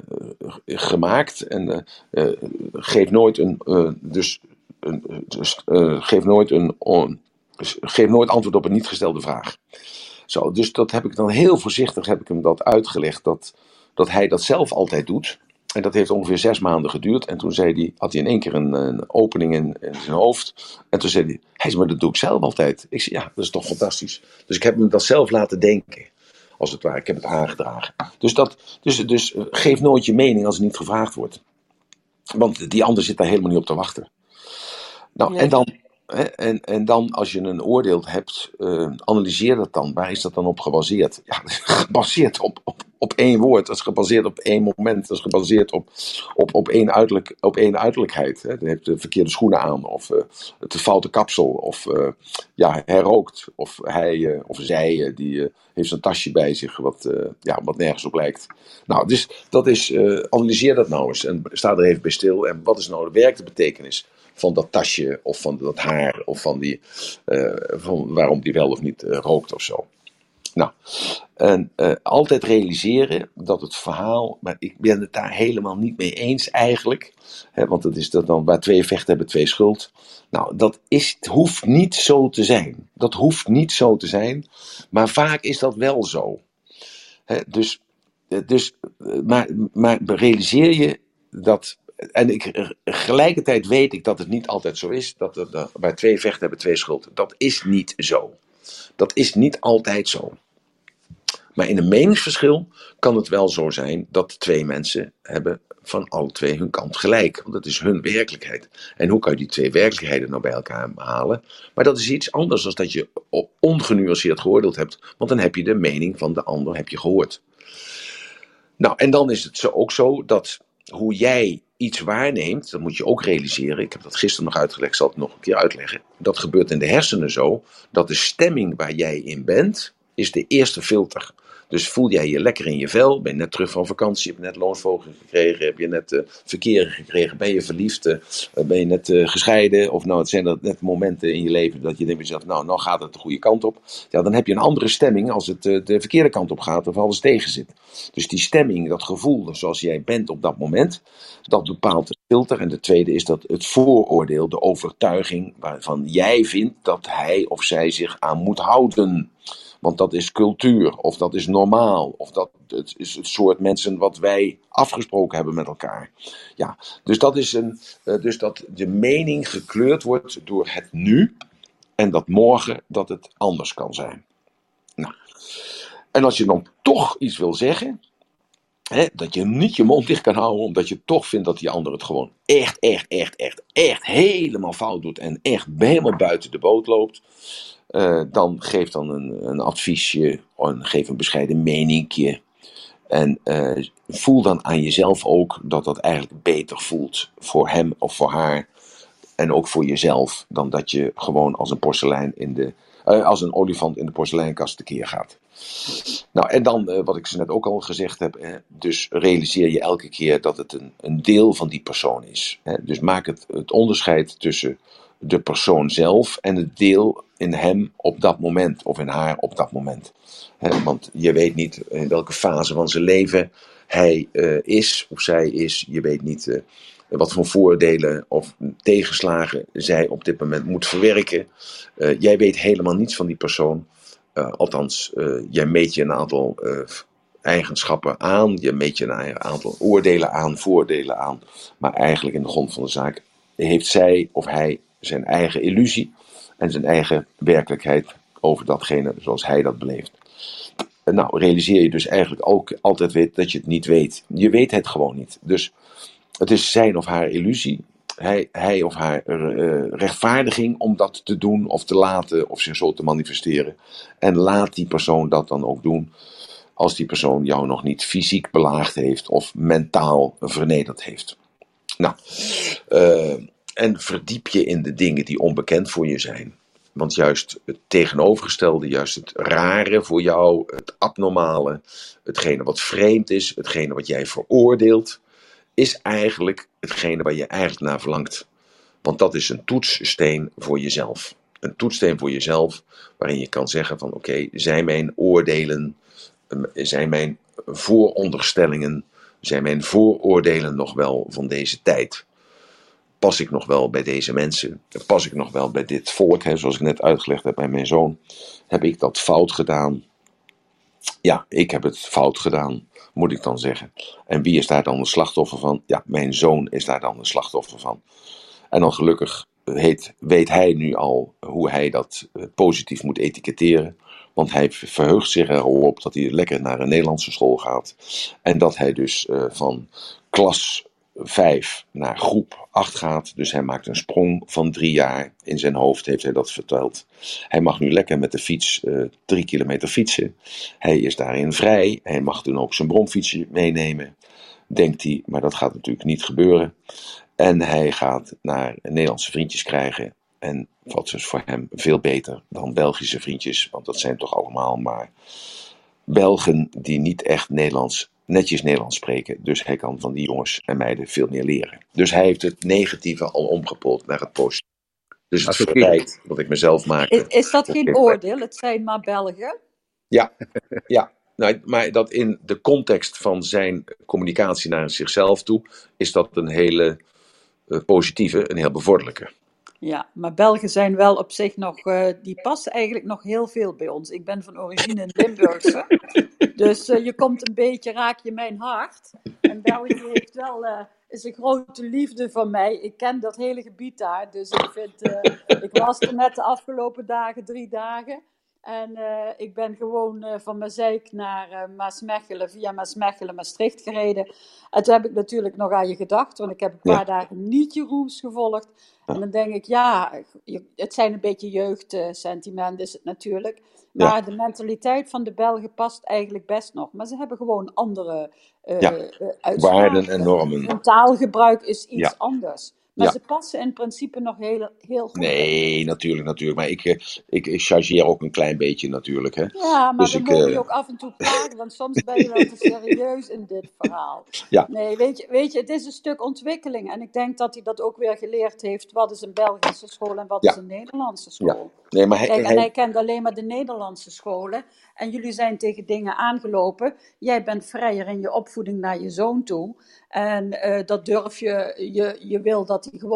gemaakt en uh, uh, geef nooit een uh, dus, een, dus uh, geef nooit een on, geef nooit antwoord op een niet gestelde vraag. Zo, dus dat heb ik dan heel voorzichtig heb ik hem dat uitgelegd dat dat hij dat zelf altijd doet. En dat heeft ongeveer zes maanden geduurd. En toen zei hij, had hij in één keer een, een opening in, in zijn hoofd. En toen zei hij, hij zei, maar dat doe ik zelf altijd. Ik zei, ja, dat is toch fantastisch. Dus ik heb hem dat zelf laten denken. Als het ware, ik heb het aangedragen. Dus, dat, dus, dus geef nooit je mening als het niet gevraagd wordt. Want die ander zit daar helemaal niet op te wachten. Nou, nee. en dan... En, en dan als je een oordeel hebt, uh, analyseer dat dan. Waar is dat dan op gebaseerd? Ja, gebaseerd op, op, op één woord. Dat is gebaseerd op één moment. Dat is gebaseerd op, op, op, één, uiterlijk, op één uiterlijkheid. Hè. Je hebt de verkeerde schoenen aan. Of uh, het foute kapsel. Of uh, ja, hij rookt. Of hij uh, of zij uh, die uh, heeft zijn tasje bij zich. Wat, uh, ja, wat nergens op lijkt. Nou, dus dat is, uh, analyseer dat nou eens. En sta er even bij stil. En wat is nou de werkelijke betekenis van dat tasje of van dat haar of van die, uh, van waarom die wel of niet uh, rookt of zo. Nou, en uh, altijd realiseren dat het verhaal, maar ik ben het daar helemaal niet mee eens eigenlijk, hè, want het is dat dan waar twee vechten hebben twee schuld. Nou, dat is, het hoeft niet zo te zijn. Dat hoeft niet zo te zijn, maar vaak is dat wel zo. Hè, dus, dus maar, maar realiseer je dat. En ik, tegelijkertijd weet ik dat het niet altijd zo is. Dat er, dat, bij twee vechten hebben twee schuld. Dat is niet zo. Dat is niet altijd zo. Maar in een meningsverschil kan het wel zo zijn dat twee mensen hebben van alle twee hun kant gelijk. Want dat is hun werkelijkheid. En hoe kan je die twee werkelijkheden nou bij elkaar halen? Maar dat is iets anders dan dat je ongenuanceerd geoordeeld hebt. Want dan heb je de mening van de ander heb je gehoord. Nou, en dan is het zo ook zo dat hoe jij iets waarneemt, dat moet je ook realiseren. Ik heb dat gisteren nog uitgelegd, ik zal het nog een keer uitleggen. Dat gebeurt in de hersenen zo, dat de stemming waar jij in bent, is de eerste filter. Dus voel jij je lekker in je vel, ben je net terug van vakantie, heb je net loonsverhoging gekregen, heb je net uh, verkeren gekregen, ben je verliefd, uh, ben je net uh, gescheiden, of nou, het zijn dat net momenten in je leven dat je denkt bij jezelf, nou, nou gaat het de goede kant op. Ja, dan heb je een andere stemming als het uh, de verkeerde kant op gaat of alles tegen zit. Dus die stemming, dat gevoel zoals jij bent op dat moment, dat bepaalt de filter. En de tweede is dat het vooroordeel, de overtuiging waarvan jij vindt dat hij of zij zich aan moet houden. Want dat is cultuur, of dat is normaal, of dat het is het soort mensen wat wij afgesproken hebben met elkaar. Ja, dus dat is een, uh, dus dat de mening gekleurd wordt door het nu en dat morgen dat het anders kan zijn. Nou, en als je dan toch iets wil zeggen, hè, dat je niet je mond dicht kan houden, omdat je toch vindt dat die ander het gewoon echt, echt, echt, echt, echt helemaal fout doet en echt helemaal buiten de boot loopt. Uh, dan geef dan een, een adviesje, en geef een bescheiden meningje. En uh, voel dan aan jezelf ook dat dat eigenlijk beter voelt voor hem of voor haar. En ook voor jezelf, dan dat je gewoon als een porselein in de, uh, als een olifant in de porseleinkast tekeer gaat. Nou, en dan, uh, wat ik ze net ook al gezegd heb, hè, dus realiseer je elke keer dat het een, een deel van die persoon is. Hè. Dus maak het, het onderscheid tussen de persoon zelf en het deel in hem op dat moment, of in haar op dat moment. Hè, want je weet niet in welke fase van zijn leven hij uh, is, of zij is. Je weet niet uh, wat voor voordelen of tegenslagen zij op dit moment moet verwerken. Uh, jij weet helemaal niets van die persoon. Uh, althans, uh, jij meet je een aantal uh, eigenschappen aan, je meet je een aantal oordelen aan, voordelen aan, maar eigenlijk in de grond van de zaak heeft zij of hij zijn eigen illusie en zijn eigen werkelijkheid over datgene zoals hij dat beleeft. Uh, nou, realiseer je dus eigenlijk ook altijd weet dat je het niet weet. Je weet het gewoon niet. Dus het is zijn of haar illusie. Hij, hij of haar uh, rechtvaardiging om dat te doen of te laten of zich zo te manifesteren. En laat die persoon dat dan ook doen als die persoon jou nog niet fysiek belaagd heeft of mentaal vernederd heeft. Nou, uh, en verdiep je in de dingen die onbekend voor je zijn. Want juist het tegenovergestelde, juist het rare voor jou, het abnormale, hetgene wat vreemd is, hetgene wat jij veroordeelt, is eigenlijk hetgene waar je eigenlijk naar verlangt. Want dat is een toetssteen voor jezelf. Een toetssteen voor jezelf waarin je kan zeggen van oké, okay, zijn mijn oordelen, zijn mijn vooronderstellingen, zijn mijn vooroordelen nog wel van deze tijd? Pas ik nog wel bij deze mensen? Pas ik nog wel bij dit volk? Hè? Zoals ik net uitgelegd heb bij mijn zoon. Heb ik dat fout gedaan? Ja, ik heb het fout gedaan, moet ik dan zeggen. En wie is daar dan de slachtoffer van? Ja, mijn zoon is daar dan de slachtoffer van. En dan gelukkig heet, weet hij nu al hoe hij dat positief moet etiketteren. Want hij verheugt zich er al op dat hij lekker naar een Nederlandse school gaat. En dat hij dus uh, van klas vijf naar groep acht gaat. Dus hij maakt een sprong van drie jaar. In zijn hoofd heeft hij dat verteld. Hij mag nu lekker met de fiets uh, drie kilometer fietsen. Hij is daarin vrij. Hij mag toen ook zijn bromfietsje meenemen. Denkt hij, maar dat gaat natuurlijk niet gebeuren. En hij gaat naar Nederlandse vriendjes krijgen. En wat is voor hem veel beter dan Belgische vriendjes. Want dat zijn toch allemaal maar Belgen die niet echt Nederlands, netjes Nederlands spreken. Dus hij kan van die jongens en meiden veel meer leren. Dus hij heeft het negatieve al omgepoeld naar het positieve. Dus het verwijt wat ik mezelf maak. Is, is dat geen oordeel? Het zijn maar Belgen? Ja, ja. Nou, maar dat in de context van zijn communicatie naar zichzelf toe, is dat een hele uh, positieve, een heel bevorderlijke. Ja, maar Belgen zijn wel op zich nog, uh, die passen eigenlijk nog heel veel bij ons. Ik ben van origine een Limburgse, dus uh, je komt een beetje, raak je mijn hart. En België heeft wel, uh, is een grote liefde van mij. Ik ken dat hele gebied daar, dus ik vind, uh, ik was er net de afgelopen dagen, drie dagen. En uh, ik ben gewoon uh, van Mazeik naar uh, Maasmechelen, via Maasmechelen, Maastricht gereden. En toen heb ik natuurlijk nog aan je gedacht, want ik heb een paar ja. dagen niet Jeroens gevolgd. Ja. En dan denk ik, ja, het zijn een beetje jeugdsentiment is het natuurlijk. Maar ja. de mentaliteit van de Belgen past eigenlijk best nog. Maar ze hebben gewoon andere uh, ja. uitspraken. Waarden en normen. Hun taalgebruik is iets ja. anders. Maar ja. ze passen in principe nog heel, heel goed. Nee, natuurlijk, natuurlijk. Maar ik, ik, ik chargeer ook een klein beetje natuurlijk. Hè. Ja, maar dus we ik, mogen uh... je ook af en toe plagen, want soms ben je wel te serieus in dit verhaal. Ja. Nee, weet je, weet je, het is een stuk ontwikkeling. En ik denk dat hij dat ook weer geleerd heeft. Wat is een Belgische school en wat ja. is een Nederlandse school? Ja. Nee, maar hij, Kijk, en hij... hij kent alleen maar de Nederlandse scholen. En jullie zijn tegen dingen aangelopen. Jij bent vrijer in je opvoeding naar je zoon toe. En uh, dat durf je, je, je wil dat hij gewoon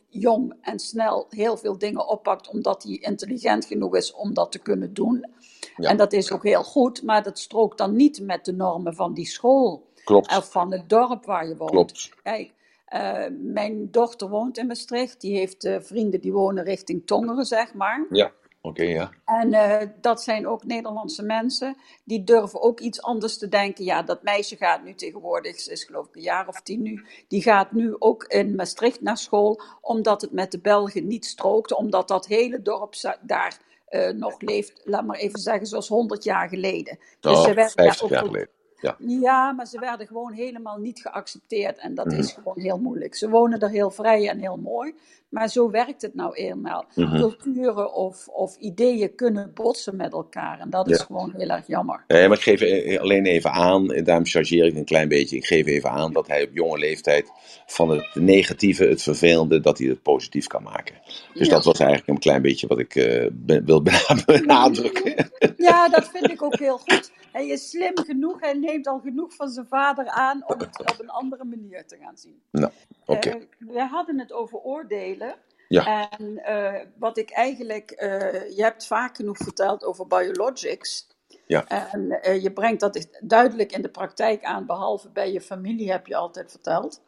jong en snel heel veel dingen oppakt, omdat hij intelligent genoeg is om dat te kunnen doen. Ja. En dat is ook heel goed, maar dat strookt dan niet met de normen van die school. Klopt. Of van het dorp waar je woont. Klopt. Kijk, uh, mijn dochter woont in Maastricht. Die heeft uh, vrienden die wonen richting Tongeren, zeg maar. Ja, oké, okay, ja. En uh, dat zijn ook Nederlandse mensen. Die durven ook iets anders te denken. Ja, dat meisje gaat nu tegenwoordig, ze is geloof ik een jaar of tien nu. Die gaat nu ook in Maastricht naar school, omdat het met de Belgen niet strookte. Omdat dat hele dorp daar uh, nog leeft, laat maar even zeggen, zoals honderd jaar geleden. Dus oh, ze werd, vijftig ja, jaar geleden. Ja. ja, maar ze werden gewoon helemaal niet geaccepteerd. En dat mm-hmm. is gewoon heel moeilijk. Ze wonen er heel vrij en heel mooi. Maar zo werkt het nou eenmaal. Mm-hmm. Culturen of, of ideeën kunnen botsen met elkaar. En dat is ja. gewoon heel erg jammer. Nee, maar ik geef alleen even aan, daarom chargeer ik een klein beetje. Ik geef even aan dat hij op jonge leeftijd van het negatieve, het vervelende, dat hij het positief kan maken. Dus ja. dat was eigenlijk een klein beetje wat ik uh, ben, wil benadrukken. Ja, dat vind ik ook heel goed. Hij is slim genoeg, hij neemt al genoeg van zijn vader aan om het op een andere manier te gaan zien. Nou, oké. Okay. Uh, we hadden het over oordelen. Ja. En uh, wat ik eigenlijk, uh, je hebt vaak genoeg verteld over biologics. Ja. En uh, je brengt dat duidelijk in de praktijk aan, behalve bij je familie heb je altijd verteld.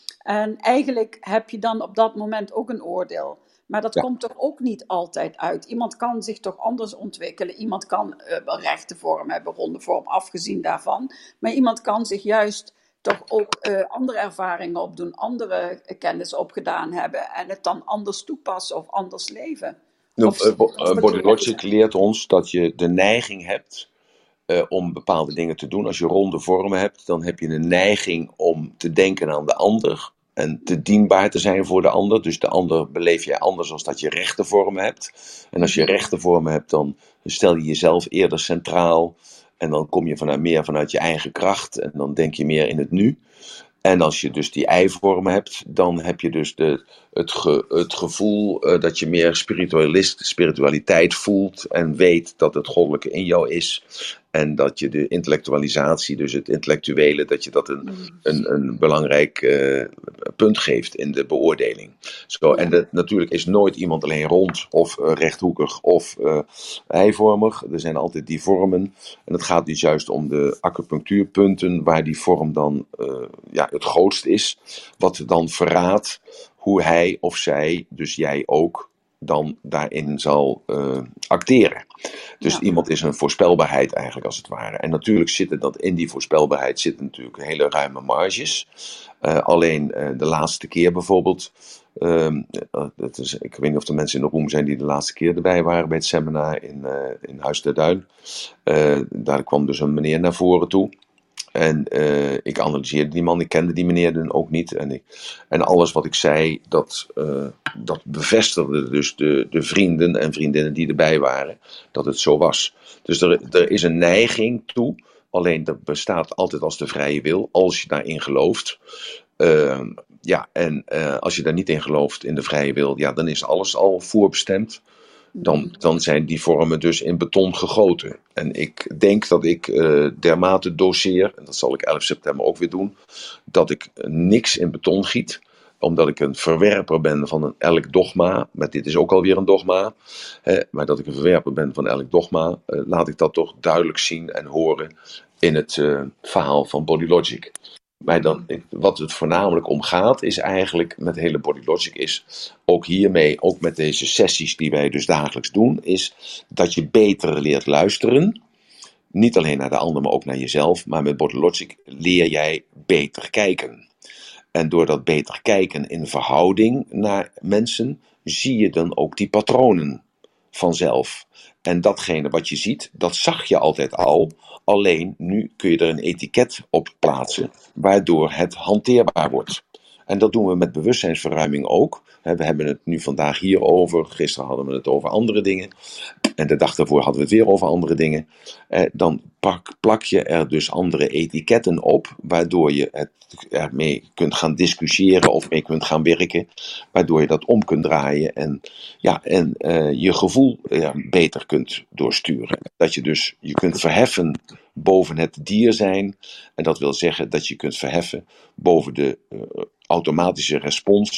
En eigenlijk heb je dan op dat moment ook een oordeel. Maar dat ja. komt toch ook niet altijd uit. Iemand kan zich toch anders ontwikkelen. Iemand kan uh, een rechte vorm hebben, ronde vorm, afgezien daarvan. Maar iemand kan zich juist toch ook uh, andere ervaringen opdoen, andere uh, kennis opgedaan hebben en het dan anders toepassen of anders leven. No, of, uh, uh, Body Logic leert ons dat je de neiging hebt uh, om bepaalde dingen te doen. Als je ronde vormen hebt, dan heb je een neiging om te denken aan de ander en te dienbaar te zijn voor de ander. Dus de ander beleef je anders als dat je rechte vormen hebt. En als je rechte vormen hebt, dan stel je jezelf eerder centraal. En dan kom je vanuit, meer vanuit je eigen kracht. En dan denk je meer in het nu. En als je dus die ei-vorm hebt, dan heb je dus de, het, ge, het gevoel uh, dat je meer spiritualist, spiritualiteit voelt. En weet dat het goddelijke in jou is. En dat je de intellectualisatie, dus het intellectuele, dat je dat een, een, een belangrijk uh, punt geeft in de beoordeling. Zo, en de, natuurlijk is nooit iemand alleen rond of uh, rechthoekig of uh, eivormig. Er zijn altijd die vormen. En het gaat dus juist om de acupunctuurpunten waar die vorm dan uh, ja, het grootst is. Wat dan verraadt hoe hij of zij, dus jij ook, dan daarin zal uh, acteren. Dus ja. iemand is een voorspelbaarheid eigenlijk als het ware. En natuurlijk zitten dat in die voorspelbaarheid zitten natuurlijk hele ruime marges. Uh, alleen uh, de laatste keer bijvoorbeeld. Uh, dat is, ik weet niet of de mensen in de room zijn die de laatste keer erbij waren bij het seminar in, uh, in Huis ter Duin. Uh, daar kwam dus een meneer naar voren toe. En uh, ik analyseerde die man, ik kende die meneer dan ook niet. En, ik, en alles wat ik zei, dat, uh, dat bevestigde dus de, de vrienden en vriendinnen die erbij waren, dat het zo was. Dus er, er is een neiging toe, alleen dat bestaat altijd als de vrije wil, als je daarin gelooft. Uh, ja, en uh, als je daar niet in gelooft, in de vrije wil, ja, dan is alles al voorbestemd. Dan, dan zijn die vormen dus in beton gegoten. En ik denk dat ik uh, dermate doseer, en dat zal ik elf september ook weer doen, dat ik niks in beton giet, omdat ik een verwerper ben van een elk dogma. Maar dit is ook alweer een dogma. Hè, maar dat ik een verwerper ben van elk dogma, uh, laat ik dat toch duidelijk zien en horen in het uh, verhaal van Body Logic. Maar dan, wat het voornamelijk om gaat, is eigenlijk met hele Body Logic, is ook hiermee, ook met deze sessies die wij dus dagelijks doen, is dat je beter leert luisteren. Niet alleen naar de ander, maar ook naar jezelf. Maar met Body Logic leer jij beter kijken. En door dat beter kijken in verhouding naar mensen, zie je dan ook die patronen vanzelf. En datgene wat je ziet, dat zag je altijd al. Alleen nu kun je er een etiket op plaatsen, waardoor het hanteerbaar wordt. En dat doen we met bewustzijnsverruiming ook. We hebben het nu vandaag hierover. Gisteren hadden we het over andere dingen. En de dag daarvoor hadden we het weer over andere dingen. Dan plak, plak je er dus andere etiketten op, waardoor je het ermee kunt gaan discussiëren of mee kunt gaan werken. Waardoor je dat om kunt draaien en, ja, en uh, je gevoel ja, beter kunt doorsturen. Dat je dus je kunt verheffen boven het dier zijn. En dat wil zeggen dat je kunt verheffen boven de uh, automatische respons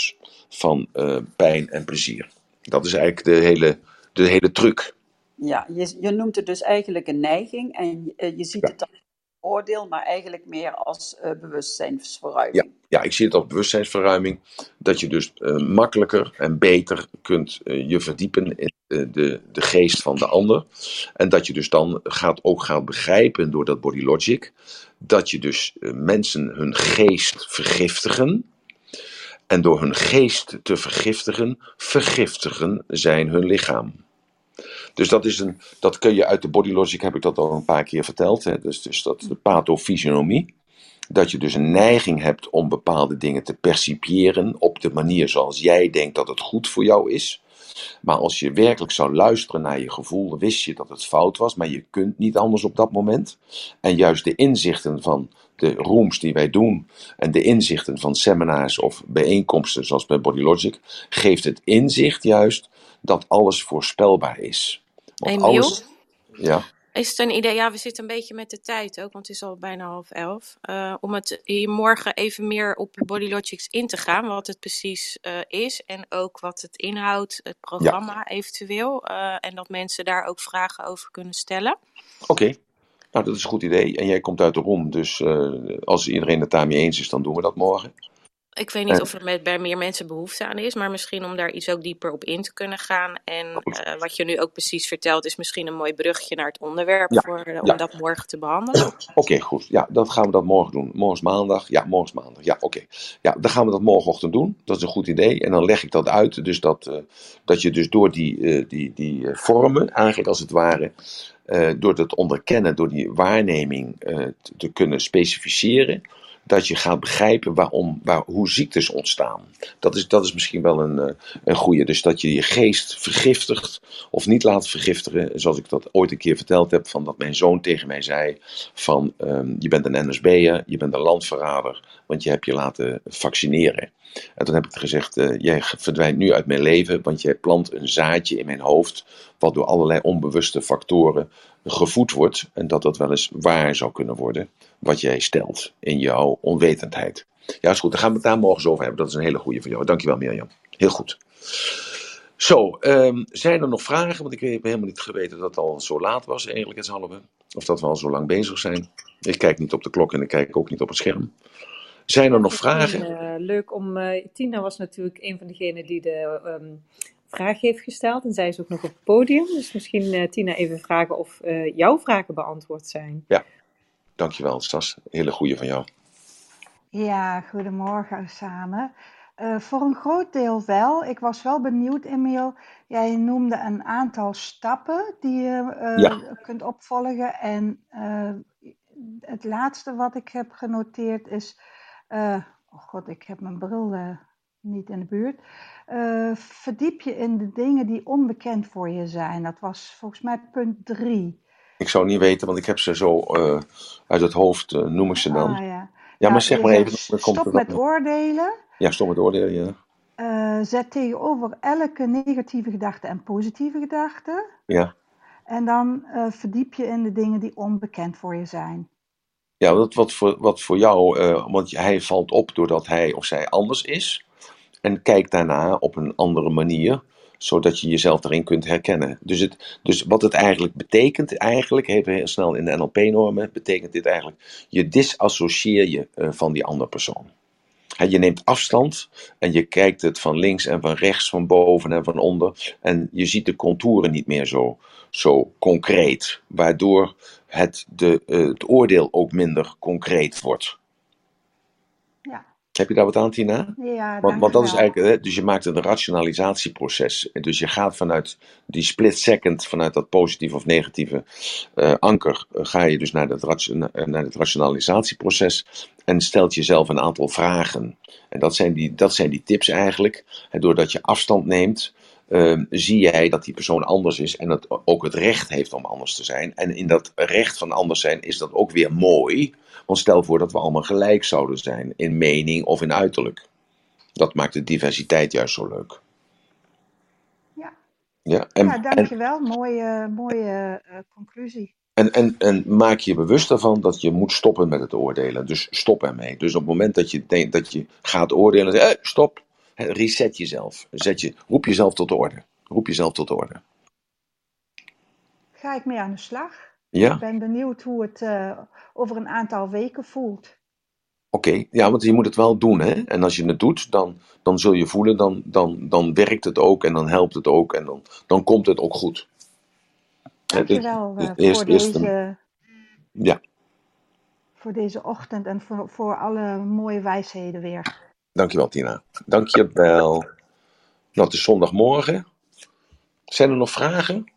van uh, pijn en plezier. Dat is eigenlijk de hele, de hele truc. Ja, je, je noemt het dus eigenlijk een neiging en je, je ziet ja. het dan als oordeel, maar eigenlijk meer als uh, bewustzijnsverruiming. Ja, ja, ik zie het als bewustzijnsverruiming. Dat je dus uh, makkelijker en beter kunt uh, je verdiepen in uh, de, de geest van de ander. En dat je dus dan gaat, ook gaat begrijpen door dat body logic, dat je dus uh, mensen hun geest vergiftigen. En door hun geest te vergiftigen, vergiftigen zijn hun lichaam. Dus dat, is een, dat kun je uit de body logic, heb ik dat al een paar keer verteld. Hè? Dus, dus dat de pathofysionomie. Dat je dus een neiging hebt om bepaalde dingen te percipiëren op de manier zoals jij denkt dat het goed voor jou is. Maar als je werkelijk zou luisteren naar je gevoel, dan wist je dat het fout was, maar je kunt niet anders op dat moment. En juist de inzichten van de rooms die wij doen en de inzichten van seminars of bijeenkomsten zoals bij Body Logic, geeft het inzicht juist dat alles voorspelbaar is. Want Emiel? Alles, ja. Is het een idee, ja, we zitten een beetje met de tijd ook, want het is al bijna half elf, uh, om het hier morgen even meer op Body Logics in te gaan, wat het precies uh, is en ook wat het inhoudt, het programma ja. eventueel, uh, en dat mensen daar ook vragen over kunnen stellen. Oké, okay. Nou dat is een goed idee en jij komt uit de room, dus uh, als iedereen het daarmee eens is, dan doen we dat morgen. Ik weet niet of er met, bij meer mensen behoefte aan is, maar misschien om daar iets ook dieper op in te kunnen gaan. En uh, wat je nu ook precies vertelt is misschien een mooi brugje naar het onderwerp ja, voor, uh, om ja. dat morgen te behandelen. Oké, okay, goed. Ja, dan gaan we dat morgen doen. Morgen is maandag. Ja, morgen is maandag. Ja, oké. Okay. Ja, dan gaan we dat morgenochtend doen. Dat is een goed idee. En dan leg ik dat uit. Dus dat, uh, dat je dus door die, uh, die, die uh, vormen, eigenlijk als het ware, uh, door het onderkennen, door die waarneming uh, te, te kunnen specificeren, dat je gaat begrijpen waarom, waar, hoe ziektes ontstaan. Dat is, dat is misschien wel een, een goede. Dus dat je je geest vergiftigt of niet laat vergiftigen. Zoals ik dat ooit een keer verteld heb. Van dat mijn zoon tegen mij zei. Van um, je bent een N S B'er. Je bent een landverrader. Want je hebt je laten vaccineren. En toen heb ik gezegd. Uh, jij verdwijnt nu uit mijn leven. Want jij plant een zaadje in mijn hoofd. Wat door allerlei onbewuste factoren gevoed wordt. En dat dat wel eens waar zou kunnen worden. Wat jij stelt in jouw onwetendheid. Ja, is goed. Dan gaan we het daar morgen over hebben. Dat is een hele goede voor jou. Dankjewel, Mirjam. Heel goed. Zo, um, zijn er nog vragen? Want ik heb helemaal niet geweten dat het al zo laat was, eigenlijk het halve. Of dat we al zo lang bezig zijn. Ik kijk niet op de klok en ik kijk ook niet op het scherm. Zijn er nog vragen? Uh, leuk om... Uh, Tina was natuurlijk een van degenen die de um, vraag heeft gesteld. En zij is ook nog op het podium. Dus misschien, uh, Tina, even vragen of uh, jouw vragen beantwoord zijn. Ja. Dankjewel, Stas. Een hele goeie van jou. Ja, goedemorgen samen. Uh, voor een groot deel wel. Ik was wel benieuwd, Emiel. Jij noemde een aantal stappen die je uh, ja. kunt opvolgen. En uh, het laatste wat ik heb genoteerd is... Uh, oh god, ik heb mijn bril uh, niet in de buurt. Uh, verdiep je in de dingen die onbekend voor je zijn. Dat was volgens mij punt drie. Ik zou niet weten, want ik heb ze zo uh, uit het hoofd, uh, noem ik ze dan. Ah, ja. Ja, ja, maar zeg maar even. Stop komt met oordelen. Ja, stop met oordelen, ja. Uh, zet tegenover elke negatieve gedachte en positieve gedachte. Ja. En dan uh, verdiep je in de dingen die onbekend voor je zijn. Ja, dat wat voor, wat voor jou, uh, want hij valt op doordat hij of zij anders is. En kijkt daarna op een andere manier, zodat je jezelf daarin kunt herkennen. Dus, het, dus wat het eigenlijk betekent, eigenlijk, even heel snel in de N L P-normen, betekent dit eigenlijk, je disassocieer je uh, van die andere persoon. He, je neemt afstand en je kijkt het van links en van rechts, van boven en van onder. En je ziet de contouren niet meer zo, zo concreet, waardoor het, de, uh, het oordeel ook minder concreet wordt. Ja. Heb je daar wat aan, Tina? Ja, want, want dat is eigenlijk, hè, dus je maakt een rationalisatieproces. Dus je gaat vanuit die split second, vanuit dat positieve of negatieve uh, anker, uh, ga je dus naar, dat ration, uh, naar het rationalisatieproces en stelt jezelf een aantal vragen. En dat zijn die, dat zijn die tips eigenlijk. En doordat je afstand neemt, uh, zie jij dat die persoon anders is en dat ook het recht heeft om anders te zijn. En in dat recht van anders zijn is dat ook weer mooi. Want stel voor dat we allemaal gelijk zouden zijn in mening of in uiterlijk. Dat maakt de diversiteit juist zo leuk. Ja, ja, en, ja dankjewel. En, mooie mooie uh, conclusie. En, en, en maak je bewust ervan dat je moet stoppen met het oordelen. Dus stop ermee. Dus op het moment dat je denkt dat je gaat oordelen, zeg, hey, stop. Reset jezelf. Zet je, roep jezelf tot de orde. Roep jezelf tot de orde. Ga ik mee aan de slag. Ja? Ik ben benieuwd hoe het uh, over een aantal weken voelt. Oké, okay. Ja, want je moet het wel doen, hè. En als je het doet, dan, dan zul je voelen, dan, dan, dan werkt het ook en dan helpt het ook en dan, dan komt het ook goed. Dankjewel uh, eerst, voor eerst deze... een... Ja. Voor deze ochtend en voor, voor alle mooie wijsheden weer. Dankjewel, Tina. Dankjewel. Nou, het is zondagmorgen. Zijn er nog vragen?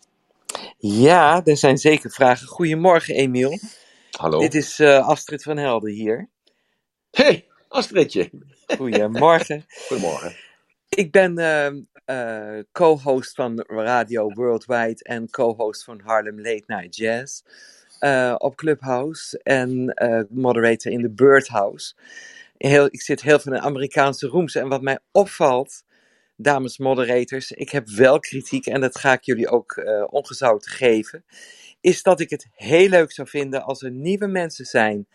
Ja, er zijn zeker vragen. Goedemorgen, Emiel. Hallo. Dit is uh, Astrid van Helden hier. Hey, Astridje. Goedemorgen. Goedemorgen. Ik ben uh, uh, co-host van Radio Worldwide en co-host van Harlem Late Night Jazz. Uh, op Clubhouse en uh, moderator in de Birdhouse. Heel, ik zit heel veel in Amerikaanse rooms en wat mij opvalt, dames moderators, ik heb wel kritiek en dat ga ik jullie ook uh, ongezouten geven, is dat ik het heel leuk zou vinden als er nieuwe mensen zijn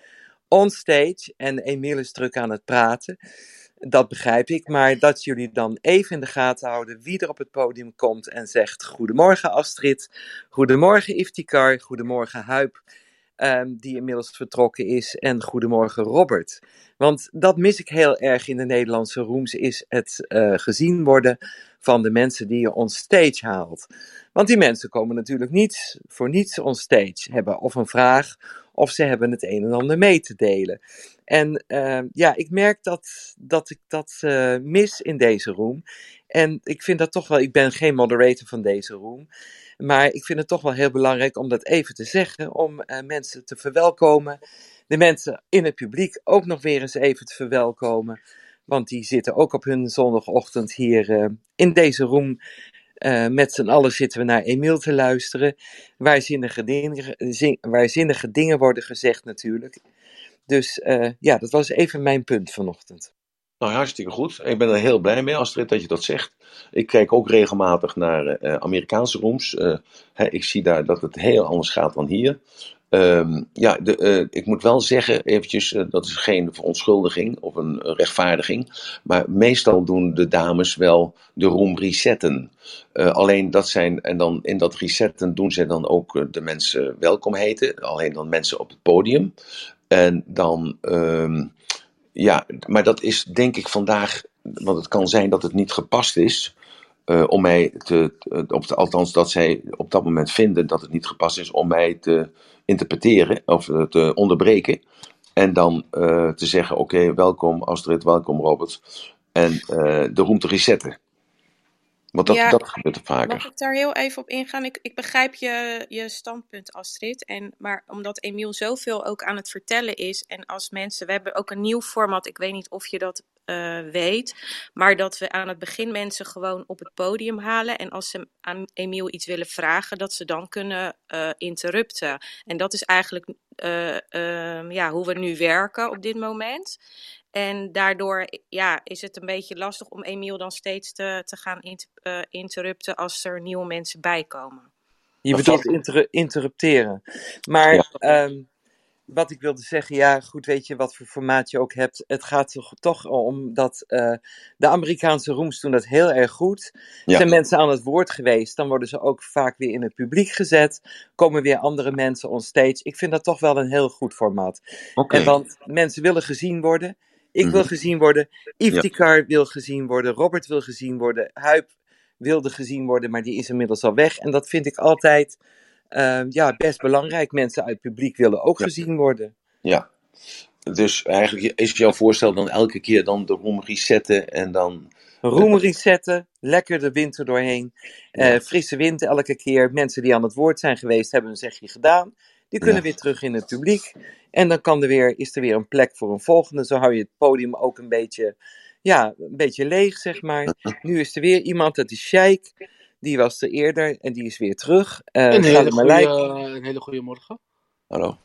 onstage en Emiel is druk aan het praten. Dat begrijp ik, maar dat jullie dan even in de gaten houden wie er op het podium komt en zegt goedemorgen Astrid, goedemorgen Iftikar, goedemorgen Huip, um, die inmiddels vertrokken is en goedemorgen Robert. Want dat mis ik heel erg in de Nederlandse rooms, is het uh, gezien worden van de mensen die je onstage haalt. Want die mensen komen natuurlijk niet voor niets onstage, hebben of een vraag of ze hebben het een en ander mee te delen. En uh, ja, ik merk dat, dat ik dat uh, mis in deze room. En ik vind dat toch wel, ik ben geen moderator van deze room, maar ik vind het toch wel heel belangrijk om dat even te zeggen, om uh, mensen te verwelkomen. De mensen in het publiek ook nog weer eens even te verwelkomen, want die zitten ook op hun zondagochtend hier uh, in deze room. Uh, met z'n allen zitten we naar Emiel te luisteren, waar zinnige dingen, zin, waar zinnige dingen worden gezegd natuurlijk. Dus uh, ja, dat was even mijn punt vanochtend. Nou, hartstikke goed. Ik ben er heel blij mee, Astrid, dat je dat zegt. Ik kijk ook regelmatig naar uh, Amerikaanse rooms. Uh, hè, ik zie daar dat het heel anders gaat dan hier. Um, ja, de, uh, ik moet wel zeggen, eventjes, uh, dat is geen verontschuldiging of een uh, rechtvaardiging, maar meestal doen de dames wel de room resetten. Uh, alleen dat zijn, en dan in dat resetten doen zij dan ook uh, de mensen welkom heten, alleen dan mensen op het podium. En dan, um, ja, maar dat is denk ik vandaag, want het kan zijn dat het niet gepast is. Uh, om mij te, uh, op de, althans dat zij op dat moment vinden dat het niet gepast is om mij te interpreteren of uh, te onderbreken. En dan uh, te zeggen, oké, okay, welkom Astrid, welkom Robert. En uh, de room te resetten. Want dat, ja, dat gebeurt er vaker. Mag ik daar heel even op ingaan? Ik, ik begrijp je, je standpunt, Astrid. En, maar omdat Emiel zoveel ook aan het vertellen is. En als mensen, we hebben ook een nieuw format. Ik weet niet of je dat uh, weet. Maar dat we aan het begin mensen gewoon op het podium halen. En als ze aan Emiel iets willen vragen, dat ze dan kunnen uh, interrupten. En dat is eigenlijk uh, uh, ja, hoe we nu werken op dit moment. En daardoor ja, is het een beetje lastig om Emiel dan steeds te, te gaan inter, uh, interrupten als er nieuwe mensen bijkomen. Je bedoelt inter- interrupteren. Maar ja. um, wat ik wilde zeggen, ja goed, weet je wat voor formaat je ook hebt. Het gaat toch, toch om dat uh, de Amerikaanse rooms doen dat heel erg goed. Ja. Zijn mensen aan het woord geweest, dan worden ze ook vaak weer in het publiek gezet. Komen weer andere mensen on stage. Ik vind dat toch wel een heel goed formaat. Okay. En want mensen willen gezien worden. Ik wil mm-hmm. gezien worden, Iftikar ja. wil gezien worden, Robert wil gezien worden, Huip wilde gezien worden, maar die is inmiddels al weg. En dat vind ik altijd uh, ja, best belangrijk. Mensen uit het publiek willen ook ja. gezien worden. Ja, dus eigenlijk is jouw voorstel dan elke keer dan de room resetten en dan... Room resetten, lekker de wind er doorheen, ja. uh, frisse wind elke keer. Mensen die aan het woord zijn geweest hebben een zegje gedaan. Die kunnen ja. weer terug in het publiek. En dan kan er weer, is er weer een plek voor een volgende. Zo hou je het podium ook een beetje, ja, een beetje leeg, zeg maar. Nu is er weer iemand, dat is Sheik. Die was er eerder en die is weer terug. Uh, een, hele goeie, een hele goede morgen. Hallo.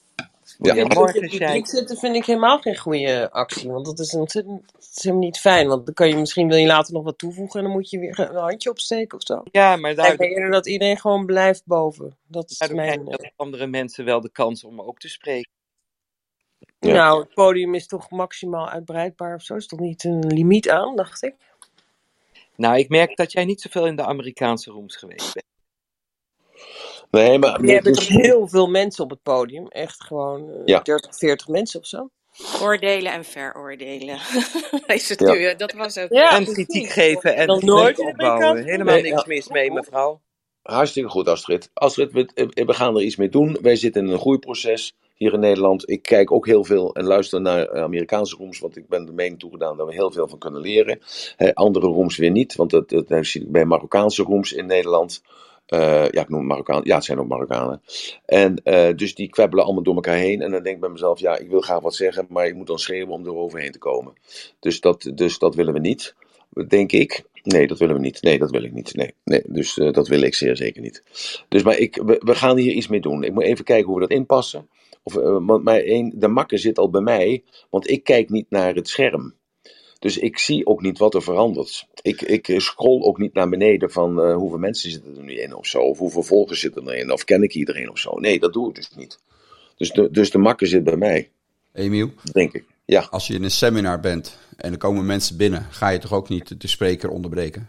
Ja, ja, morgen, in het publiek zitten vind ik helemaal geen goede actie. Want dat is ontzettend dat is helemaal niet fijn. Want dan kan je misschien wil je later nog wat toevoegen. En dan moet je weer een handje opsteken of zo. Ja, maar daar... Ik denk eerder dat iedereen gewoon blijft boven. Dat is daardoor mijn... krijgen andere mensen wel de kans om ook te spreken. Ja. Nou, het podium is toch maximaal uitbreidbaar of zo? Is toch niet een limiet aan, dacht ik? Nou, ik merk dat jij niet zoveel in de Amerikaanse rooms geweest bent. Nee, maar... Je hebt dus, toch heel veel mensen op het podium? Echt gewoon uh, ja. dertig, veertig mensen of zo? Oordelen en veroordelen. Is het Ja. nu, dat was ook... Ja, En kritiek geven en nog nooit kritiek opbouwen. Helemaal Nee, niks ja. mis mee, mevrouw. Hartstikke goed, Astrid. Astrid, we, we gaan er iets mee doen. Wij zitten in een groeiproces hier in Nederland. Ik kijk ook heel veel en luister naar Amerikaanse rooms, want ik ben de mening toegedaan dat we heel veel van kunnen leren. He, andere rooms weer niet, want dat, dat, dat zie ik bij Marokkaanse rooms in Nederland. Uh, ja, ik noem het Marokkaan. Ja, het zijn ook Marokkanen. En uh, dus die kwebbelen allemaal door elkaar heen. En dan denk ik bij mezelf, ja, ik wil graag wat zeggen, maar ik moet dan schreeuwen om er overheen te komen. Dus dat, dus dat willen we niet, denk ik. Nee, dat willen we niet. Nee, dat wil ik niet. Nee, nee dus uh, dat wil ik zeer zeker niet. Dus maar ik, we, we gaan hier iets mee doen. Ik moet even kijken hoe we dat inpassen. Of, uh, want maar één, de makker zit al bij mij, want ik kijk niet naar het scherm. Dus ik zie ook niet wat er verandert. Ik, ik scroll ook niet naar beneden van uh, hoeveel mensen zitten er nu in of zo. Of hoeveel volgers zitten erin. Of ken ik iedereen of zo. Nee, dat doe ik dus niet. Dus de, dus de makker zit bij mij. Emiel, denk ik. Ja. Als je in een seminar bent en er komen mensen binnen, ga je toch ook niet de spreker onderbreken?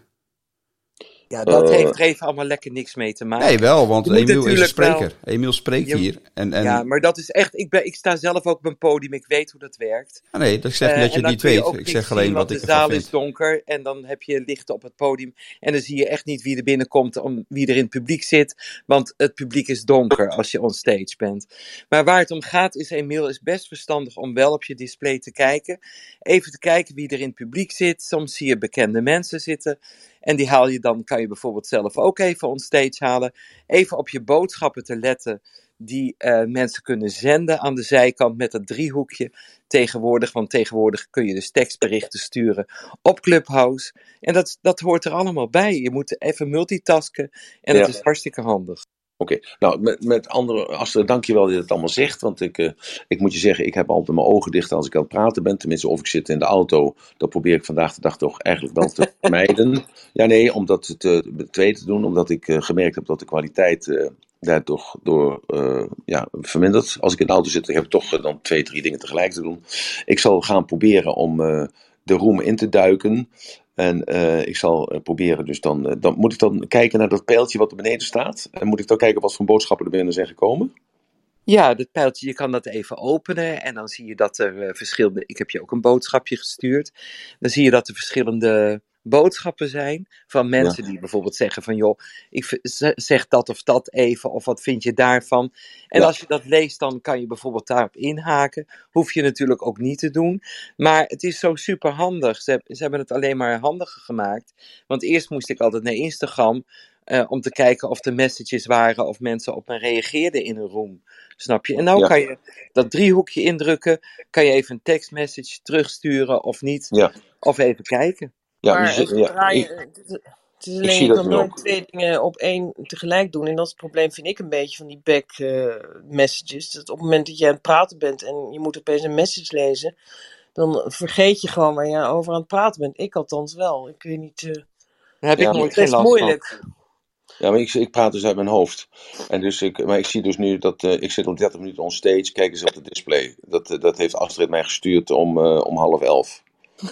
Ja, dat Uh, heeft er even allemaal lekker niks mee te maken. Nee, wel, want Emiel is een spreker. Wel... Emiel spreekt je... hier. En, en... Ja, maar dat is echt... Ik, ben, ik sta zelf ook op een podium, ik weet hoe dat werkt. Ja, nee, ik zeg niet uh, dat je het niet weet. Ik zeg alleen zien, wat ik ervan vind. De zaal is vind. donker en dan heb je lichten op het podium. En dan zie je echt niet wie er binnenkomt, om, wie er in het publiek zit. Want het publiek is donker als je on stage bent. Maar waar het om gaat is, Emiel, is best verstandig om wel op je display te kijken. Even te kijken wie er in het publiek zit. Soms zie je bekende mensen zitten. En die haal je dan, kan je bijvoorbeeld zelf ook even on stage halen. Even op je boodschappen te letten die uh, mensen kunnen zenden aan de zijkant met dat driehoekje tegenwoordig. Want tegenwoordig kun je dus tekstberichten sturen op Clubhouse. En dat, dat hoort er allemaal bij. Je moet even multitasken en dat ja. is hartstikke handig. Oké, okay. nou met, met andere, Astrid, dankjewel dat je het allemaal zegt, want ik, uh, ik moet je zeggen, ik heb altijd mijn ogen dicht als ik aan het praten ben, tenminste of ik zit in de auto, dat probeer ik vandaag de dag toch eigenlijk wel te vermijden. Ja nee, om dat te, twee te doen, omdat ik uh, gemerkt heb dat de kwaliteit uh, daar toch door uh, ja, vermindert. Als ik in de auto zit, ik heb toch uh, dan twee, drie dingen tegelijk te doen. Ik zal gaan proberen om uh, de room in te duiken. En uh, ik zal uh, proberen, dus dan, uh, dan moet ik dan kijken naar dat pijltje wat er beneden staat. En moet ik dan kijken wat voor boodschappen er binnen zijn gekomen? Ja, dat pijltje, je kan dat even openen en dan zie je dat er uh, verschillende... Ik heb je ook een boodschapje gestuurd. Dan zie je dat er verschillende boodschappen zijn van mensen ja. die bijvoorbeeld zeggen van... joh, ik zeg dat of dat even, of wat vind je daarvan? En ja. als je dat leest, dan kan je bijvoorbeeld daarop inhaken. Hoef je natuurlijk ook niet te doen. Maar het is zo super handig. Ze, ze hebben het alleen maar handiger gemaakt. Want eerst moest ik altijd naar Instagram... Uh, om te kijken of er messages waren of mensen op me reageerden in een room. Snap je? En nou ja. kan je dat driehoekje indrukken. Kan je even een tekstmessage terugsturen of niet. Ja. Of even kijken. Ja, maar dus, ja, ik, het is alleen, je kan nooit twee dingen op één tegelijk doen. En dat is het probleem, vind ik, een beetje van die back uh, messages. Dat op het moment dat je aan het praten bent en je moet opeens een message lezen, dan vergeet je gewoon waar je over aan het praten bent. Ik althans wel. Ik weet niet... Uh, Daar heb ik ja, nooit geen last moeilijk. Van. Ja, maar ik, ik praat dus uit mijn hoofd. En dus ik, maar ik zie dus nu dat uh, ik zit al dertig minuten on stage. Kijk eens op het display. Dat, uh, dat heeft Astrid mij gestuurd om, uh, om half elf.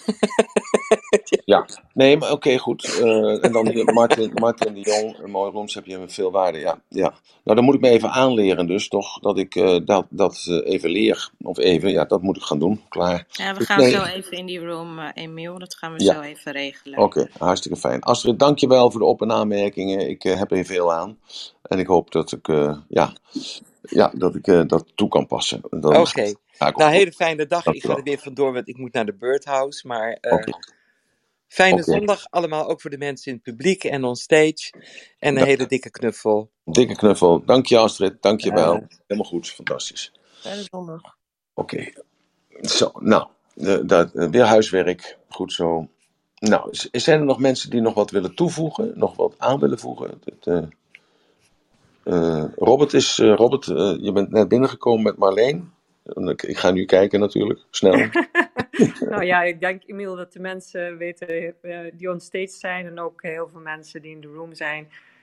Ja, nee, maar oké, okay, goed. Uh, en dan Martin, Martin de Jong, een mooie rooms heb je met veel waarde. Ja, ja. Nou, dan moet ik me even aanleren dus, toch? Dat ik uh, dat, dat uh, even leer. Of even, ja, dat moet ik gaan doen. Klaar. Ja, we gaan nee. zo even in die room, uh, Emiel. Dat gaan we ja. zo even regelen. Oké, okay, hartstikke fijn. Astrid, dankjewel voor de op- en aanmerkingen. Ik uh, heb er veel aan. En ik hoop dat ik, uh, ja, ja, dat, ik uh, dat toe kan passen. Oké. Okay. Nou, hele fijne dag. Ik ga er weer vandoor, want ik moet naar de Birdhouse. Maar uh, okay. fijne okay. zondag allemaal, ook voor de mensen in het publiek en on stage. En een da- hele dikke knuffel. Dikke knuffel. Dank je, Astrid. Dank je wel. Uh, Helemaal goed. Fantastisch. Fijne zondag. Oké. Okay. Zo, nou. De, de, de, weer huiswerk. Goed zo. Nou, zijn er nog mensen die nog wat willen toevoegen? Nog wat aan willen voegen? Het, uh, uh, Robert is... Uh, Robert, uh, je bent net binnengekomen met Marleen. Ik ga nu kijken natuurlijk, snel. Nou ja, ik denk, Emiel, dat de mensen weten uh, die on stage zijn en ook heel veel mensen die in de room zijn,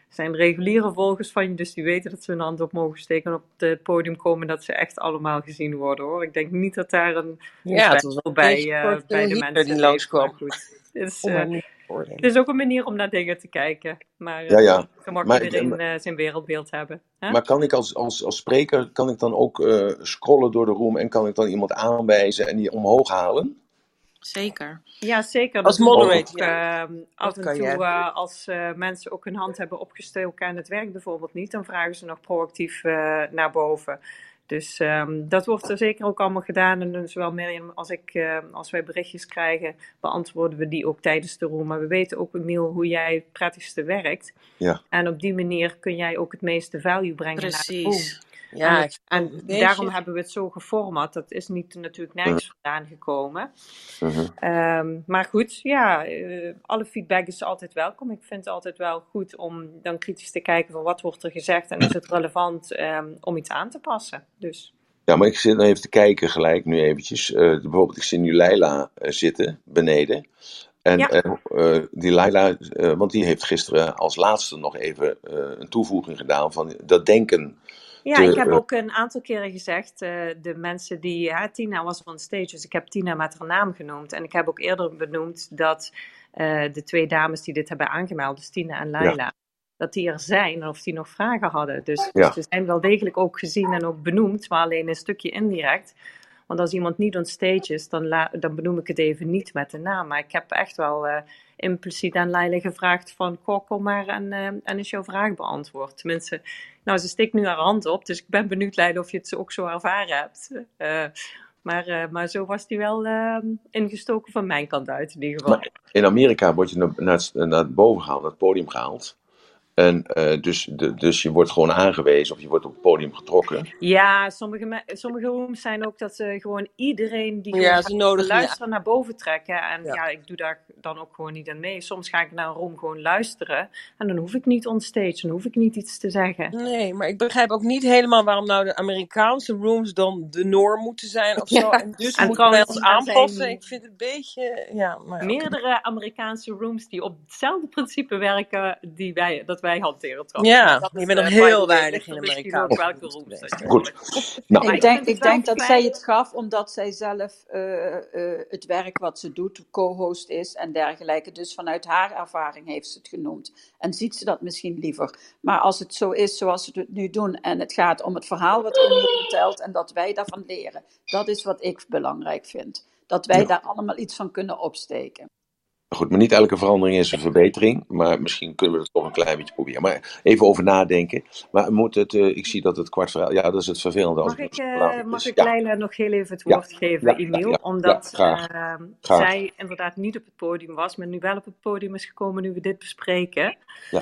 zijn reguliere volgers van je, dus die weten dat ze hun hand op mogen steken en op het podium komen, dat ze echt allemaal gezien worden, hoor. Ik denk niet dat daar een, een Ja, het was wel twijfel een bij, beetje uh, voor bij de Hitler mensen die leeft. Maar langskwam. goed, het is, Om uh, hem niet te het oordelen. is ook een manier om naar dingen te kijken. Maar uh, Ja, ja. zo mag Maar, iedereen uh, zijn wereldbeeld hebben. Huh? maar kan ik als, als, als spreker, kan ik dan ook uh, scrollen door de room en kan ik dan iemand aanwijzen en die omhoog halen? Zeker. Ja, zeker. Als Dat doen we moderator, ook ja. uh, af Dat en kan toe. jij. Uh, als uh, mensen ook hun hand hebben opgestoken en het werkt bijvoorbeeld niet, dan vragen ze nog proactief uh, naar boven. Dus um, dat wordt er zeker ook allemaal gedaan. En zowel Mirjam als ik, uh, als wij berichtjes krijgen, beantwoorden we die ook tijdens de room. Maar we weten ook, Emiel, hoe jij het prettigste werkt. Ja. En op die manier kun jij ook het meeste value brengen Precies. naar de room. Ja, en, ik en beetje... daarom hebben we het zo geformat. Dat is niet natuurlijk nergens uh. vandaan gekomen. Uh-huh. Um, maar goed, ja, uh, alle feedback is altijd welkom. Ik vind het altijd wel goed om dan kritisch te kijken van wat wordt er gezegd en is het relevant um, om iets aan te passen. Dus. Ja, maar ik zit nou even te kijken gelijk nu eventjes. Uh, bijvoorbeeld, ik zie nu Leila uh, zitten beneden. En ja. uh, uh, die Leila, uh, want die heeft gisteren als laatste nog even uh, een toevoeging gedaan van dat denken. Ja, te, ik heb uh, ook een aantal keren gezegd, uh, de mensen die, ja, Tina was on stage, dus ik heb Tina met haar naam genoemd. En ik heb ook eerder benoemd dat uh, de twee dames die dit hebben aangemeld, dus Tina en Leila, ja. dat die er zijn en of die nog vragen hadden. Dus, dus ja. ze zijn wel degelijk ook gezien en ook benoemd, maar alleen een stukje indirect. Want als iemand niet on stage is, dan, la- dan benoem ik het even niet met de naam. Maar ik heb echt wel uh, impliciet aan Leila gevraagd van, goh, kom maar en, uh, en is jouw vraag beantwoord. Tenminste, nou, ze steekt nu haar hand op, dus ik ben benieuwd, Leila, of je het ook zo ervaren hebt. Uh, maar, uh, maar zo was die wel uh, ingestoken van mijn kant uit, in ieder geval. Maar in Amerika word je naar, naar, naar boven gehaald, naar het podium gehaald. En uh, dus, de, dus je wordt gewoon aangewezen of je wordt op het podium getrokken. Ja, sommige, me- sommige rooms zijn ook dat ze gewoon iedereen die Ja, gewoon ze nodigen je luisteren naar boven trekken. En ja. Ja. ja, ik doe daar dan ook gewoon niet aan mee. Soms ga ik naar een room gewoon luisteren. En dan hoef ik niet on stage, dan hoef ik niet iets te zeggen. Nee, maar ik begrijp ook niet helemaal waarom nou de Amerikaanse rooms dan de norm moeten zijn of zo. Ja. En dus En moeten wij trouwens, ons er aanpassen. zijn Ik vind het een beetje, ja, maar ja, oké. meerdere Amerikaanse rooms die op hetzelfde principe werken die wij, dat wij hanteren trouwens. Ja, Dat je is, bent nog uh, by the heel way, weinig ligt in er misschien Amerikaanse ook welke rooms rooms geweest. dat je Goed. hoort. Nou, Maar Ik ik denk, vind het ik wel denk dat fijn. zij het gaf omdat zij zelf uh, uh, het werk wat ze doet, co-host is en dergelijke. Dus vanuit haar ervaring heeft ze het genoemd. En ziet ze dat misschien liever. Maar als het zo is zoals we het nu doen en het gaat om het verhaal wat Emiel vertelt en dat wij daarvan leren. Dat is wat ik belangrijk vind. Dat wij ja. daar allemaal iets van kunnen opsteken. Goed, maar niet elke verandering is een verbetering. Maar misschien kunnen we het toch een klein beetje proberen. Maar even over nadenken. Maar moet het, uh, ik zie dat het kwart voor... Ja, dat is het vervelende. Als Mag het ik, uh, laat mag is. ik Ja. Leila nog heel even het Ja. woord geven, Ja, Emiel? ja, ja, Omdat ja, graag. uh, Graag. zij inderdaad niet op het podium was, maar nu wel op het podium is gekomen nu we dit bespreken. Ja.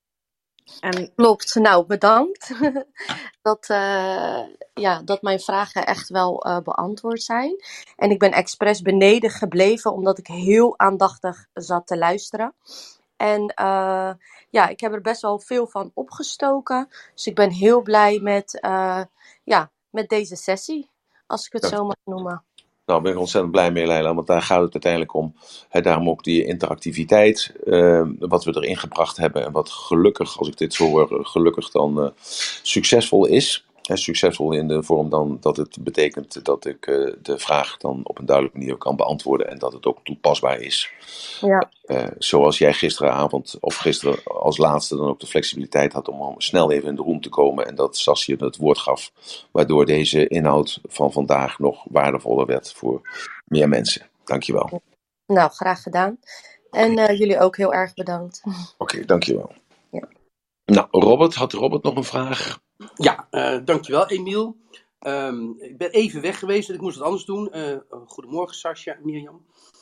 En... Klopt, nou bedankt dat, uh, ja, dat mijn vragen echt wel uh, beantwoord zijn. En ik ben expres beneden gebleven omdat ik heel aandachtig zat te luisteren. En uh, ja, ik heb er best wel veel van opgestoken. Dus ik ben heel blij met, uh, ja, met deze sessie, als ik het Ja. zo mag noemen. Nou, daar ben ik ontzettend blij mee, Leila, want daar gaat het uiteindelijk om. He, daarom ook die interactiviteit, uh, wat we erin gebracht hebben en wat gelukkig, als ik dit zo hoor, gelukkig dan uh, succesvol is. He, succesvol in de vorm dan dat het betekent dat ik uh, de vraag dan op een duidelijke manier kan beantwoorden en dat het ook toepasbaar is. Ja. Uh, zoals jij gisteravond, of gisteren als laatste dan ook de flexibiliteit had om snel even in de room te komen en dat Sasje het woord gaf, waardoor deze inhoud van vandaag nog waardevoller werd voor meer mensen. Dankjewel. Nou, graag gedaan. En uh, jullie ook heel erg bedankt. Oké, okay, dankjewel. Ja. Nou, Robert, had Robert nog een vraag? Ja, uh, dankjewel Emiel. Um, ik ben even weg geweest, ik moest het anders doen. Uh, goedemorgen Sascha en Mirjam.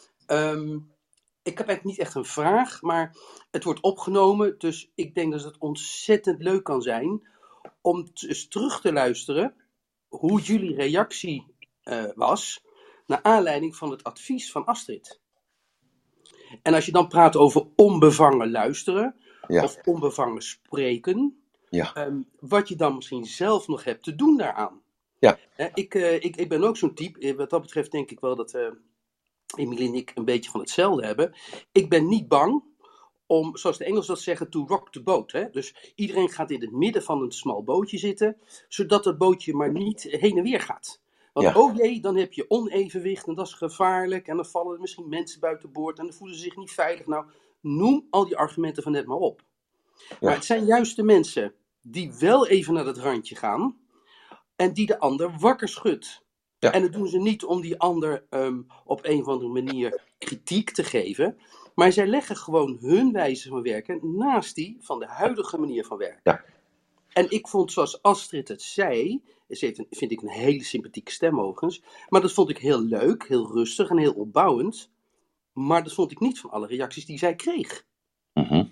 Um, ik heb eigenlijk niet echt een vraag, maar het wordt opgenomen. Dus ik denk dat het ontzettend leuk kan zijn om eens terug te luisteren hoe jullie reactie uh, was naar aanleiding van het advies van Astrid. En als je dan praat over onbevangen luisteren, ja, of onbevangen spreken, ja, um, wat je dan misschien zelf nog hebt te doen daaraan. Ja. Uh, ik, uh, ik, ik ben ook zo'n type, wat dat betreft denk ik wel dat uh, Emilie en ik een beetje van hetzelfde hebben. Ik ben niet bang om, zoals de Engelsen dat zeggen, to rock the boat. Hè? Dus iedereen gaat in het midden van een smal bootje zitten, zodat het bootje maar niet heen en weer gaat. Want Ja. oh jee, dan heb je onevenwicht en dat is gevaarlijk. En dan vallen er misschien mensen buiten boord en dan voelen ze zich niet veilig. Nou, noem al die argumenten van net maar op. Ja. Maar het zijn juist de mensen die wel even naar het randje gaan en die de ander wakker schudt. Ja. En dat doen ze niet om die ander um, op een of andere manier kritiek te geven. Maar zij leggen gewoon hun wijze van werken naast die van de huidige manier van werken. Ja. En ik vond, zoals Astrid het zei, ze heeft een, vind ik een hele sympathieke stem overigens, maar dat vond ik heel leuk, heel rustig en heel opbouwend. Maar dat vond ik niet van alle reacties die zij kreeg. Mm-hmm.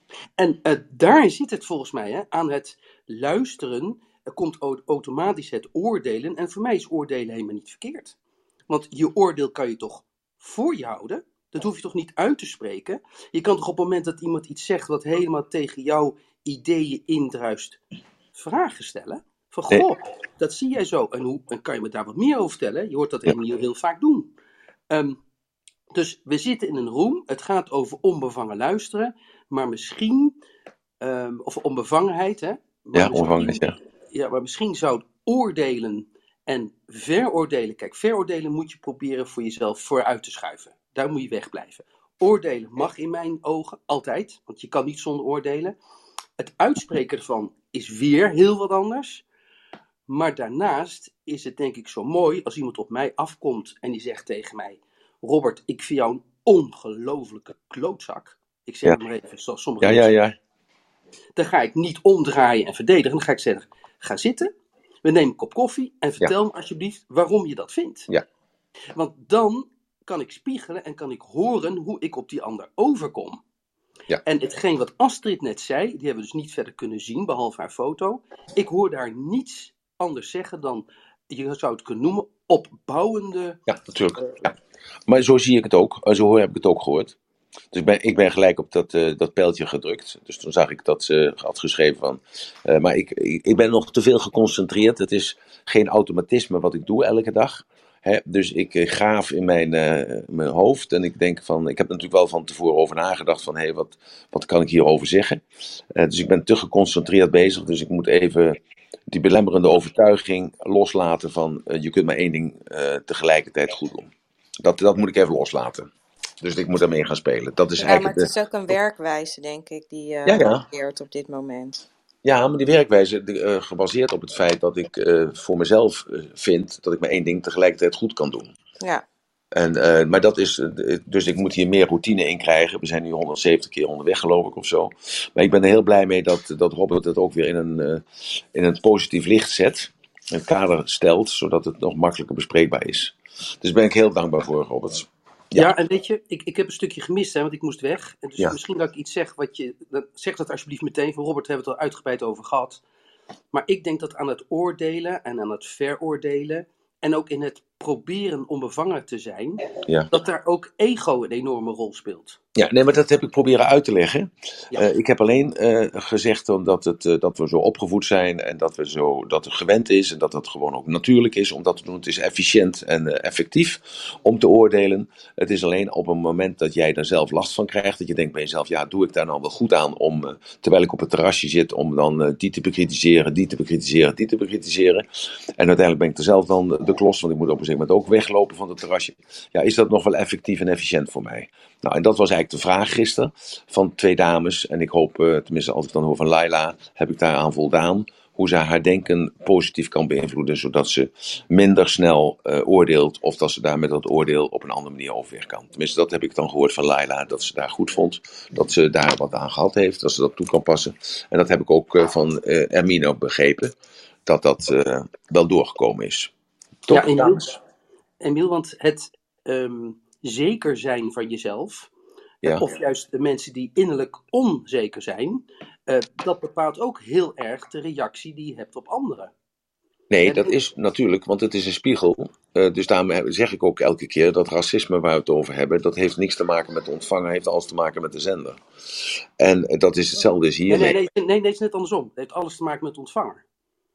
En uh, daar zit het volgens mij, hè, aan het luisteren, er komt automatisch het oordelen. En voor mij is oordelen helemaal niet verkeerd. Want je oordeel kan je toch voor je houden? Dat hoef je toch niet uit te spreken? Je kan toch op het moment dat iemand iets zegt wat helemaal tegen jouw ideeën indruist, vragen stellen? Van goh, dat zie jij zo. En hoe en kan je me daar wat meer over vertellen? Je hoort dat Emiel heel vaak doen. Um, dus we zitten in een room. Het gaat over onbevangen luisteren. Maar misschien, um, of onbevangenheid, hè? Maar ja, onbevangenheid, ja. Ja, maar misschien zou het oordelen en veroordelen. Kijk, veroordelen moet je proberen voor jezelf vooruit te schuiven. Daar moet je wegblijven. Oordelen mag in mijn ogen altijd, want je kan niet zonder oordelen. Het uitspreken ervan is weer heel wat anders. Maar daarnaast is het denk ik zo mooi als iemand op mij afkomt en die zegt tegen mij: Robert, ik vind jou een ongelofelijke klootzak. Ik zeg ja. het maar even, zoals sommige ja, mensen. Ja, ja. Dan ga ik niet omdraaien en verdedigen. Dan ga ik zeggen, ga zitten. We nemen een kop koffie en vertel ja. me alsjeblieft waarom je dat vindt. Ja. Want dan kan ik spiegelen en kan ik horen hoe ik op die ander overkom. Ja. En hetgeen wat Astrid net zei, die hebben we dus niet verder kunnen zien, behalve haar foto. Ik hoorde haar niets anders zeggen dan, je zou het kunnen noemen, opbouwende... Ja, natuurlijk. Uh, ja. Maar zo zie ik het ook. Zo heb ik het ook gehoord. Dus ik ben, ik ben gelijk op dat, uh, dat pijltje gedrukt. Dus toen zag ik dat ze had geschreven van... Uh, maar ik, ik, ik ben nog te veel geconcentreerd. Het is geen automatisme wat ik doe elke dag. Hè? Dus ik uh, graaf in mijn, uh, mijn hoofd. En ik denk van... Ik heb er natuurlijk wel van tevoren over nagedacht van... Hé, hey, wat, wat kan ik hierover zeggen? Uh, dus ik ben te geconcentreerd bezig. Dus ik moet even die belemmerende overtuiging loslaten van... Uh, je kunt maar één ding uh, tegelijkertijd goed doen. Dat, dat moet ik even loslaten. Dus ik moet daarmee gaan spelen. Dat is ja, eigenlijk maar het de... is ook een werkwijze, denk ik, die je uh, ja, ja. hanteert op dit moment. Ja, maar die werkwijze uh, gebaseerd op het feit dat ik uh, voor mezelf uh, vind dat ik maar één ding tegelijkertijd goed kan doen. Ja. En, uh, maar dat is, uh, dus ik moet hier meer routine in krijgen. We zijn nu honderdzeventig keer onderweg, geloof ik, of zo. Maar ik ben er heel blij mee dat, dat Robert het ook weer in een, uh, in een positief licht zet. Een kader stelt, zodat het nog makkelijker bespreekbaar is. Dus daar ben ik heel dankbaar voor, Robert. Ja. ja, en weet je, ik, ik heb een stukje gemist, hè, want ik moest weg. En dus ja. misschien dat ik iets zeg wat je... Dan zeg dat alsjeblieft meteen. Van Robert hebben we het al uitgebreid over gehad. Maar ik denk dat aan het oordelen en aan het veroordelen... en ook in het proberen onbevangen te zijn... Ja. dat daar ook ego een enorme rol speelt. Ja, nee, maar dat heb ik proberen uit te leggen. Ja. Uh, ik heb alleen uh, gezegd dat, het, uh, dat we zo opgevoed zijn en dat, we zo, dat het gewend is en dat het gewoon ook natuurlijk is om dat te doen. Het is efficiënt en uh, effectief om te oordelen. Het is alleen op een moment dat jij daar zelf last van krijgt, dat je denkt bij jezelf, ja, doe ik daar nou wel goed aan om, uh, terwijl ik op het terrasje zit, om dan uh, die te bekritiseren, die te bekritiseren, die te bekritiseren. En uiteindelijk ben ik er zelf dan de klos, want ik moet op een gegeven moment ook weglopen van het terrasje. Ja, is dat nog wel effectief en efficiënt voor mij? Nou, en dat was eigenlijk de vraag gisteren van twee dames. En ik hoop, uh, tenminste als ik dan hoor van Laila, heb ik daaraan voldaan. Hoe zij haar denken positief kan beïnvloeden, zodat ze minder snel uh, oordeelt. Of dat ze daar met dat oordeel op een andere manier overweg kan. Tenminste, dat heb ik dan gehoord van Laila, dat ze daar goed vond. Dat ze daar wat aan gehad heeft, dat ze dat toe kan passen. En dat heb ik ook uh, van uh, Ermine begrepen. Dat dat uh, wel doorgekomen is. Toch, ja, Emiel, Emiel, want het... Um... zeker zijn van jezelf, ja. of juist de mensen die innerlijk onzeker zijn, uh, dat bepaalt ook heel erg de reactie die je hebt op anderen. Nee, dat is natuurlijk, want het is een spiegel. Uh, dus daarom zeg ik ook elke keer dat racisme waar we het over hebben, dat heeft niks te maken met de ontvanger, heeft alles te maken met de zender. En uh, dat is hetzelfde als hier. Nee, nee, nee, nee, nee, het is net andersom. Het heeft alles te maken met de ontvanger.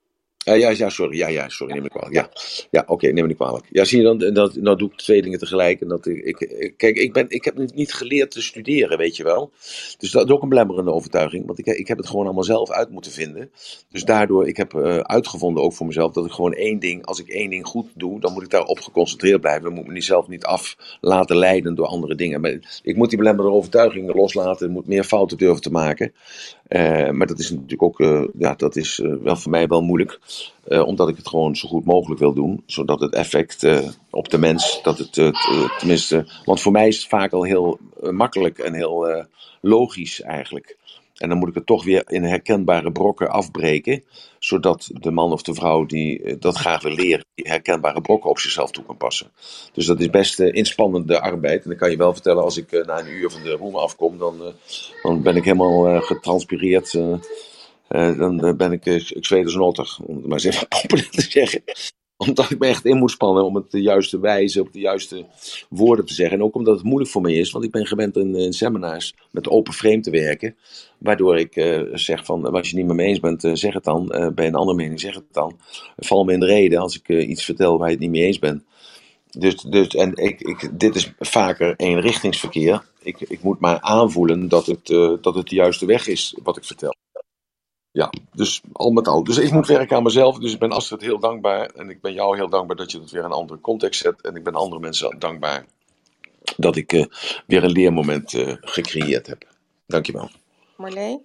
Uh, ja, ja, sorry. Ja, ja, sorry, neem ik kwalijk. Ja, ja oké, okay, neem me niet kwalijk. Ja, zie je dan, dat, nou doe ik twee dingen tegelijk. En dat ik, ik, kijk, ik, ben, ik heb niet geleerd te studeren, weet je wel. Dus dat is ook een belemmerende overtuiging. Want ik, ik heb het gewoon allemaal zelf uit moeten vinden. Dus daardoor, ik heb uh, uitgevonden ook voor mezelf, dat ik gewoon één ding, als ik één ding goed doe, dan moet ik daarop geconcentreerd blijven. Dan moet ik mezelf niet af laten leiden door andere dingen. Maar ik moet die belemmerende overtuigingen loslaten. Ik moet meer fouten durven te maken. Uh, maar dat is natuurlijk ook, uh, ja, dat is uh, wel voor mij wel moeilijk. Uh, omdat ik het gewoon zo goed mogelijk wil doen. Zodat het effect uh, op de mens, dat het uh, t, tenminste, want voor mij is het vaak al heel uh, makkelijk en heel uh, logisch eigenlijk. En dan moet ik het toch weer in herkenbare brokken afbreken. Zodat de man of de vrouw die uh, dat graag wil leren, die herkenbare brokken op zichzelf toe kan passen. Dus dat is best uh, inspannende arbeid. En dan kan je wel vertellen, als ik uh, na een uur van de room afkom, dan, uh, dan ben ik helemaal uh, getranspireerd. Uh, uh, dan uh, ben ik, uh, ik zweet als een otter, om het maar eens even populair te zeggen. Omdat ik me echt in moet spannen om het de juiste wijze, op de juiste woorden te zeggen. En ook omdat het moeilijk voor mij is, want ik ben gewend in, in seminars met open frame te werken. Waardoor ik uh, zeg van, als je het niet met me eens bent, uh, zeg het dan. Uh, bij een andere mening, zeg het dan. Val me in de reden als ik uh, iets vertel waar je het niet mee eens bent. Dus, dus en ik, ik, dit is vaker eenrichtingsverkeer. Ik, ik moet maar aanvoelen dat het, uh, dat het de juiste weg is wat ik vertel. Ja, dus al met al. Dus ik moet werken aan mezelf. Dus ik ben Astrid heel dankbaar. En ik ben jou heel dankbaar dat je het weer in een andere context zet. En ik ben andere mensen dankbaar dat ik uh, weer een leermoment uh, gecreëerd heb. Dankjewel. Marleen?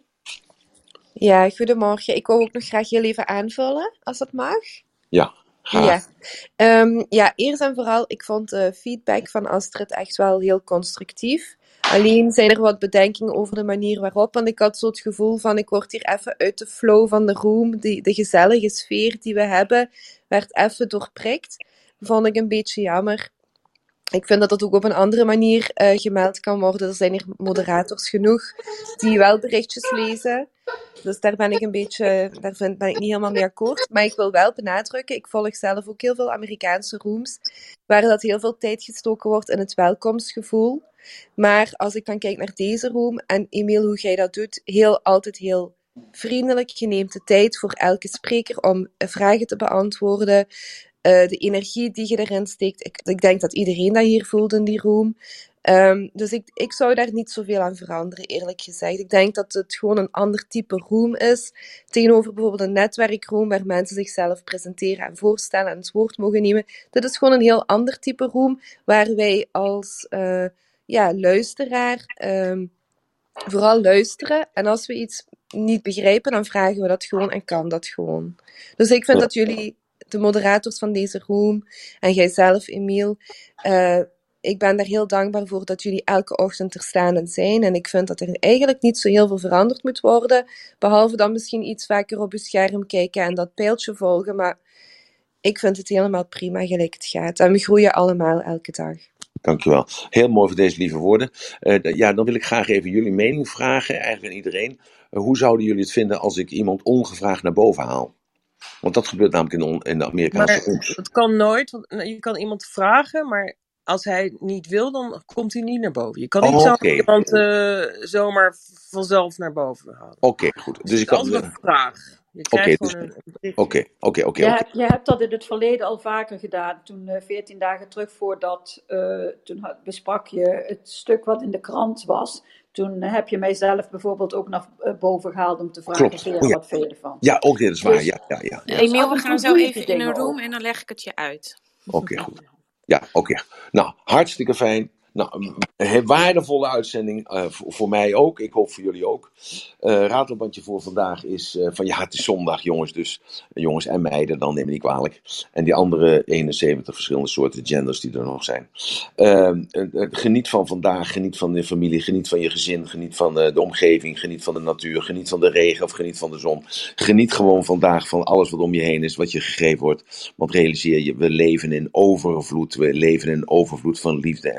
Ja, goedemorgen. Ik wil ook nog graag heel even aanvullen, als dat mag. Ja, graag. Ja, um, ja eerst en vooral, ik vond de feedback van Astrid echt wel heel constructief. Alleen zijn er wat bedenkingen over de manier waarop, want ik had zo het gevoel van, ik word hier even uit de flow van de room, die, de gezellige sfeer die we hebben, werd even doorprikt. Vond ik een beetje jammer. Ik vind dat dat ook op een andere manier uh, gemeld kan worden. Er zijn hier moderators genoeg die wel berichtjes lezen. Dus daar ben ik een beetje, daar vind, ben ik niet helemaal mee akkoord. Maar ik wil wel benadrukken, ik volg zelf ook heel veel Amerikaanse rooms, waar dat heel veel tijd gestoken wordt in het welkomstgevoel. Maar als ik dan kijk naar deze room, en Emiel, hoe jij dat doet, heel, altijd heel vriendelijk. Je neemt de tijd voor elke spreker om vragen te beantwoorden. Uh, de energie die je erin steekt. Ik, ik denk dat iedereen dat hier voelt in die room. Um, dus ik, ik zou daar niet zoveel aan veranderen, eerlijk gezegd. Ik denk dat het gewoon een ander type room is. Tegenover bijvoorbeeld een netwerkroom, waar mensen zichzelf presenteren en voorstellen en het woord mogen nemen. Dit is gewoon een heel ander type room, waar wij als uh, ja, luisteraar um, vooral luisteren. En als we iets niet begrijpen, dan vragen we dat gewoon en kan dat gewoon. Dus ik vind dat jullie, de moderators van deze room, en jijzelf, Emiel, uh, ik ben daar heel dankbaar voor dat jullie elke ochtend er staan en zijn. En ik vind dat er eigenlijk niet zo heel veel veranderd moet worden. Behalve dan misschien iets vaker op je scherm kijken en dat pijltje volgen. Maar ik vind het helemaal prima gelijk het gaat. En we groeien allemaal elke dag. Dankjewel. Heel mooi voor deze lieve woorden. Uh, ja, dan wil ik graag even jullie mening vragen, eigenlijk aan iedereen. Uh, hoe zouden jullie het vinden als ik iemand ongevraagd naar boven haal? Want dat gebeurt namelijk in de, in de Amerikaanse rooms. Maar dat kan nooit, want je kan iemand vragen, maar als hij niet wil, dan komt hij niet naar boven. Je kan niet oh, zo okay. iemand uh, zomaar vanzelf naar boven halen. Oké, okay, goed. Dus, dus ik kan altijd een vraag. Je krijgt okay, gewoon dus, een bericht. Oké, oké, oké. Je hebt dat in het verleden al vaker gedaan. Toen uh, veertien dagen terug voordat, uh, toen besprak je het stuk wat in de krant was. Toen uh, heb je mijzelf bijvoorbeeld ook naar uh, boven gehaald om te vragen, Klopt. oh, ja. wat vind je ervan? Ja, ook dit is waar. Dus, ja, ja, ja, ja. Emiel, we gaan zo even in een room ook. En dan leg ik het je uit. Oké, okay, goed. Ja, oké. Okay. Nou, hartstikke fijn. Nou, een waardevolle uitzending uh, voor, voor mij ook. Ik hoop voor jullie ook. Uh, ratelbandje voor vandaag is uh, van ja, het is zondag jongens dus. Jongens en meiden, dan neem ik niet kwalijk. En die andere eenenzeventig verschillende soorten genders die er nog zijn. Uh, uh, geniet van vandaag, geniet van je familie, geniet van je gezin, geniet van uh, de omgeving, geniet van de natuur, geniet van de regen of geniet van de zon. Geniet gewoon vandaag van alles wat om je heen is, wat je gegeven wordt. Want realiseer je, we leven in overvloed. We leven in overvloed van liefde en van aandacht.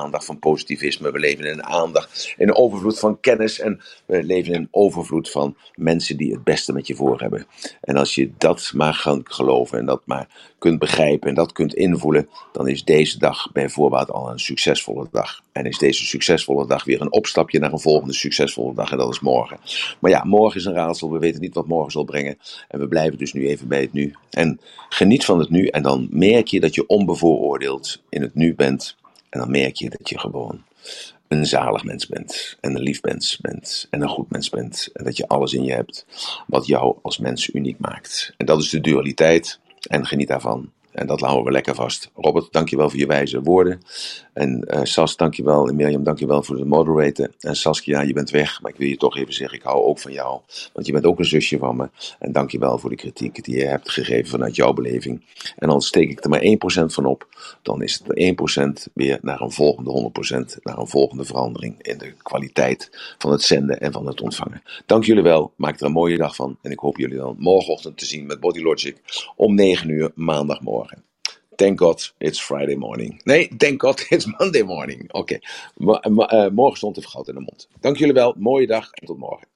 aandacht van positivisme. We leven in een aandacht, in een overvloed van kennis. En we leven in een overvloed van mensen die het beste met je voor hebben. En als je dat maar gaat geloven en dat maar kunt begrijpen en dat kunt invoelen, dan is deze dag bij voorbaat al een succesvolle dag. En is deze succesvolle dag weer een opstapje naar een volgende succesvolle dag. En dat is morgen. Maar ja, morgen is een raadsel. We weten niet wat morgen zal brengen. En we blijven dus nu even bij het nu. En geniet van het nu. En dan merk je dat je onbevooroordeeld in het nu bent. En dan merk je dat je gewoon een zalig mens bent. En een lief mens bent. En een goed mens bent. En dat je alles in je hebt wat jou als mens uniek maakt. En dat is de dualiteit. En geniet daarvan. En dat houden we lekker vast. Robert, dankjewel voor je wijze woorden. En uh, Sas, dankjewel. En Mirjam, dankjewel voor de moderator. En Saskia, je bent weg. Maar ik wil je toch even zeggen, ik hou ook van jou. Want je bent ook een zusje van me. En dankjewel voor de kritiek die je hebt gegeven vanuit jouw beleving. En dan steek ik er maar één procent van op. Dan is het één procent weer naar een volgende honderd procent. Naar een volgende verandering in de kwaliteit van het zenden en van het ontvangen. Dank jullie wel. Maak er een mooie dag van. En ik hoop jullie dan morgenochtend te zien met Body Logic om negen uur maandagmorgen. Thank God it's Friday morning. Nee, thank God it's Monday morning. Oké, okay. uh, morgen stond even goud in de mond. Dank jullie wel, mooie dag en tot morgen.